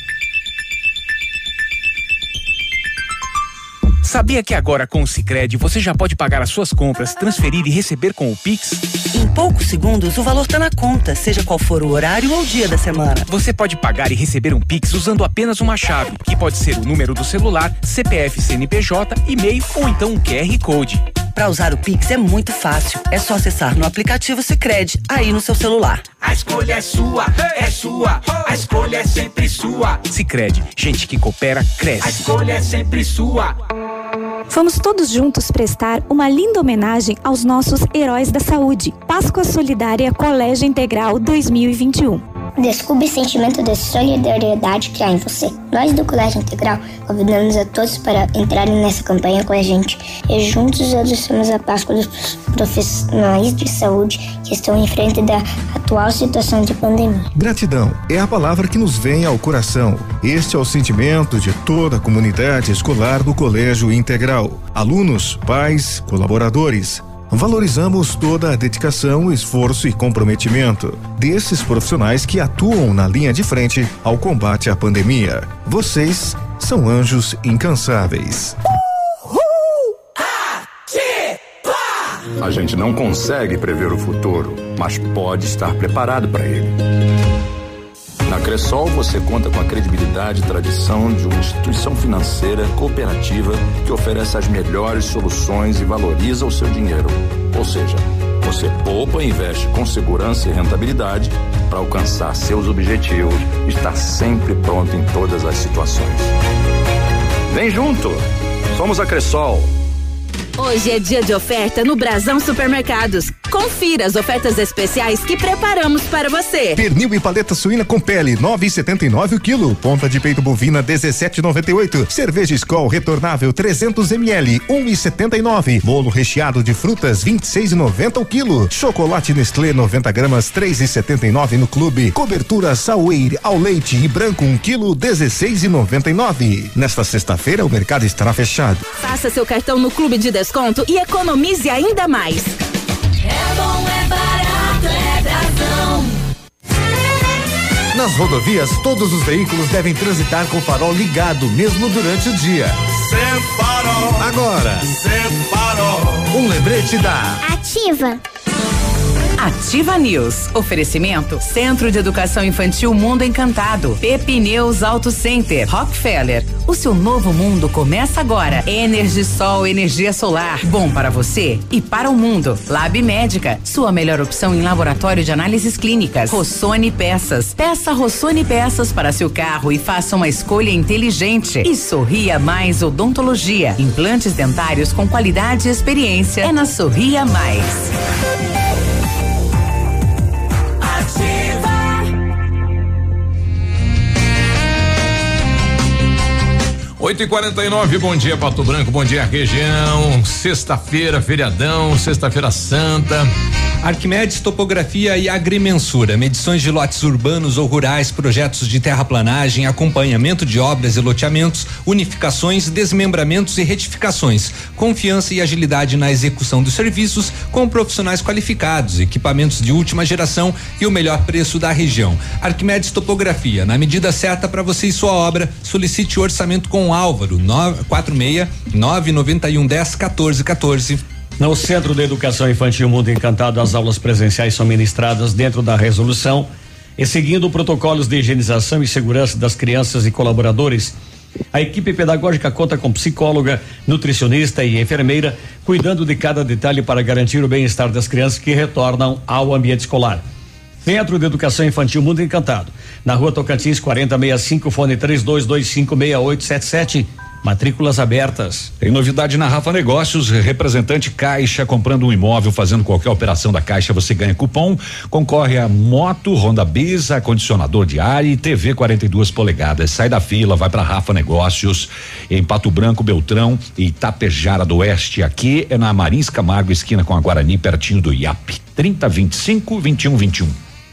Sabia que agora com o Sicredi você já pode pagar as suas compras, transferir e receber com o Pix? Em poucos segundos o valor está na conta, seja qual for o horário ou o dia da semana. Você pode pagar e receber um Pix usando apenas uma chave, que pode ser o número do celular, CPF, CNPJ, e-mail ou então um QR Code. Para usar o Pix é muito fácil. É só acessar no aplicativo Sicredi, aí no seu celular. A escolha é sua, é sua. A escolha é sempre sua. Sicredi, gente que coopera, cresce. A escolha é sempre sua. Vamos todos juntos prestar uma linda homenagem aos nossos heróis da saúde. Páscoa Solidária Colégio Integral 2021. Descubra o sentimento de solidariedade que há em você. Nós do Colégio Integral convidamos a todos para entrarem nessa campanha com a gente e juntos adoçamos a Páscoa dos profissionais de saúde que estão em frente da atual situação de pandemia. Gratidão é a palavra que nos vem ao coração. Este é o sentimento de toda a comunidade escolar do Colégio Integral. Alunos, pais, colaboradores. Valorizamos toda a dedicação, esforço e comprometimento desses profissionais que atuam na linha de frente ao combate à pandemia. Vocês são anjos incansáveis. A gente não consegue prever o futuro, mas pode estar preparado para ele. Na Cressol você conta com a credibilidade e tradição de uma instituição financeira cooperativa que oferece as melhores soluções e valoriza o seu dinheiro. Ou seja, você poupa e investe com segurança e rentabilidade para alcançar seus objetivos e estar sempre pronto em todas as situações. Vem junto! Somos a Cressol. Hoje é dia de oferta no Brasão Supermercados. Confira as ofertas especiais que preparamos para você. Pernil e paleta suína com pele, 9,79 o quilo. Ponta de peito bovina, 17,98. Cerveja Skol retornável, 300 ml, 1,79. Bolo recheado de frutas, 26,90 o quilo. Chocolate Nestlé, 90 gramas, 3,79 no clube. Cobertura Sauer ao leite e branco, 1 quilo, 16,99. Nesta sexta-feira, o mercado estará fechado. Faça seu cartão no Clube de Desconto e economize ainda mais. É bom, é barato, é Brasão. Nas rodovias, todos os veículos devem transitar com o farol ligado, mesmo durante o dia. Separou. Agora, Separou. um lembrete da Ativa. Ativa News. Oferecimento Centro de Educação Infantil Mundo Encantado. Pepineus Auto Center. Rockefeller. O seu novo mundo começa agora. Energisol, energia solar. Bom para você e para o mundo. Lab Médica. Sua melhor opção em laboratório de análises clínicas. Rossoni Peças. Peça Rossoni Peças para seu carro e faça uma escolha inteligente. E Sorria Mais Odontologia. Implantes dentários com qualidade e experiência. É na Sorria Mais. 8h49, bom dia Pato Branco, bom dia região, sexta-feira, feriadão, sexta-feira santa. Arquimedes Topografia e Agrimensura, medições de lotes urbanos ou rurais, projetos de terraplanagem, acompanhamento de obras e loteamentos, unificações, desmembramentos e retificações. Confiança e agilidade na execução dos serviços com profissionais qualificados, equipamentos de última geração e o melhor preço da região. Arquimedes Topografia, na medida certa para você e sua obra, solicite o orçamento com Álvaro, 946-99110-1414. No Centro de Educação Infantil Mundo Encantado, as aulas presenciais são ministradas dentro da resolução e seguindo protocolos de higienização e segurança das crianças e colaboradores. A equipe pedagógica conta com psicóloga, nutricionista e enfermeira, cuidando de cada detalhe para garantir o bem-estar das crianças que retornam ao ambiente escolar. Centro de Educação Infantil Mundo Encantado, na Rua Tocantins 4065, fone 32256877. Matrículas abertas. Tem novidade na Rafa Negócios, representante Caixa, comprando um imóvel, fazendo qualquer operação da Caixa, você ganha cupom, concorre a moto, Honda Bis, acondicionador de ar e TV 42 polegadas. Sai da fila, vai para Rafa Negócios, em Pato Branco, Beltrão e Itapejara do Oeste. Aqui é na Marins Camargo, esquina com a Guarani, pertinho do IAP. 3025-2121.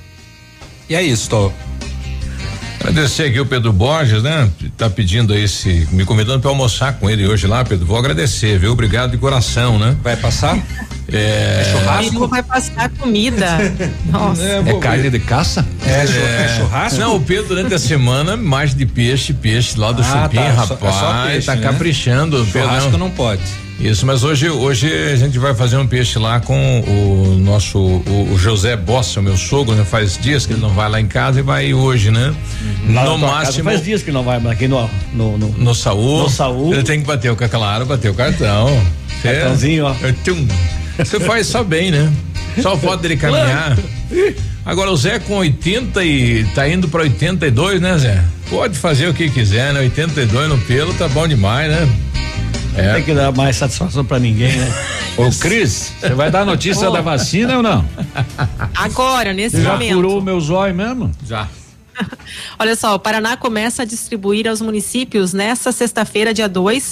E é isso, tô. Agradecer aqui o Pedro Borges, né? Tá pedindo aí me convidando para almoçar com ele hoje lá, Pedro. Vou agradecer, viu? Obrigado de coração, né? Vai passar? Churrasco? Vai passar comida. Nossa. É carne de caça? É churrasco? Não, o Pedro durante a semana, mais de peixe lá do Chupim, rapaz. Só peixe, tá, né? Caprichando. Churrasco Pedro, não pode. Isso, mas hoje a gente vai fazer um peixe lá com o nosso, o José Bossa, o meu sogro, né? Faz dias que ele não vai lá em casa e vai hoje, né? No máximo. Faz dias que não vai, mas aqui no Saúl. No Saúl. Ele tem que bater o cartão. Cartãozinho, ó. Você faz só bem, né? Só o fato dele caminhar. Agora o Zé com 80 e tá indo pra 82, né, Zé? Pode fazer o que quiser, né? 82 no pelo tá bom demais, né? Não tem que dar mais satisfação pra ninguém, né? Ô, Cris, você vai dar notícia da vacina ou não? Agora, nesse já momento. Já furou o meu zóio mesmo? Já. Olha só, o Paraná começa a distribuir aos municípios nesta sexta-feira, dia 2,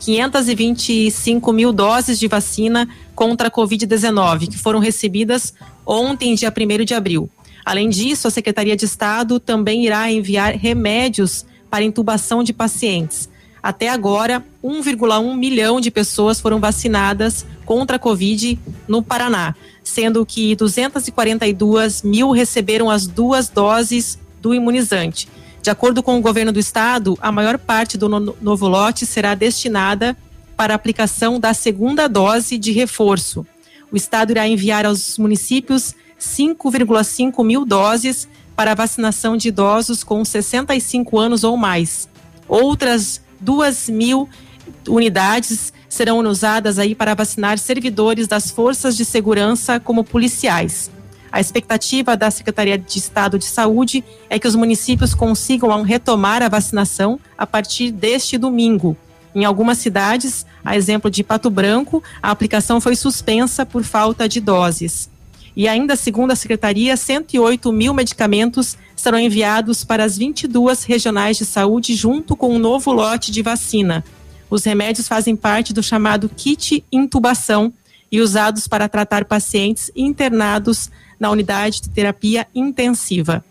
525 mil doses de vacina contra a Covid-19, que foram recebidas ontem, dia 1º de abril. Além disso, a Secretaria de Estado também irá enviar remédios para intubação de pacientes. Até agora, 1,1 milhão de pessoas foram vacinadas contra a Covid no Paraná, sendo que 242 mil receberam as 2 doses do imunizante. De acordo com o governo do estado, a maior parte do novo lote será destinada para a aplicação da 2ª dose de reforço. O estado irá enviar aos municípios 5,5 mil doses para a vacinação de idosos com 65 anos ou mais. Outras 2.000 unidades serão usadas aí para vacinar servidores das forças de segurança como policiais. A expectativa da Secretaria de Estado de Saúde é que os municípios consigam retomar a vacinação a partir deste domingo. Em algumas cidades, a exemplo de Pato Branco, a aplicação foi suspensa por falta de doses. E ainda, segundo a Secretaria, 108 mil medicamentos serão enviados para as 22 regionais de saúde junto com um novo lote de vacina. Os remédios fazem parte do chamado kit intubação e usados para tratar pacientes internados na unidade de terapia intensiva.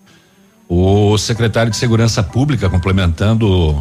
O secretário de Segurança Pública, complementando,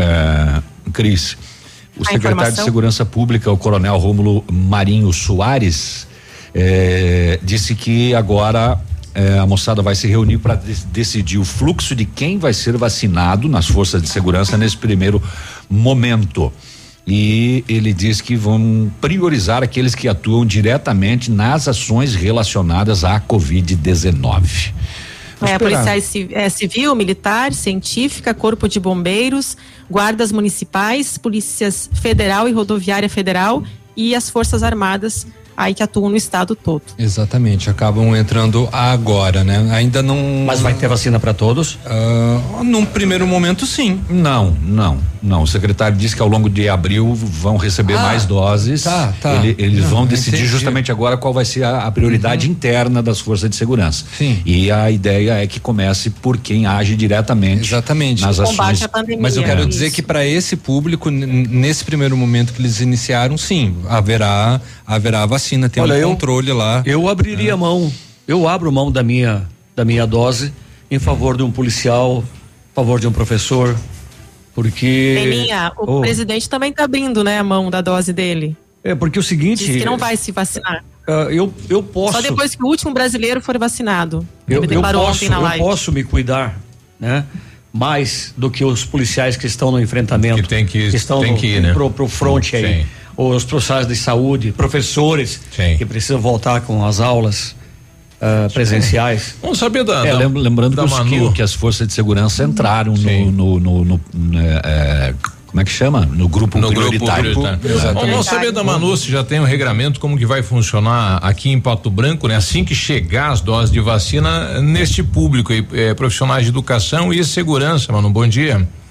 Cris, o secretário de Segurança Pública, o coronel Rômulo Marinho Soares, disse que agora a moçada vai se reunir para decidir o fluxo de quem vai ser vacinado nas forças de segurança nesse primeiro momento. E ele diz que vão priorizar aqueles que atuam diretamente nas ações relacionadas à Covid-19. Policiais civil, militar, científica, corpo de bombeiros, guardas municipais, polícias federal e rodoviária federal e as forças armadas aí que atuam no estado todo. Exatamente, acabam entrando agora, né? Ainda não. Mas vai ter vacina para todos? Num primeiro momento, sim. Não. O secretário disse que ao longo de abril vão receber mais doses. Tá. Eles vão decidir justamente agora qual vai ser a prioridade interna das forças de segurança. Sim. E a ideia é que comece por quem age diretamente. Exatamente. Nas ações. A pandemia. Mas eu quero dizer que para esse público, nesse primeiro momento que eles iniciaram, sim, haverá vacina, tem um controle lá. Eu abriria mão, eu abro mão da minha dose em favor de um policial, em favor de um professor, porque... Peninha, o presidente também está abrindo, né, a mão da dose dele. Porque o seguinte... Diz que não vai se vacinar. Eu posso... Só depois que o último brasileiro for vacinado. Eu posso me cuidar, né? Mais do que os policiais que estão no enfrentamento. Que estão ir, né? Pro front aí. Sim. Os profissionais de saúde, professores que precisam voltar com as aulas presenciais. Vamos saber lembrando que as forças de segurança entraram no como é que chama? No grupo prioritário. Vamos saber da Manu se já tem um regramento como que vai funcionar aqui em Pato Branco, né? Assim que chegar as doses de vacina neste público aí, profissionais de educação e segurança, Manu, bom dia.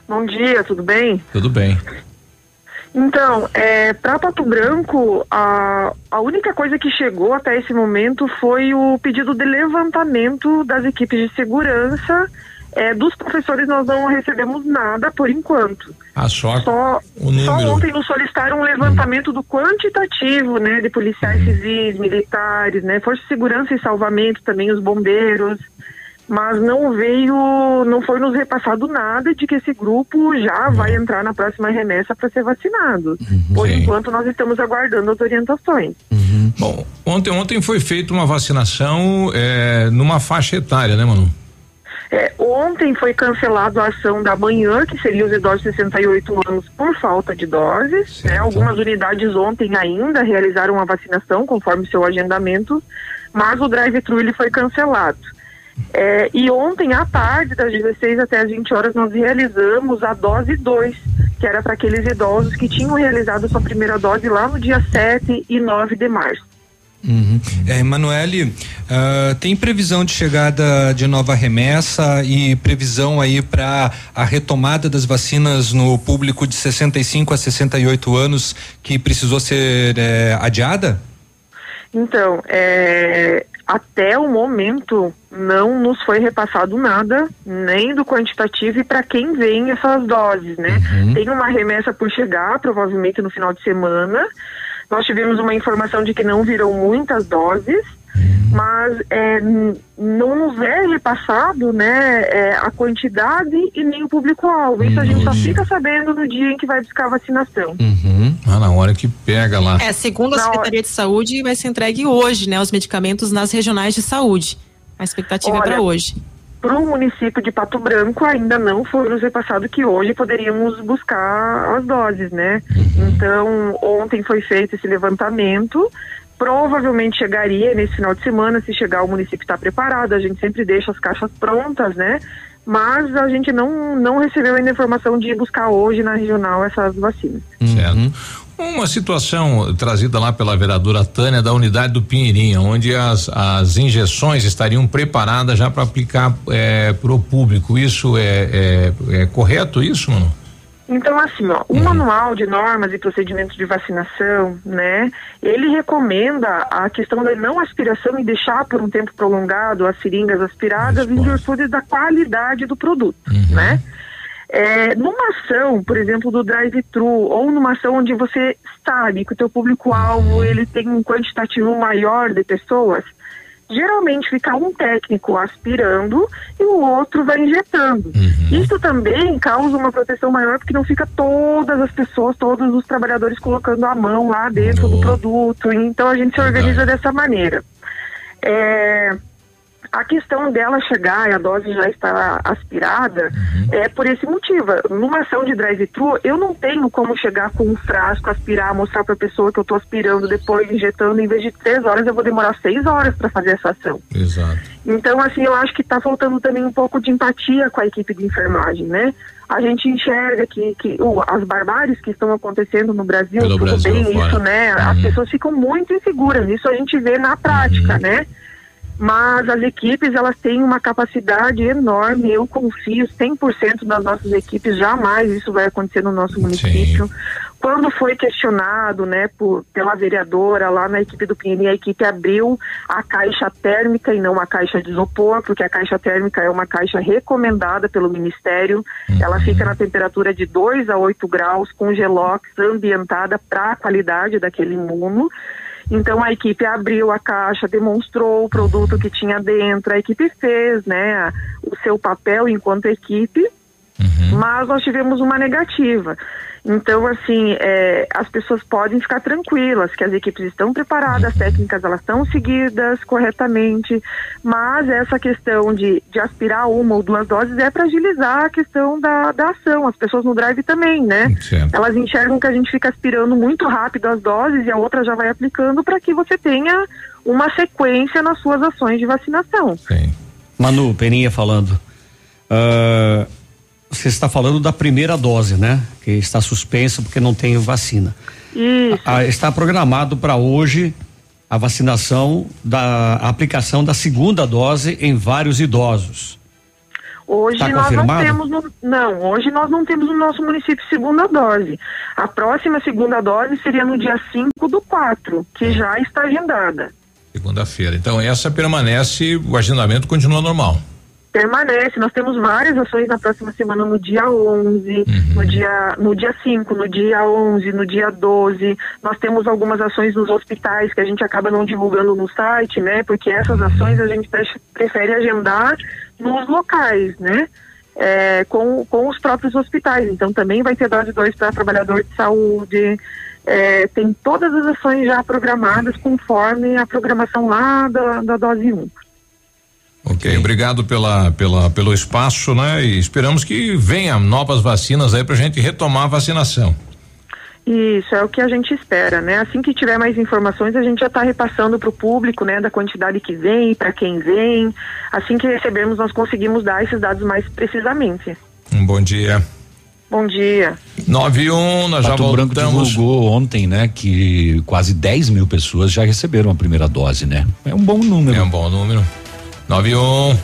Bom dia, tudo bem? Tudo bem. Então, para Pato Branco, a única coisa que chegou até esse momento foi o pedido de levantamento das equipes de segurança. Dos professores nós não recebemos nada por enquanto. Só o número. Só ontem nos solicitaram um levantamento do quantitativo, né, de policiais civis, militares, né, Força de Segurança e Salvamento, também os bombeiros, mas não foi nos repassado nada de que esse grupo já vai entrar na próxima remessa para ser vacinado. Por enquanto nós estamos aguardando as orientações. Bom, ontem foi feita uma vacinação numa faixa etária, né, Manu? Ontem foi cancelado a ação da manhã, que seria os idosos de 68 anos por falta de doses, né? Algumas unidades ontem ainda realizaram a vacinação conforme seu agendamento, mas o drive-thru ele foi cancelado. E ontem à tarde, das 16 até as 20 horas, nós realizamos a dose 2, que era para aqueles idosos que tinham realizado sua primeira dose lá no dia 7 e 9 de março. Emanuele, tem previsão de chegada de nova remessa e previsão aí para a retomada das vacinas no público de 65 a 68 anos que precisou ser adiada? Então, até o momento não nos foi repassado nada, nem do quantitativo e para quem vem essas doses, né? Tem uma remessa por chegar, provavelmente no final de semana. Nós tivemos uma informação de que não virão muitas doses, mas não nos é repassado, né, a quantidade e nem o público-alvo. Isso a gente só fica sabendo no dia em que vai buscar a vacinação. Na hora que pega lá. Segundo a Secretaria de Saúde, vai ser entregue hoje, né, os medicamentos nas regionais de saúde. A expectativa é para hoje. Para o município de Pato Branco ainda não foi nos repassado que hoje poderíamos buscar as doses, né? Então, ontem foi feito esse levantamento, provavelmente chegaria nesse final de semana, se chegar o município está preparado, a gente sempre deixa as caixas prontas, né? Mas a gente não recebeu ainda a informação de ir buscar hoje na regional essas vacinas. Certo. Uma situação trazida lá pela vereadora Tânia da unidade do Pinheirinho, onde as injeções estariam preparadas já para aplicar pro público. Isso é correto isso, mano? Então, assim, o manual de normas e procedimentos de vacinação, né, ele recomenda a questão da não aspiração e deixar por um tempo prolongado as seringas aspiradas em virtude da qualidade do produto, né? Numa ação, por exemplo, do drive-thru, ou numa ação onde você sabe que o teu público-alvo ele tem um quantitativo maior de pessoas, geralmente fica um técnico aspirando e o outro vai injetando. Isso também causa uma proteção maior, porque não fica todas as pessoas, todos os trabalhadores colocando a mão lá dentro do produto. Então a gente se organiza dessa maneira. A questão dela chegar e a dose já está aspirada é por esse motivo. Numa ação de drive-thru, eu não tenho como chegar com um frasco, aspirar, mostrar para a pessoa que eu estou aspirando, depois injetando. Em vez de 3 horas, eu vou demorar 6 horas para fazer essa ação. Exato. Então, assim, eu acho que está faltando também um pouco de empatia com a equipe de enfermagem, né? A gente enxerga que as barbáries que estão acontecendo no Brasil, tudo bem isso, né? As pessoas ficam muito inseguras, isso a gente vê na prática, né? Mas as equipes, elas têm uma capacidade enorme, eu confio 100% das nossas equipes, jamais isso vai acontecer no nosso município. Quando foi questionado, né, pela vereadora lá na equipe do Pinheirinho, a equipe abriu a caixa térmica e não a caixa de isopor, porque a caixa térmica é uma caixa recomendada pelo Ministério, ela fica na temperatura de 2 a 8 graus, com gelox ambientada para a qualidade daquele imuno. Então a equipe abriu a caixa, demonstrou o produto que tinha dentro, a equipe fez, né, o seu papel enquanto equipe, mas nós tivemos uma negativa. Então, assim, as pessoas podem ficar tranquilas, que as equipes estão preparadas, as técnicas elas estão seguidas corretamente, mas essa questão de aspirar 1 ou 2 doses é para agilizar a questão da ação. As pessoas no drive também, né? Certo. Elas enxergam que a gente fica aspirando muito rápido as doses e a outra já vai aplicando para que você tenha uma sequência nas suas ações de vacinação. Sim. Manu, Peninha falando. Você está falando da primeira dose, né? Que está suspensa porque não tem vacina. Isso. Está programado para hoje a vacinação a aplicação da segunda dose em vários idosos. Hoje nós hoje nós não temos no nosso município segunda dose. A próxima segunda dose seria no dia 5/4, que já está agendada. Segunda-feira. Então essa permanece, o agendamento continua normal. Permanece, nós temos várias ações na próxima semana, no dia 11, no dia 5, no dia 11, no dia 12, nós temos algumas ações nos hospitais que a gente acaba não divulgando no site, né, porque essas ações a gente prefere agendar nos locais, né, com os próprios hospitais. Então também vai ter dose 2 para trabalhador de saúde, tem todas as ações já programadas conforme a programação lá da dose 1. Ok, obrigado pelo espaço, né? E esperamos que venham novas vacinas aí pra gente retomar a vacinação. Isso, é o que a gente espera, né? Assim que tiver mais informações, a gente já está repassando para o público, né? Da quantidade que vem, para quem vem. Assim que recebermos, nós conseguimos dar esses dados mais precisamente. Um bom dia. Bom dia. 9:01, nós já voltamos. Pato Branco divulgou ontem, né? Que quase 10 mil pessoas já receberam a primeira dose, né? É um bom número. 9:01.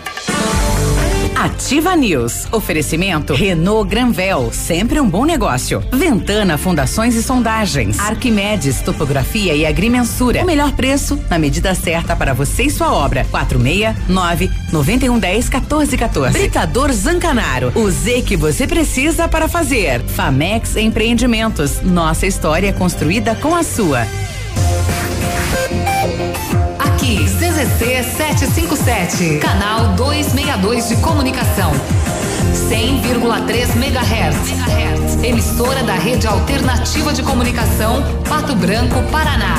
Ativa News. Oferecimento Renault Granvel, sempre um bom negócio. Ventana Fundações e Sondagens. Arquimedes Topografia e Agrimensura. O melhor preço na medida certa para você e sua obra. 469-9110-1414. Britador Zancanaro. O Z que você precisa para fazer. Famex Empreendimentos. Nossa história construída com a sua. Aqui, CZC 757, canal 262 de comunicação. 100,3 MHz. Emissora da Rede Alternativa de Comunicação, Pato Branco, Paraná.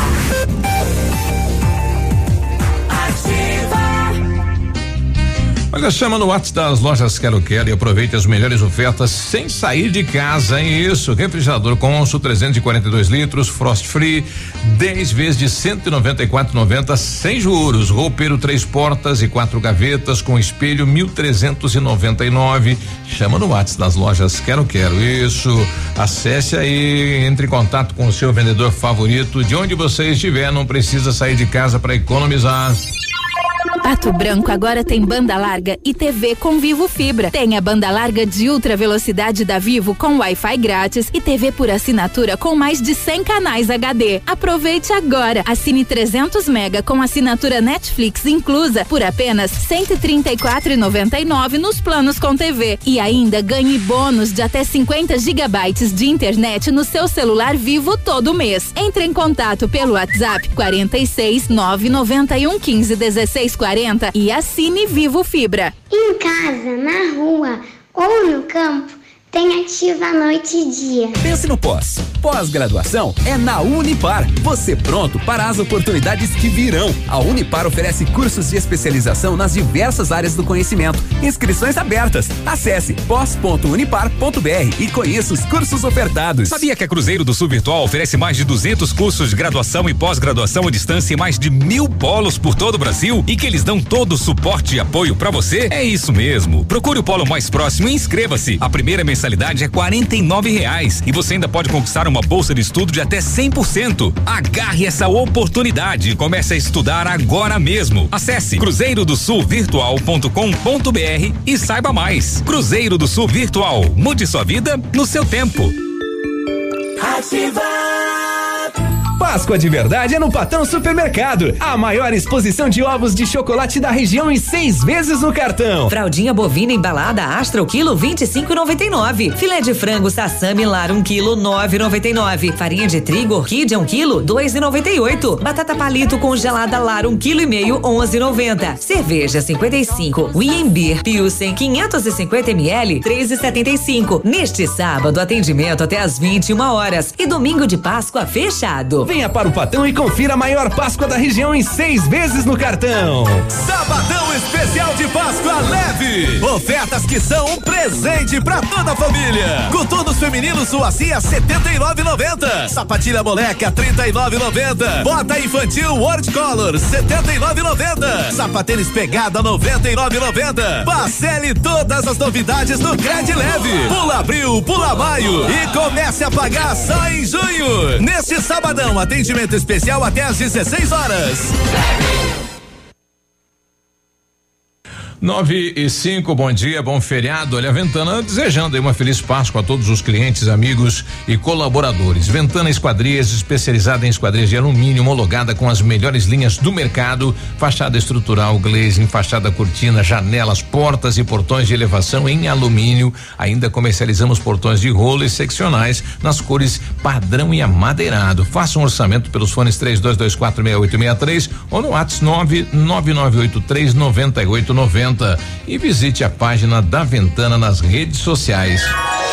Olha, chama no WhatsApp das lojas Quero e aproveite as melhores ofertas sem sair de casa, hein? Isso, refrigerador Consul 342 litros, Frost Free, 10 vezes de 194,90 sem juros. Roupeiro 3 portas e 4 gavetas com espelho 1.399. Chama no WhatsApp das lojas Quero. Isso, acesse aí, entre em contato com o seu vendedor favorito, de onde você estiver, não precisa sair de casa para economizar. Pato Branco agora tem banda larga e TV com Vivo Fibra. Tem a banda larga de ultra velocidade da Vivo com Wi-Fi grátis e TV por assinatura com mais de 100 canais HD. Aproveite agora. Assine 300 mega com assinatura Netflix inclusa por apenas R$134,99 nos planos com TV. E ainda ganhe bônus de até 50 gigabytes de internet no seu celular Vivo todo mês. Entre em contato pelo WhatsApp 46 991 15 16 40 e assine Vivo Fibra. Em casa, na rua ou no campo, tem Ativa Noite e Dia. Pense no pós-graduação é na Unipar. Você pronto para as oportunidades que virão. A Unipar oferece cursos de especialização nas diversas áreas do conhecimento. Inscrições abertas. Acesse pós.unipar.br e conheça os cursos ofertados. Sabia que a Cruzeiro do Sul Virtual oferece mais de 200 cursos de graduação e pós-graduação à distância em mais de 1000 polos por todo o Brasil e que eles dão todo o suporte e apoio para você? É isso mesmo. Procure o polo mais próximo e inscreva-se. A primeira mensalidade é R$49 e você ainda pode conquistar uma bolsa de estudo de até 100%. Agarre essa oportunidade e comece a estudar agora mesmo. Acesse cruzeirodosulvirtual.com.br e saiba mais. Cruzeiro do Sul Virtual, mude sua vida no seu tempo. Ativa! Páscoa de verdade é no Patão Supermercado. A maior exposição de ovos de chocolate da região em 6 vezes no cartão. Fraldinha bovina embalada Astra o quilo 25,99. Filé de frango Sassami Lar 1 quilo 9,99. Farinha de trigo Orquídea 1 quilo 2,98. Batata palito congelada Lar 1 quilo e meio 11,90. Cerveja 55 Wiener Pilsen 550 ml 3,75. Neste sábado atendimento até às 21 horas e domingo de Páscoa fechado. Venha para o Patão e confira a maior Páscoa da região em 6 vezes no cartão. Sabadão especial de Páscoa leve. Ofertas que são um presente pra toda a família. Coturnos femininos Suacia 79,90. Sapatilha moleca 39,90. Bota infantil World Color 79,90. Sapatênis pegada 99,90. Parcele todas as novidades no Cred Leve. Pula abril, pula maio e comece a pagar só em junho. Neste sabadão, atendimento especial até às 16 horas. 9:05, bom dia, bom feriado. Olha, a Ventana desejando aí uma feliz Páscoa a todos os clientes, amigos e colaboradores. Ventana Esquadrias, especializada em esquadrias de alumínio, homologada com as melhores linhas do mercado, fachada estrutural, glazing, fachada cortina, janelas, portas e portões de elevação em alumínio. Ainda comercializamos portões de rolo e seccionais nas cores padrão e amadeirado. Faça um orçamento pelos fones 32246863 ou no WhatsApp 999839890 e visite a página da Ventana nas redes sociais.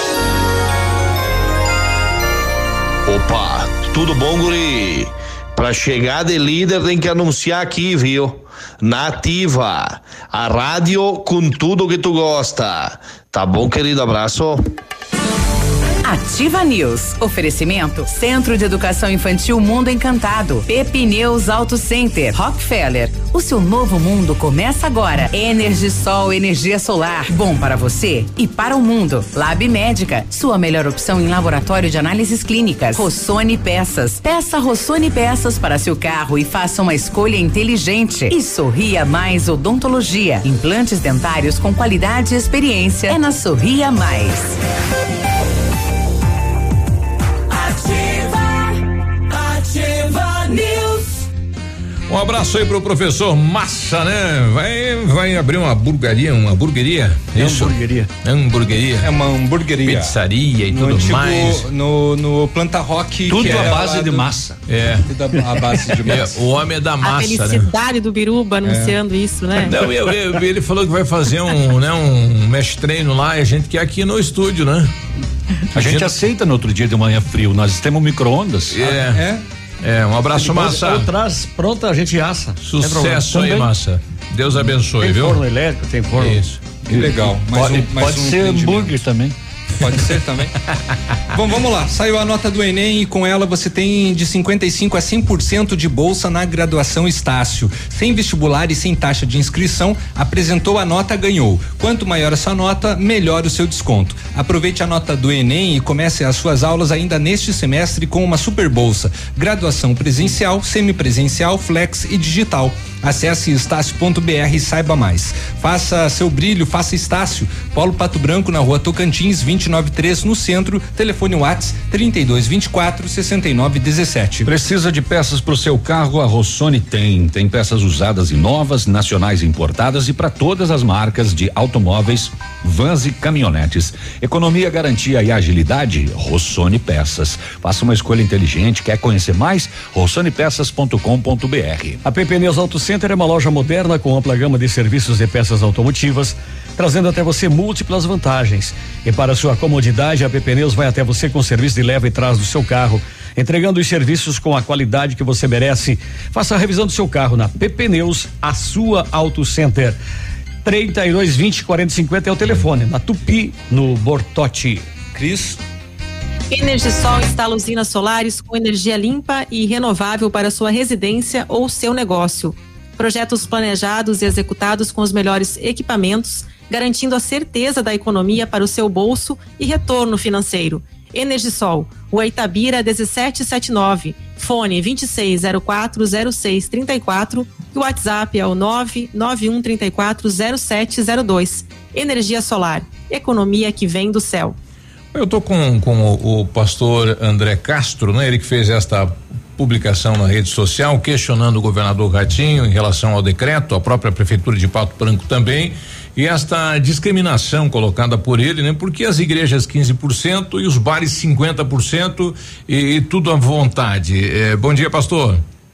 Opa, tudo bom, guri? Pra chegar de líder tem que anunciar aqui, viu? Na Ativa, a rádio com tudo que tu gosta. Tá bom, querido? Abraço. Ativa News. Oferecimento Centro de Educação Infantil Mundo Encantado. Pepineus Auto Center. Rockefeller. O seu novo mundo começa agora. Energisol, energia solar. Bom para você e para o mundo. Lab Médica. Sua melhor opção em laboratório de análises clínicas. Rossoni Peças. Peça Rossoni Peças para seu carro e faça uma escolha inteligente. E Sorria Mais Odontologia. Implantes dentários com qualidade e experiência. É na Sorria Mais. Um abraço aí pro professor Massa, né? Vai abrir uma hamburgueria? Isso? Hamburgueria. É uma hamburgueria. Pizzaria e tudo mais. No Planta Rock. Tudo à base de massa. É. Tudo à base de massa. O homem é da massa, a felicidade do Biruba anunciando isso, né? Não, ele falou que vai fazer um mestre treino lá e a gente quer aqui no estúdio, né? A gente aceita no outro dia de manhã frio, nós temos micro-ondas. Um abraço, Massa. Ou traz pronta, a gente assa. Sucesso aí, Massa. Deus abençoe, tem viu? Forno elétrico, tem forno. Isso. Que legal. Pode ser hambúrguer também. Pode ser também. Bom, vamos lá. Saiu a nota do Enem e com ela você tem de 55% a 100% de bolsa na graduação Estácio. Sem vestibular e sem taxa de inscrição, apresentou a nota, ganhou. Quanto maior a sua nota, melhor o seu desconto. Aproveite a nota do Enem e comece as suas aulas ainda neste semestre com uma super bolsa. Graduação presencial, semipresencial, flex e digital. Acesse estácio.br e saiba mais. Faça seu brilho, faça Estácio. Polo Pato Branco, na rua Tocantins, 293, no centro. Telefone WhatsApp 3224-6917. Precisa de peças para o seu carro? A Rossoni tem. Tem peças usadas e novas, nacionais e importadas e para todas as marcas de automóveis, vans e caminhonetes. Economia, garantia e agilidade? Rossoni Peças. Faça uma escolha inteligente. Quer conhecer mais? rossonepeças.com.br. A Pepineus Auto Center é uma loja moderna com ampla gama de serviços e peças automotivas, trazendo até você múltiplas vantagens. E para sua comodidade, a Pepineus vai até você com serviço de leva e trás do seu carro, entregando os serviços com a qualidade que você merece. Faça a revisão do seu carro na Pepineus, a sua Auto Center. 3220-4050 é o telefone, na Tupi, no Bortote. Cris? Energisol instala usinas solares com energia limpa e renovável para sua residência ou seu negócio. Projetos planejados e executados com os melhores equipamentos, garantindo a certeza da economia para o seu bolso e retorno financeiro. Energisol, Rua Itabira 1779, fone 26040634 e o WhatsApp é o 991340702. Energia solar, economia que vem do céu. Eu tô com o pastor André Castro, né? Ele que fez esta publicação na rede social questionando o governador Ratinho em relação ao decreto, a própria prefeitura de Pato Branco também, e esta discriminação colocada por ele, né? Porque as igrejas 15% e os bares 50% e tudo à vontade. Bom dia, pastor.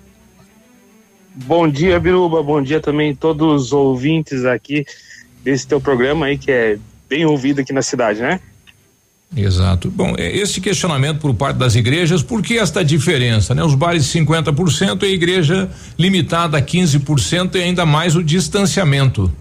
Bom dia, Biruba, bom dia também todos os ouvintes aqui desse teu programa aí que é bem ouvido aqui na cidade, né? Exato. Bom, esse questionamento por parte das igrejas, por que esta diferença, né? Os bares 50% e a igreja limitada a 15% e ainda mais o distanciamento.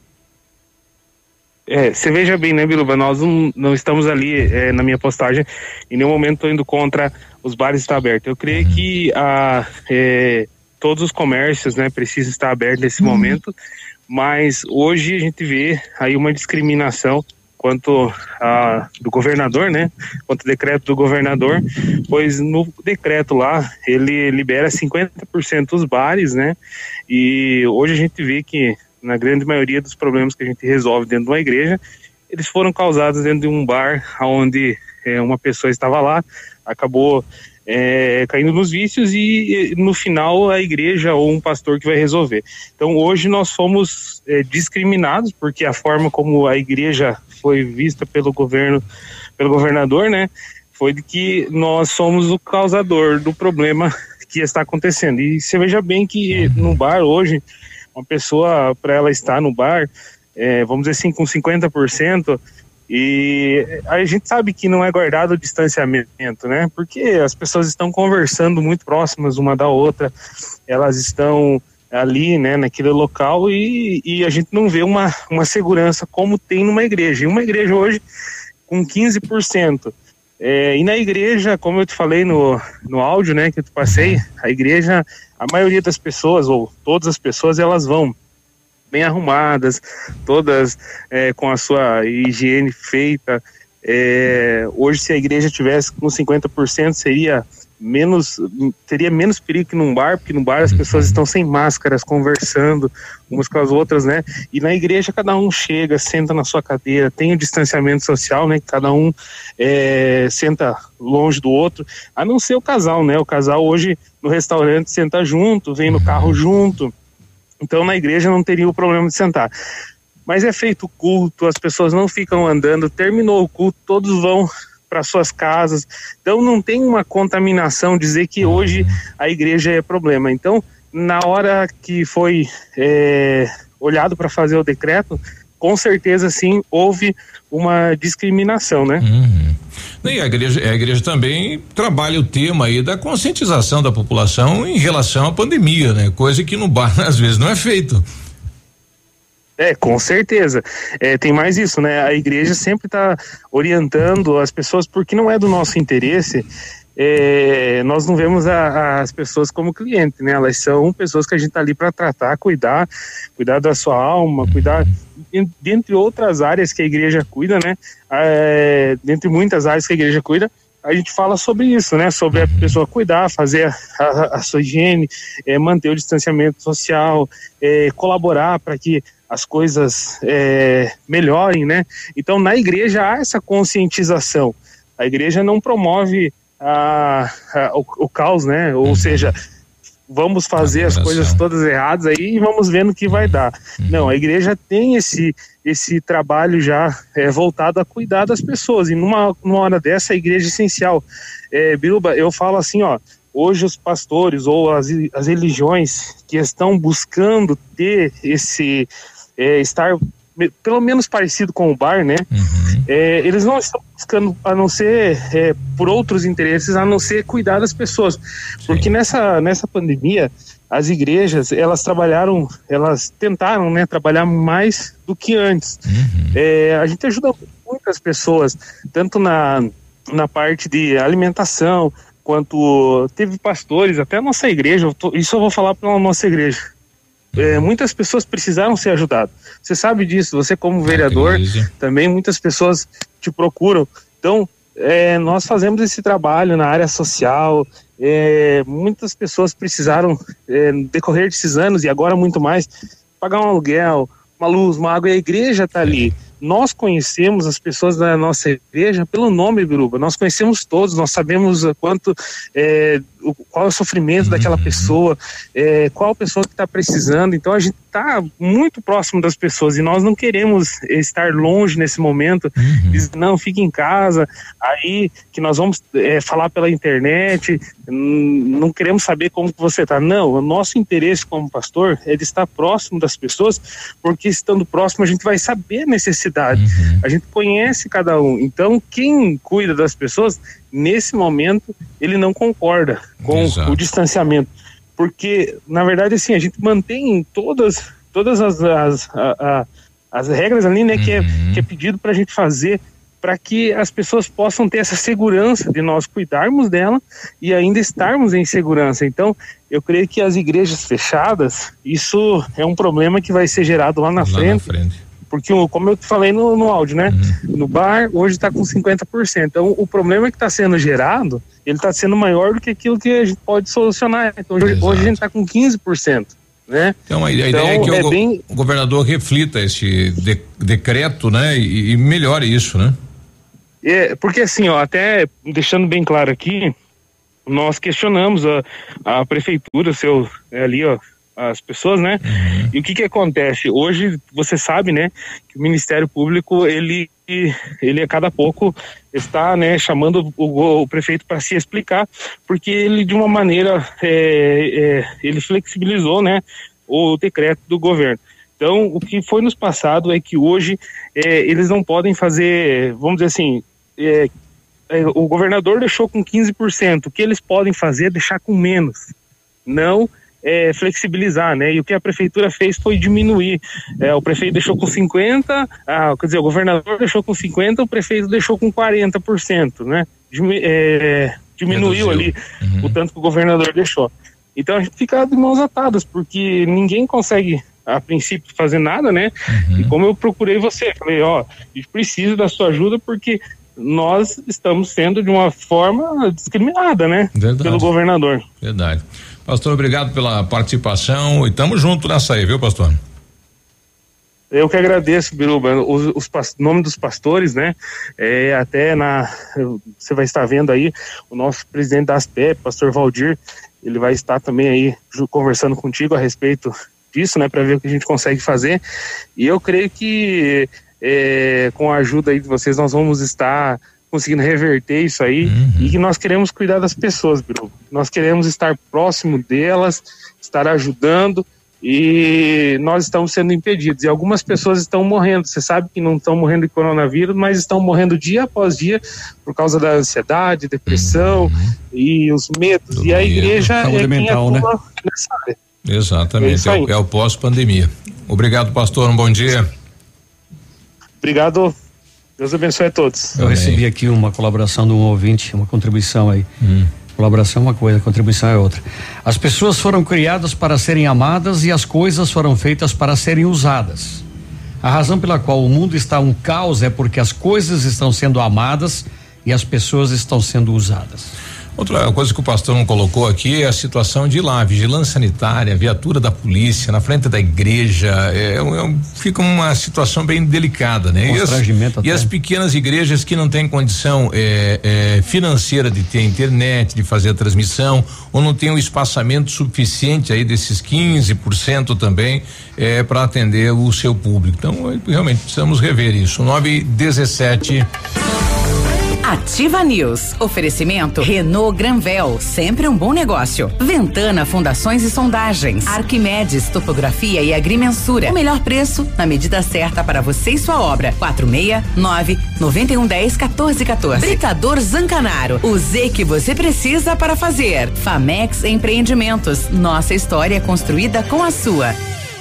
Você veja bem, né, Biruba, nós não estamos ali na minha postagem, em nenhum momento estou indo contra os bares estar abertos. Eu creio que todos os comércios, né, precisam estar abertos nesse momento, mas hoje a gente vê aí uma discriminação quanto do governador, né? Quanto ao decreto do governador, pois no decreto lá, ele libera 50% dos bares, né? E hoje a gente vê que na grande maioria dos problemas que a gente resolve dentro de uma igreja, eles foram causados dentro de um bar onde uma pessoa estava lá, acabou caindo nos vícios e no final a igreja ou um pastor que vai resolver. Então hoje nós fomos discriminados porque a forma como a igreja foi vista pelo governador, né, foi de que nós somos o causador do problema que está acontecendo. E você veja bem que no bar hoje, uma pessoa, para ela estar no bar, vamos dizer assim, com 50%, e a gente sabe que não é guardado o distanciamento, né? Porque as pessoas estão conversando muito próximas uma da outra, elas estão ali, né, naquele local e a gente não vê uma segurança como tem numa igreja. E uma igreja hoje com 15%. E na igreja, como eu te falei no áudio, né, que eu te passei, a igreja, a maioria das pessoas, ou todas as pessoas, elas vão bem arrumadas, todas com a sua higiene feita. Hoje, se a igreja tivesse com 50%, teria menos perigo que num bar, porque no bar as pessoas estão sem máscaras, conversando umas com as outras, né? E na igreja cada um chega, senta na sua cadeira, tem o distanciamento social, né? Cada um senta longe do outro, a não ser o casal, né? O casal hoje no restaurante senta junto, vem no carro junto. Então na igreja não teria o problema de sentar. Mas é feito culto, as pessoas não ficam andando, terminou o culto, todos vão para suas casas. Então não tem uma contaminação, dizer que hoje a igreja é problema. Então, na hora que foi olhado para fazer o decreto, com certeza sim, houve uma discriminação, né? E a igreja também trabalha o tema aí da conscientização da população em relação à pandemia, né? Coisa que no bar às vezes não é feito. Com certeza. Tem mais isso, né? A igreja sempre está orientando as pessoas, porque não é do nosso interesse. Nós não vemos as pessoas como cliente, né? Elas são pessoas que a gente está ali para tratar, cuidar da sua alma, cuidar, dentre outras áreas que a igreja cuida, né? Dentre muitas áreas que a igreja cuida, a gente fala sobre isso, né? Sobre a pessoa cuidar, fazer a sua higiene, manter o distanciamento social, colaborar para que as coisas melhorem, né? Então, na igreja há essa conscientização. A igreja não promove o caos, né? Ou seja, vamos fazer as coisas todas erradas aí e vamos ver no que vai dar. Não, a igreja tem esse trabalho já voltado a cuidar das pessoas, e numa hora dessa a igreja é essencial. Biruba, eu falo assim, ó, hoje os pastores ou as religiões que estão buscando ter estar pelo menos parecido com o bar, né? Eles não estão buscando, a não ser por outros interesses, a não ser cuidar das pessoas. Porque nessa pandemia, as igrejas, elas tentaram, né, trabalhar mais do que antes. A gente ajuda muitas pessoas, tanto na parte de alimentação, quanto teve pastores, até a nossa igreja, isso eu vou falar pela nossa igreja. Muitas pessoas precisaram ser ajudadas. Você sabe disso, você como vereador, também muitas pessoas te procuram. Então, nós fazemos esse trabalho na área social. Muitas pessoas precisaram, no decorrer desses anos, e agora muito mais, pagar um aluguel, uma luz, uma água, e a igreja está ali. Nós conhecemos as pessoas da nossa igreja pelo nome, Biruba. Nós conhecemos todos, nós sabemos quanto, qual é o sofrimento daquela pessoa, qual pessoa que está precisando. Então a gente está muito próximo das pessoas e nós não queremos estar longe nesse momento. Dizer, não, fique em casa, aí que nós vamos falar pela internet, não queremos saber como que você está. Não, o nosso interesse como pastor é de estar próximo das pessoas, porque estando próximo a gente vai saber a necessidade. A gente conhece cada um. Então quem cuida das pessoas, nesse momento, ele não concorda com o distanciamento. Porque, na verdade, assim, a gente mantém todas as regras ali, né, que é pedido para a gente fazer, para que as pessoas possam ter essa segurança de nós cuidarmos dela e ainda estarmos em segurança. Então, eu creio que as igrejas fechadas, isso é um problema que vai ser gerado lá na frente. Porque, como eu falei no áudio, né? No bar, hoje está com 50%. Então, o problema que está sendo gerado, ele está sendo maior do que aquilo que a gente pode solucionar. Então, hoje a gente está com 15%. né? Então a ideia é que o governador reflita esse decreto, né? E melhore isso, né? Porque assim, até deixando bem claro aqui, nós questionamos a prefeitura, as pessoas, né? E o que acontece? Hoje, você sabe, né, que o Ministério Público, ele a cada pouco está, né, chamando o prefeito para se explicar, porque ele, de uma maneira, ele flexibilizou, né, o decreto do governo. Então, o que foi nos passado é que hoje eles não podem fazer, vamos dizer assim, o governador deixou com 15%, o que eles podem fazer é deixar com menos, não flexibilizar, né? E o que a prefeitura fez foi diminuir. O prefeito deixou com 50%, o governador deixou com 50%, o prefeito deixou com 40%, né? Diminuiu ali o tanto que o governador deixou. Então a gente fica de mãos atadas, porque ninguém consegue, a princípio, fazer nada, né? E como eu procurei você, falei, a gente precisa da sua ajuda, porque nós estamos sendo de uma forma discriminada, né? Verdade. Pelo governador. Verdade. Pastor, obrigado pela participação e tamo junto nessa aí, viu, pastor? Eu que agradeço, Biruba. Os nome dos pastores, né? Você vai estar vendo aí o nosso presidente da ASPEP, pastor Valdir, ele vai estar também aí conversando contigo a respeito disso, né? Para ver o que a gente consegue fazer. E eu creio que com a ajuda aí de vocês, nós vamos estar conseguindo reverter isso aí, e que nós queremos cuidar das pessoas, Biruba. Nós queremos estar próximo delas, estar ajudando, e nós estamos sendo impedidos. E algumas pessoas estão morrendo. Você sabe que não estão morrendo de coronavírus, mas estão morrendo dia após dia por causa da ansiedade, depressão e os medos. E a igreja é quem atua nessa área. Exatamente, é o pós-pandemia. Obrigado, pastor, um bom dia. Obrigado, Deus abençoe a todos. Eu recebi aqui uma colaboração de um ouvinte, uma contribuição aí. Colaboração é uma coisa, contribuição é outra. As pessoas foram criadas para serem amadas e as coisas foram feitas para serem usadas. A razão pela qual o mundo está um caos é porque as coisas estão sendo amadas e as pessoas estão sendo usadas. Outra coisa que o pastor não colocou aqui é a situação de lá, vigilância sanitária, viatura da polícia na frente da igreja, fica uma situação bem delicada, né? E as pequenas igrejas que não têm condição financeira de ter internet, de fazer a transmissão, ou não tem um espaçamento suficiente aí desses 15% também para atender o seu público. Então, realmente precisamos rever isso. 9:17. Ativa News. Oferecimento Renault Granvel, sempre um bom negócio. Ventana Fundações e Sondagens. Arquimedes Topografia e Agrimensura. O melhor preço na medida certa para você e sua obra. 469-9110-1414. Britador Zancanaro. O Z que você precisa para fazer. Famex Empreendimentos. Nossa história construída com a sua.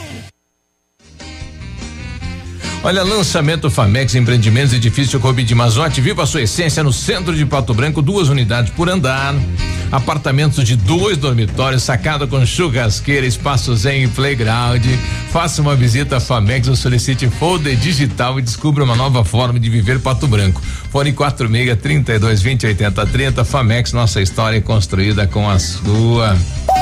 Olha, lançamento Famex Empreendimentos, edifício Rubi de Mazotti, viva a sua essência no centro de Pato Branco, 2 unidades por andar, apartamentos de 2 dormitórios, sacada com churrasqueira, espaços em playground. Faça uma visita a Famex ou solicite folder digital e descubra uma nova forma de viver Pato Branco. Fone 46-3220-8030. Famex, nossa história é construída com a sua.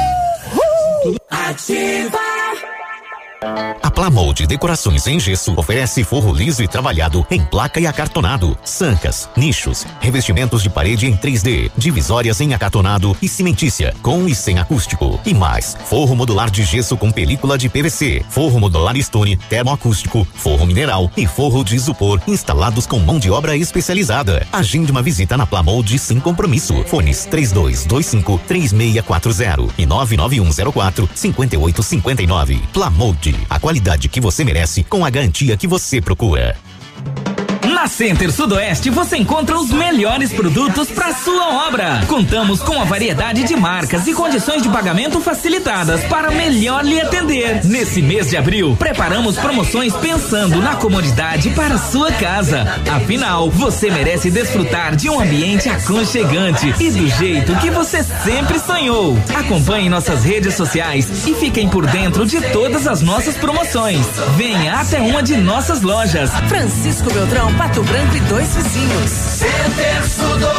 Ativa. A Plamold Decorações em Gesso oferece forro liso e trabalhado em placa e acartonado, sancas, nichos, revestimentos de parede em 3D, divisórias em acartonado e cimentícia, com e sem acústico. E mais, forro modular de gesso com película de PVC, forro modular stone, termoacústico, forro mineral e forro de isopor, instalados com mão de obra especializada. Agende uma visita na Plamold sem compromisso. Fones 3225-3640 e 99104-5859. Plamold, a qualidade que você merece com a garantia que você procura. Na Center Sudoeste você encontra os melhores produtos para sua obra. Contamos com a variedade de marcas e condições de pagamento facilitadas para melhor lhe atender. Nesse mês de abril, preparamos promoções pensando na comodidade para sua casa. Afinal, você merece desfrutar de um ambiente aconchegante e do jeito que você sempre sonhou. Acompanhe nossas redes sociais e fiquem por dentro de todas as nossas promoções. Venha até uma de nossas lojas. Francisco Beltrão, Pato Branco e 2 vizinhos. Center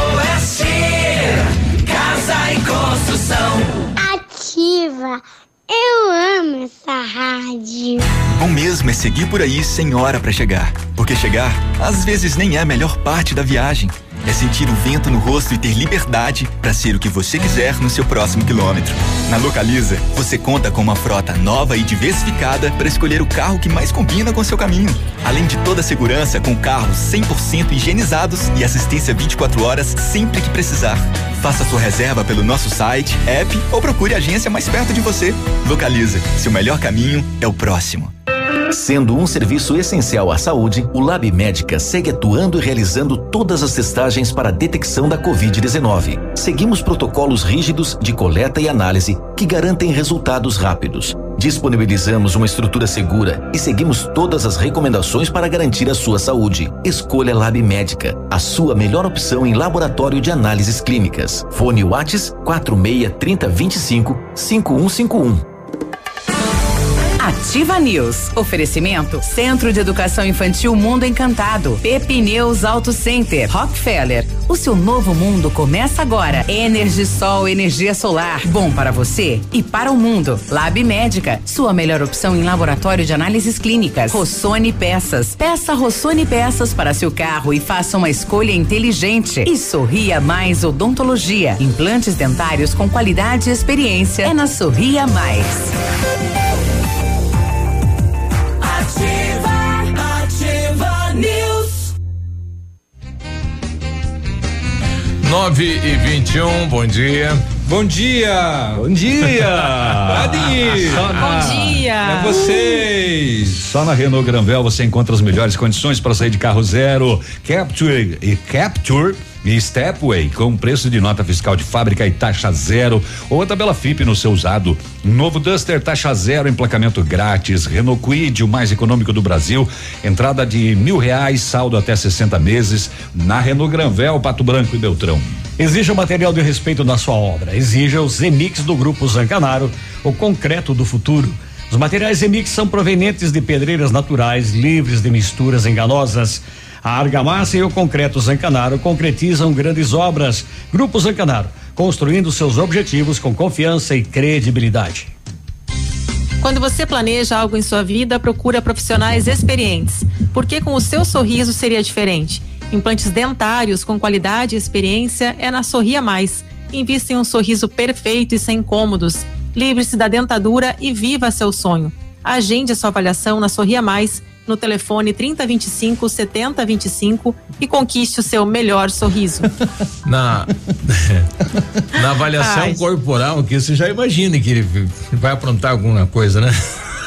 Sudoeste, casa e construção. Ativa Eu amo essa rádio. Bom mesmo é seguir por aí sem hora pra chegar. Porque chegar, às vezes, nem é a melhor parte da viagem. É sentir o vento no rosto e ter liberdade para ser o que você quiser no seu próximo quilômetro. Na Localiza, você conta com uma frota nova e diversificada para escolher o carro que mais combina com seu caminho. Além de toda a segurança com carros 100% higienizados e assistência 24 horas sempre que precisar. Faça sua reserva pelo nosso site, app ou procure a agência mais perto de você. Localiza, seu melhor caminho é o próximo. Sendo um serviço essencial à saúde, o Lab Médica segue atuando e realizando todas as testagens para a detecção da Covid-19. Seguimos protocolos rígidos de coleta e análise que garantem resultados rápidos. Disponibilizamos uma estrutura segura e seguimos todas as recomendações para garantir a sua saúde. Escolha Lab Médica, a sua melhor opção em laboratório de análises clínicas. Fone Whats 46 30 25 5151. Ativa News. Oferecimento Centro de Educação Infantil Mundo Encantado. Pepineus Auto Center. Rockefeller. O seu novo mundo começa agora. Energisol, energia solar. Bom para você e para o mundo. Lab Médica. Sua melhor opção em laboratório de análises clínicas. Rossoni Peças. Peça Rossoni Peças para seu carro e faça uma escolha inteligente. E Sorria Mais Odontologia. Implantes dentários com qualidade e experiência. É na Sorria Mais. Ativa News. 9h21, bom dia. Bom dia! Bom dia! Bom dia! É vocês! Só na Renault Granvel você encontra as melhores condições para sair de carro zero. Capture e Stepway com preço de nota fiscal de fábrica e taxa zero, ou a tabela FIP no seu usado. Novo Duster, taxa zero, emplacamento grátis. Renault Kwid, o mais econômico do Brasil, entrada de R$1.000, saldo até 60 meses na Renault Granvel, Pato Branco e Beltrão. Exija o material de respeito na sua obra. Exija o Zemix do Grupo Zancanaro, o concreto do futuro. Os materiais Zemix são provenientes de pedreiras naturais, livres de misturas enganosas. A argamassa e o concreto Zancanaro concretizam grandes obras. Grupo Zancanaro, construindo seus objetivos com confiança e credibilidade. Quando você planeja algo em sua vida, procura profissionais experientes. Porque com o seu sorriso seria diferente. Implantes dentários com qualidade e experiência é na Sorria Mais. Invista em um sorriso perfeito e sem incômodos. Livre-se da dentadura e viva seu sonho. Agende a sua avaliação na Sorria Mais, no telefone 3025 7025 e conquiste o seu melhor sorriso. Na avaliação corporal, que você já imagina que ele vai aprontar alguma coisa, né?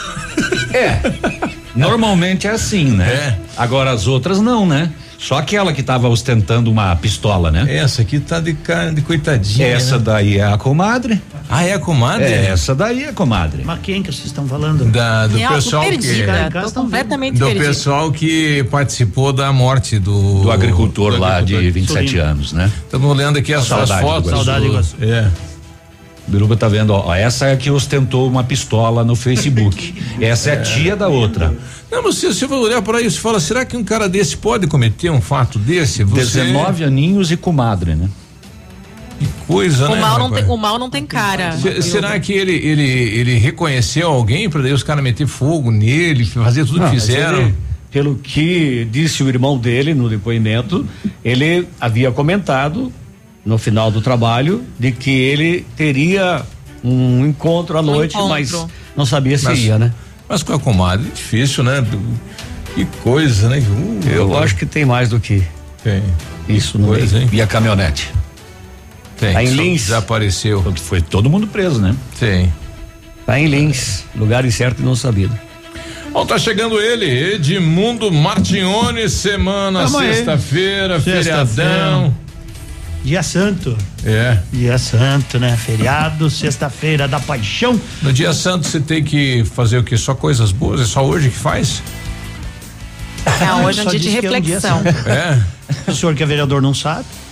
Normalmente é assim, né? Agora as outras não, né? Só aquela que tava ostentando uma pistola, né? Essa aqui tá de cara de coitadinha. Essa, né? Daí é a comadre. Ah, é a comadre? Essa daí é a comadre. Mas quem que vocês estão falando? Do pessoal tô completamente do perdida. pessoal que participou da morte do agricultor lá de 27 anos, né? Estamos olhando aqui as fotos. Saudade, Iguaçu. Biruba tá vendo, ó, essa é a que ostentou uma pistola no Facebook. Essa é a tia da outra. Não, mas se você for olhar por aí, você fala, será que um cara desse pode cometer um fato desse? 19 aninhos e comadre, né? Que coisa, né? O mal não tem cara. Será que ele reconheceu alguém para daí os caras meter fogo nele, fazer tudo que fizeram? Pelo que disse o irmão dele no depoimento, ele havia comentado no final do trabalho de que ele teria um encontro à noite, mas não sabia se ia, né? Mas com a comadre, difícil, né? Que coisa, né? Eu acho que tem mais do que isso no meio. E a caminhonete? Tem. Tá em Lins. Desapareceu. Foi todo mundo preso, né? Tem. Tá em Lins, lugar incerto e não sabido. Bom, tá chegando ele, Edmundo Martignoni, sexta-feira, feriadão. Dia Santo. Dia Santo, né? Feriado, sexta-feira da paixão. No dia santo você tem que fazer o quê? Só coisas boas? É só hoje que faz? Hoje é um dia de reflexão. O senhor que é vereador não sabe?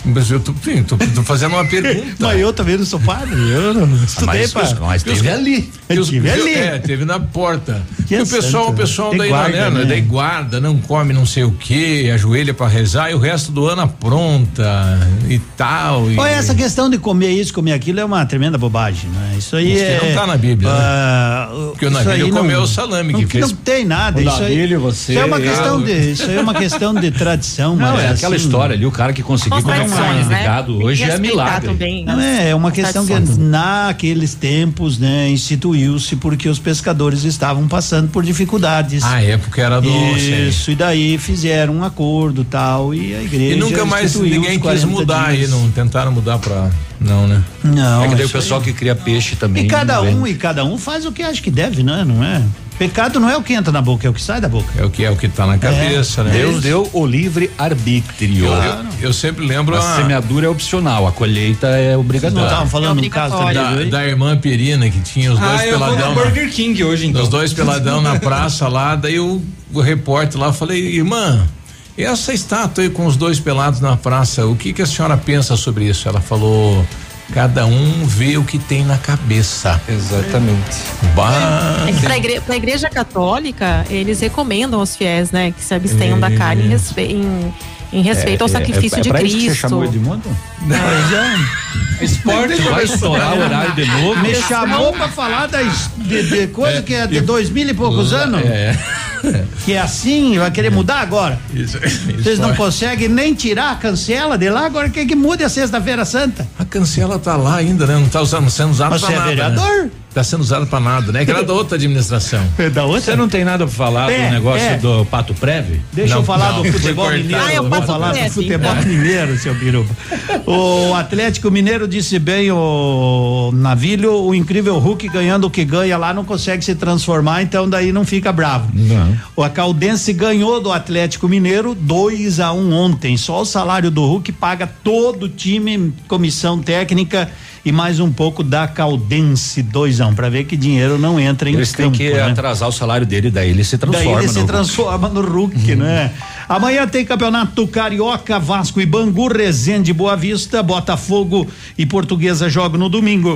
Mas eu tô fazendo uma pergunta. Mas eu também não sou padre, eu não estudei, mas teve ali. Teve na porta. Que e o pessoal daí guarda, né? Daí guarda, não come não sei o que, ajoelha pra rezar e o resto do ano apronta e tal. Olha, essa questão de comer isso, comer aquilo é uma tremenda bobagem, né? Isso aí não tá na Bíblia, né? Porque o Navilho comeu o salame que fez. Não tem nada, isso aí. Isso é uma questão isso é uma questão de tradição, não, mas é aquela história ali, o cara que conseguiu comer um ligado hoje é milagre. Também, não é uma questão que naqueles tempos, né, instituiu-se porque os pescadores estavam passando por dificuldades. A época era do isso, e daí fizeram um acordo tal, e a igreja e nunca mais ninguém quis mudar aí, não tentaram mudar pra não, né? Não. É que daí o pessoal que cria peixe também. E cada um faz o que acha que deve, né? Não é? Pecado não é o que entra na boca, é o que sai da boca. É o que tá na cabeça, né? Deus deu o livre arbítrio. Eu sempre lembro. A semeadura é opcional, a colheita é obrigatória. Estavam falando no caso da irmã Perina, que tinha os dois peladão. Eu vou no Burger King hoje, então. Os dois peladão na praça lá, daí o repórter lá, falei, irmã, essa estátua aí com os dois pelados na praça, o que a senhora pensa sobre isso? Ela falou, cada um vê o que tem na cabeça. Exatamente. É que pra igreja católica, eles recomendam aos fiéis, né, que se abstenham da carne em respeito ao sacrifício de Cristo. Isso que você chamou Edmundo? Esporte vai estourar o horário de novo. Me chamou pra falar de coisa que é de 2000 e poucos anos. Que é assim, vai querer mudar agora. Vocês não conseguem nem tirar a cancela de lá, agora quer que mude a Sexta-feira Santa? A cancela tá lá ainda, né? Não tá sendo usada pra nada. Você é vereador? Né? Tá sendo usado pra nada, né? Que era da outra administração. Da outra? Você não tem nada pra falar do negócio do Pato Prévio? Deixa eu falar do futebol mineiro. Eu vou falar do futebol mineiro, seu Biruba. O Atlético Mineiro disse bem, o Navilho, o incrível Hulk ganhando o que ganha lá não consegue se transformar, então daí não fica bravo. Não. O Caldense ganhou do Atlético Mineiro 2-1 ontem. Só o salário do Hulk paga todo o time, comissão técnica e mais um pouco da Caldense 2-1, pra ver que dinheiro não entra em campo. Eles têm que atrasar o salário dele, daí ele se transforma. No Hulk, né? Amanhã tem Campeonato Carioca, Vasco e Bangu, Resende, Boa Vista, Botafogo e Portuguesa jogam no domingo.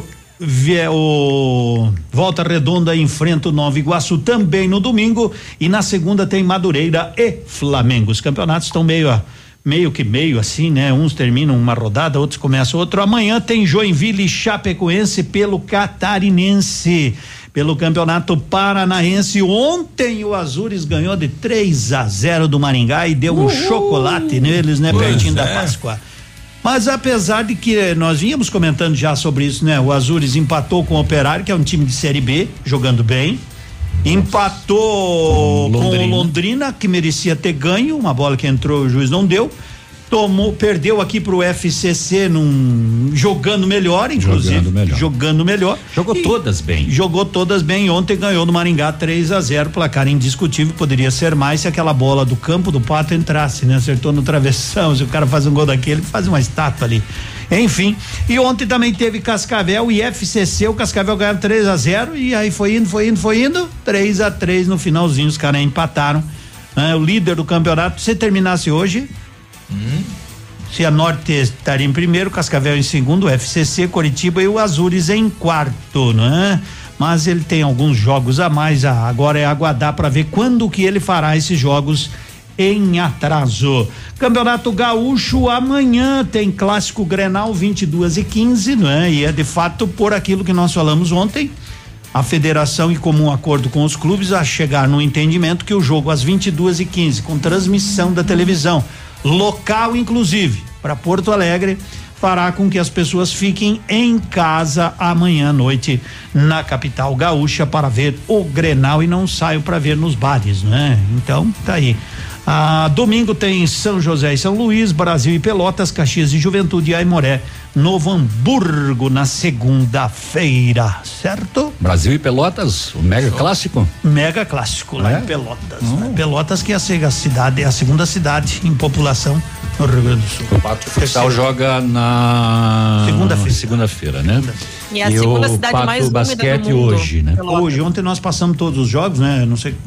Volta Redonda enfrenta o Nova Iguaçu também no domingo, e na segunda tem Madureira e Flamengo. Os campeonatos estão meio que assim, né? Uns terminam uma rodada, outros começam outro. Amanhã tem Joinville e Chapecoense pelo Catarinense, pelo Campeonato Paranaense. Ontem o Azures ganhou de 3-0 do Maringá e deu um chocolate neles, né? Pertinho da Páscoa. Mas apesar de que nós vínhamos comentando já sobre isso, né? O Azures empatou com o Operário, que é um time de Série B, jogando bem. Empatou com o Londrina, que merecia ter ganho, uma bola que entrou, o juiz não deu. Perdeu aqui pro FCC jogando melhor, inclusive. Jogando melhor. Jogou todas bem. Ontem ganhou no Maringá 3-0, placar indiscutível, poderia ser mais se aquela bola do campo do Pato entrasse, né? Acertou no travessão, se o cara faz um gol daquele, faz uma estátua ali. Enfim, e ontem também teve Cascavel e FCC, o Cascavel ganhou 3-0 e aí foi indo, 3-3 no finalzinho, os caras empataram, né? O líder do campeonato, se terminasse hoje, se a Norte estaria em primeiro, Cascavel em segundo, o FCC, Coritiba e o Azures em quarto, né? Mas ele tem alguns jogos a mais, agora é aguardar para ver quando que ele fará esses jogos em atraso. Campeonato Gaúcho, amanhã tem Clássico Grenal 22h15, né? E é de fato por aquilo que nós falamos ontem, a federação, em comum acordo com os clubes, a chegar no entendimento que o jogo às 22h15, com transmissão da televisão local, inclusive para Porto Alegre, fará com que as pessoas fiquem em casa amanhã à noite na capital gaúcha para ver o Grenal e não saiam para ver nos bares, né? Então tá aí. Domingo tem São José e São Luís, Brasil e Pelotas, Caxias e Juventude e Aimoré, Novo Hamburgo na segunda-feira, certo? Brasil e Pelotas, o mega clássico? Mega clássico lá em Pelotas. Né? Pelotas que é a cidade, é a segunda cidade em população no Rio Grande do Sul. O Pato Futsal joga na segunda-feira, né? E a segunda cidade mais úmida do mundo. Hoje, né? Hoje, ontem nós passamos todos os jogos, né? Não sei.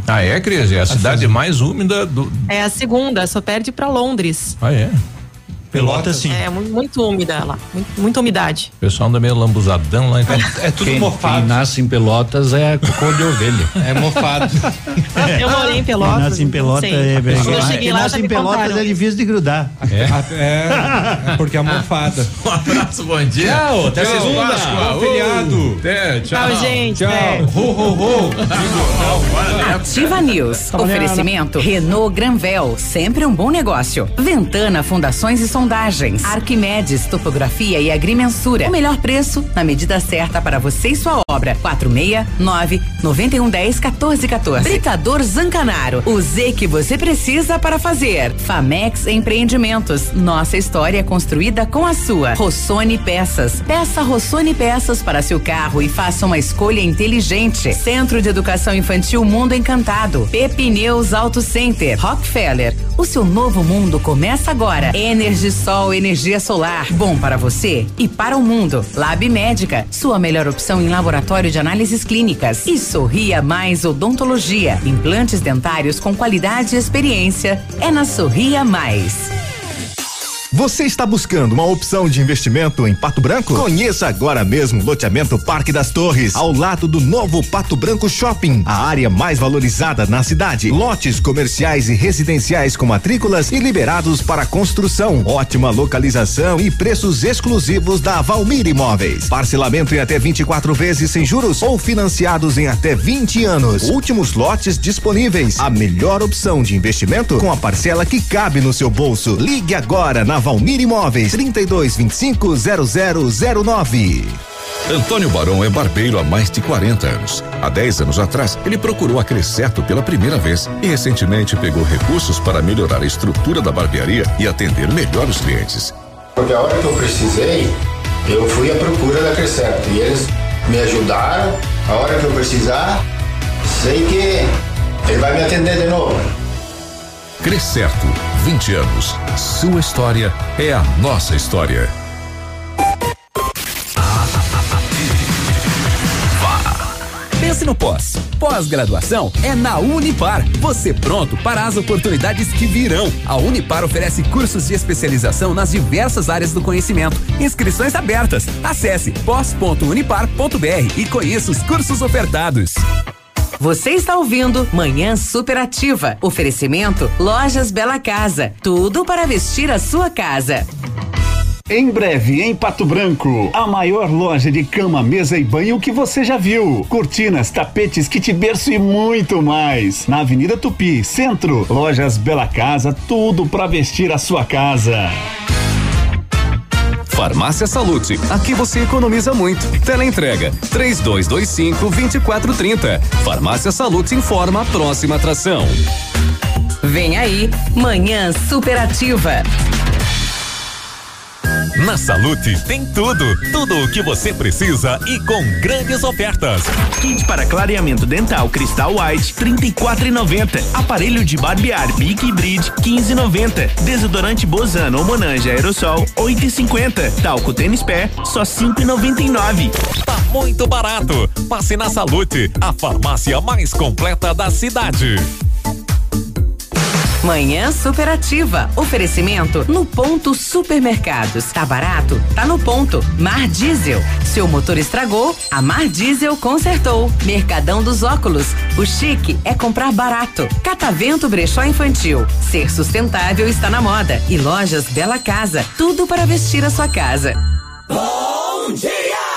Cris? É a cidade mais úmida do. É a segunda, só perde pra Londres. É? Pelotas sim. É muito úmida lá, muita umidade. O pessoal anda meio lambuzadão lá. Então. É tudo quem mofado. nasce em Pelotas é cocô de ovelha. É mofado. Eu morei em Pelotas. Quem nasce em Pelotas é Quando eu cheguei lá, nasce já em me Pelotas contaram. é difícil de grudar. É porque é mofada. Um abraço, bom dia. Tchau, até Tchau, segunda. Páscoa. Bom feriado. Até, tchau. Tchau, gente. Tchau. Ho, ho, ho. Ativa News. Oferecimento Renault Granvel, sempre um bom negócio. Ventana Fundações e Sondagens. Arquimedes Topografia e Agrimensura. O melhor preço na medida certa para você e sua obra. 469-9110-1414. Britador Zancanaro. O Z que você precisa para fazer. Famex Empreendimentos. Nossa história é construída com a sua. Rossoni Peças. Peça Rossoni Peças para seu carro e faça uma escolha inteligente. Centro de Educação Infantil Mundo Encantado. Pepineus Auto Center. Rockefeller. O seu novo mundo começa agora. Energisol, energia solar. Bom para você e para o mundo. Lab Médica. Sua melhor opção em laboratório de análises clínicas. E Sorria Mais Odontologia. Implantes dentários com qualidade e experiência. É na Sorria Mais. Você está buscando uma opção de investimento em Pato Branco? Conheça agora mesmo o loteamento Parque das Torres, ao lado do novo Pato Branco Shopping, a área mais valorizada na cidade. Lotes comerciais e residenciais com matrículas e liberados para construção. Ótima localização e preços exclusivos da Valmir Imóveis. Parcelamento em até 24 vezes sem juros ou financiados em até 20 anos. Últimos lotes disponíveis. A melhor opção de investimento com a parcela que cabe no seu bolso. Ligue agora na Valmir Imóveis, 3225-0009. Antônio Barão é barbeiro há mais de 40 anos. Há 10 anos atrás, ele procurou a Crescerto pela primeira vez e recentemente pegou recursos para melhorar a estrutura da barbearia e atender melhor os clientes. Porque a hora que eu precisei, eu fui à procura da Crescerto e eles me ajudaram. A hora que eu precisar, sei que ele vai me atender de novo. Crescerto, 20 anos. Sua história é a nossa história. Pense no pós. Pós-graduação é na Unipar. Você pronto para as oportunidades que virão. A Unipar oferece cursos de especialização nas diversas áreas do conhecimento. Inscrições abertas. Acesse pós.unipar.br e conheça os cursos ofertados. Você está ouvindo Manhã Superativa. Oferecimento Lojas Bela Casa. Tudo para vestir a sua casa. Em breve, em Pato Branco, a maior loja de cama, mesa e banho que você já viu. Cortinas, tapetes, kit berço e muito mais. Na Avenida Tupi, Centro. Lojas Bela Casa, tudo para vestir a sua casa. Farmácia Salute, aqui você economiza muito. Teleentrega 3225-2430. Farmácia Salute informa a próxima atração. Vem aí, Manhã Superativa. Na Salute tem tudo o que você precisa e com grandes ofertas. Kit para clareamento dental Cristal White, R$34,90. Aparelho de barbear Bic Bridge, R$15,90. Desodorante Bozano ou Monange Aerosol, R$8,50. Talco Tênis Pé, só R$5,99. Tá muito barato. Passe na Salute, a farmácia mais completa da cidade. Manhã Superativa. Oferecimento no Ponto Supermercados. Tá barato? Tá no ponto. Mar Diesel. Seu motor estragou? A Mar Diesel consertou. Mercadão dos Óculos. O chique é comprar barato. Catavento Brechó Infantil. Ser sustentável está na moda. E Lojas Bela Casa. Tudo para vestir a sua casa. Bom dia!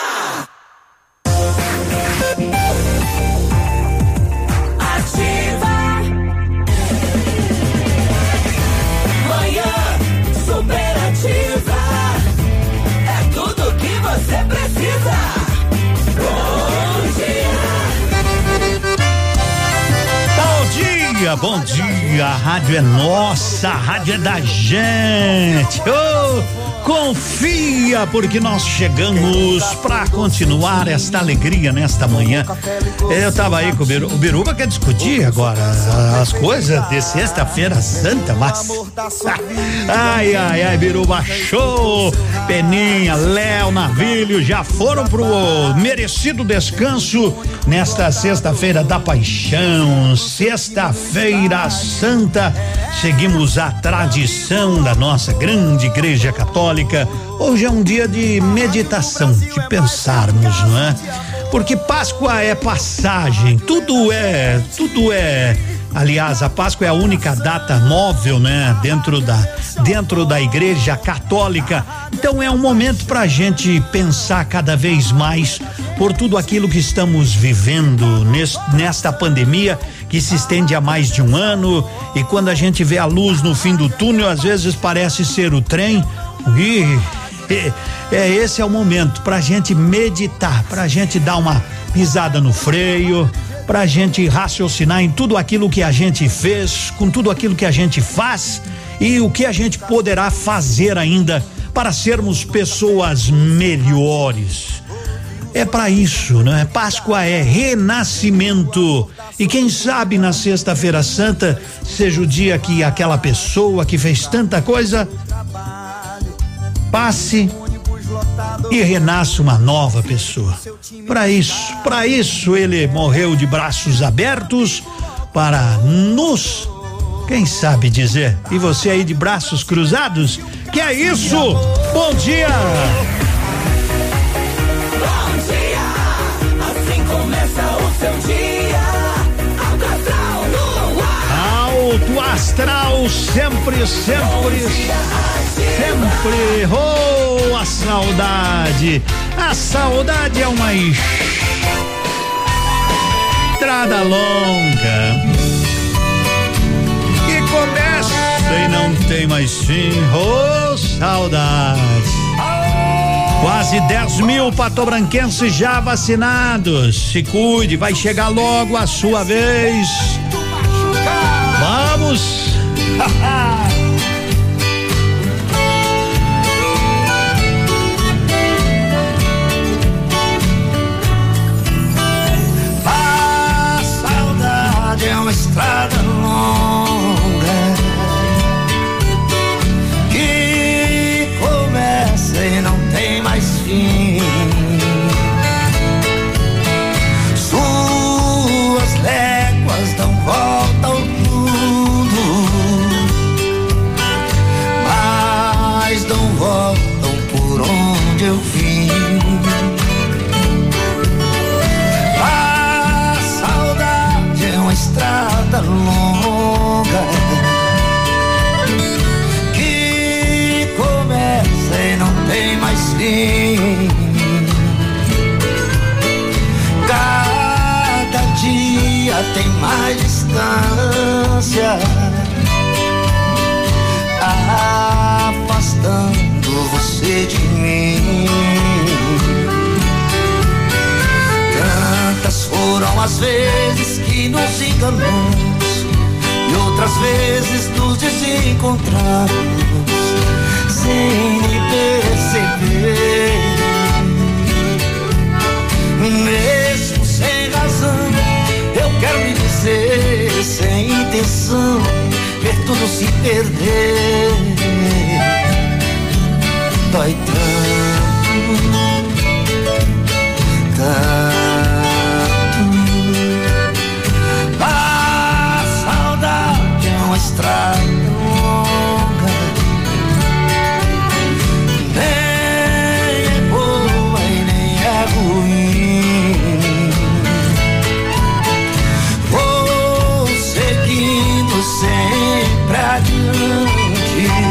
Você precisa. Bom dia! Bom dia! A rádio é nossa, a rádio é da gente. Confia, porque nós chegamos para continuar esta alegria nesta manhã. Eu tava aí com o Biruba quer discutir agora as coisas de sexta-feira santa, mas ai, Biruba, show! Peninha, Léo, Navilho já foram pro merecido descanso nesta sexta-feira da paixão, sexta-feira santa. Santa, seguimos a tradição da nossa grande Igreja Católica. Hoje é um dia de meditação, de pensarmos, não é? Porque Páscoa é passagem, tudo é. Aliás, a Páscoa é a única data móvel, né? Dentro da Igreja Católica. Então é um momento pra gente pensar cada vez mais por tudo aquilo que estamos vivendo nesta pandemia que se estende há mais de um ano, e quando a gente vê a luz no fim do túnel, às vezes parece ser o trem. Esse é o momento pra gente meditar, pra gente dar uma pisada no freio, pra gente raciocinar em tudo aquilo que a gente fez, com tudo aquilo que a gente faz e o que a gente poderá fazer ainda para sermos pessoas melhores. É para isso, não é? Páscoa é renascimento. E quem sabe na Sexta-feira Santa seja o dia que aquela pessoa que fez tanta coisa passe e renasça uma nova pessoa. Para isso ele morreu de braços abertos para nos, quem sabe dizer, e você aí de braços cruzados, que é isso? Bom dia! Bom dia, assim começa o seu dia, Alto Astral no ar. Alto Astral sempre. Oh, a saudade é uma estrada longa que começa e não tem mais fim. Oh, saudade. Quase 10 mil patobranquenses já vacinados. Se cuide, vai chegar logo a sua vez. Vamos. É uma estrada longa que começa e não tem mais fim. Suas léguas dão volta ao mundo, mas não voltam por onde eu vim. Estrada longa que começa e não tem mais fim. Cada dia tem mais distância, afastando você de mim. Tantas foram as vezes que nos enganamos e outras vezes nos desencontramos sem perceber. Mesmo sem razão, eu quero me dizer, sem intenção, ver tudo se perder. Dói tanto. A saudade é uma estrada longa, nem é boa e nem é ruim. Vou seguindo sempre adiante,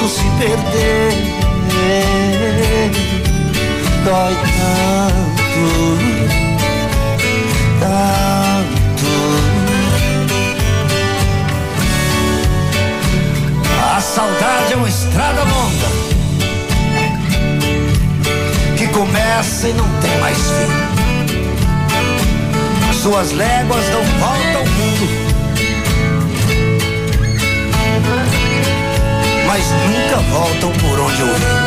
tudo se perder. Dói tanto, tanto. A saudade é uma estrada longa que começa e não tem mais fim. Suas léguas dão volta ao mundo, mas nunca voltam por onde eu vim.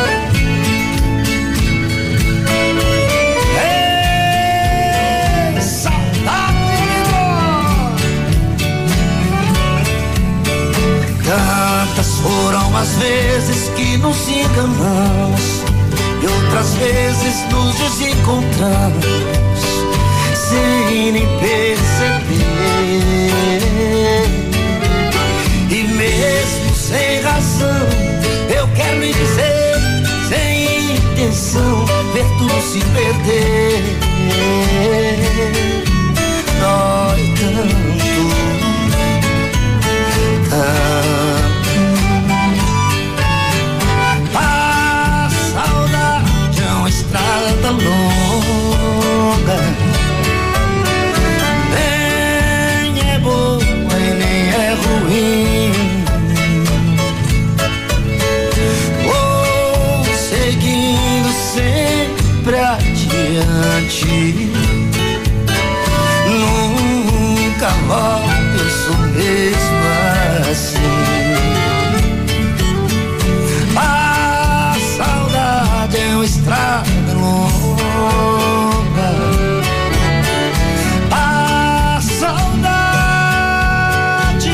Ei, saudade! Tantas foram as vezes que nos enganamos e outras vezes nos desencontramos sem nem perceber. E mesmo sem razão, eu quero lhe dizer, sem intenção, ver tudo se perder. Dói tanto, tanto. A saudade é uma estrada longa, vou seguindo sempre adiante. Nunca volto, eu sou mesmo assim. A saudade é uma estrada longa. A saudade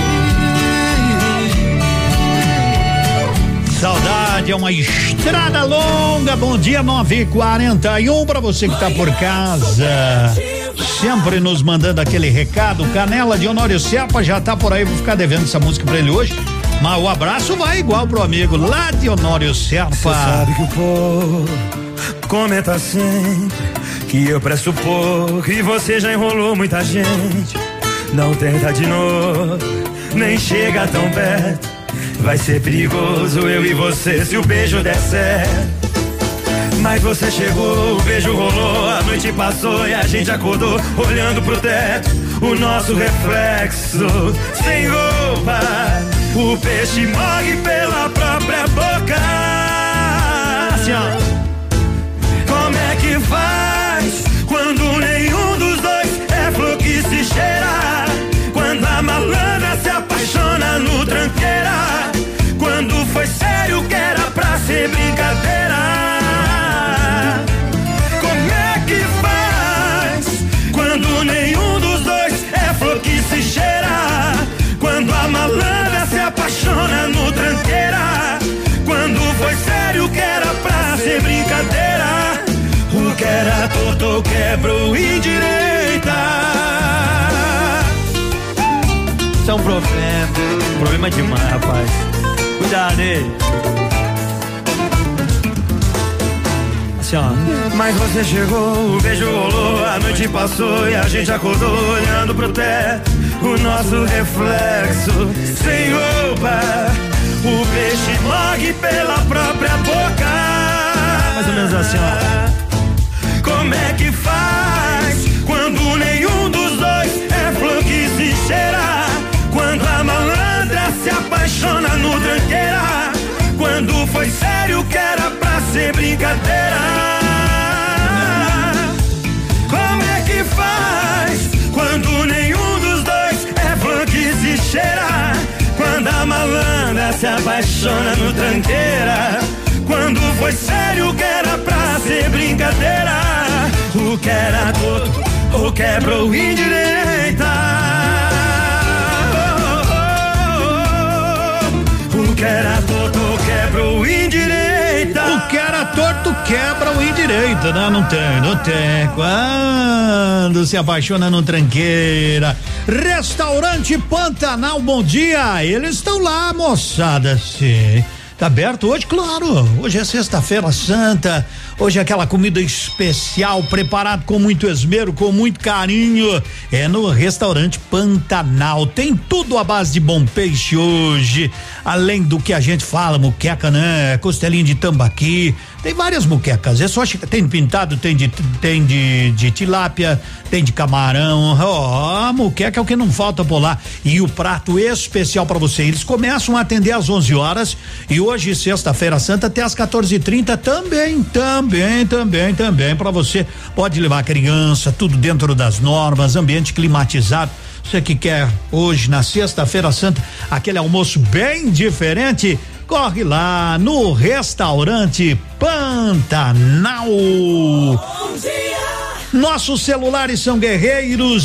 é uma estrada longa. Bom dia, 9h41 para você que tá por casa, sempre nos mandando aquele recado. Canela de Honório Serpa já tá por aí, vou ficar devendo essa música pra ele hoje, mas o abraço vai igual pro amigo lá de Honório Serpa. Você sabe que o povo comenta sempre que eu presto pouco e você já enrolou muita gente. Não tenta de novo, nem chega tão perto. Vai ser perigoso eu e você se o beijo der certo. Mas você chegou, o beijo rolou, a noite passou e a gente acordou olhando pro teto, o nosso reflexo sem roupa. O peixe morre pela própria boca. Assim, ó. Como é que faz quando nenhum dos dois é flor que se cheira? Quando a malandra se apaixona no tranqueira? Quando foi sério que era pra ser brincadeira? Como é que faz quando nenhum dos dois é flor que se cheira? Quando a malandra se apaixona no tranqueira? Quando foi sério que era pra ser brincadeira? O que era torto quebrou indireita. Isso é um problema demais, rapaz. Cuidado aí. Assim, ó. Mas você chegou, o beijo rolou, a noite passou e a gente acordou olhando pro teto, o nosso reflexo sem roupa. O peixe morre pela própria boca. Mais ou menos assim, ó. Como é que faz quando nenhum dos dois é flor que se cheira? Quando a malandra se apaixona no tranqueira? Quando foi sério que era pra ser brincadeira? Como é que faz quando nenhum dos dois é flor que se cheira? Quando a malandra se apaixona no tranqueira? Quando foi sério que era pra ser brincadeira? O que era torto ou quebrou indireita? O que era torto quebra o indireita. O que era torto quebra o indireita, né? Não tem. Quando se apaixona no tranqueira. Restaurante Pantanal, bom dia. Eles estão lá, moçada, sim. Tá aberto hoje? Claro. Hoje é sexta-feira santa. Hoje é aquela comida especial, preparada com muito esmero, com muito carinho. É no restaurante Pantanal. Tem tudo à base de bom peixe hoje. Além do que a gente fala, muqueca, né? Costelinha de tambaqui. Tem várias muquecas. É só tem pintado, tem de tilápia, tem de camarão. Ó, muqueca é o que não falta por lá. E o prato especial para você. Eles começam a atender às 11 horas e hoje, sexta-feira santa, até às 14h30 também para você. Pode levar a criança, tudo dentro das normas, ambiente climatizado. Você que quer hoje, na sexta-feira santa, aquele almoço bem diferente, corre lá no restaurante Pantanal. Bom dia! Nossos celulares são guerreiros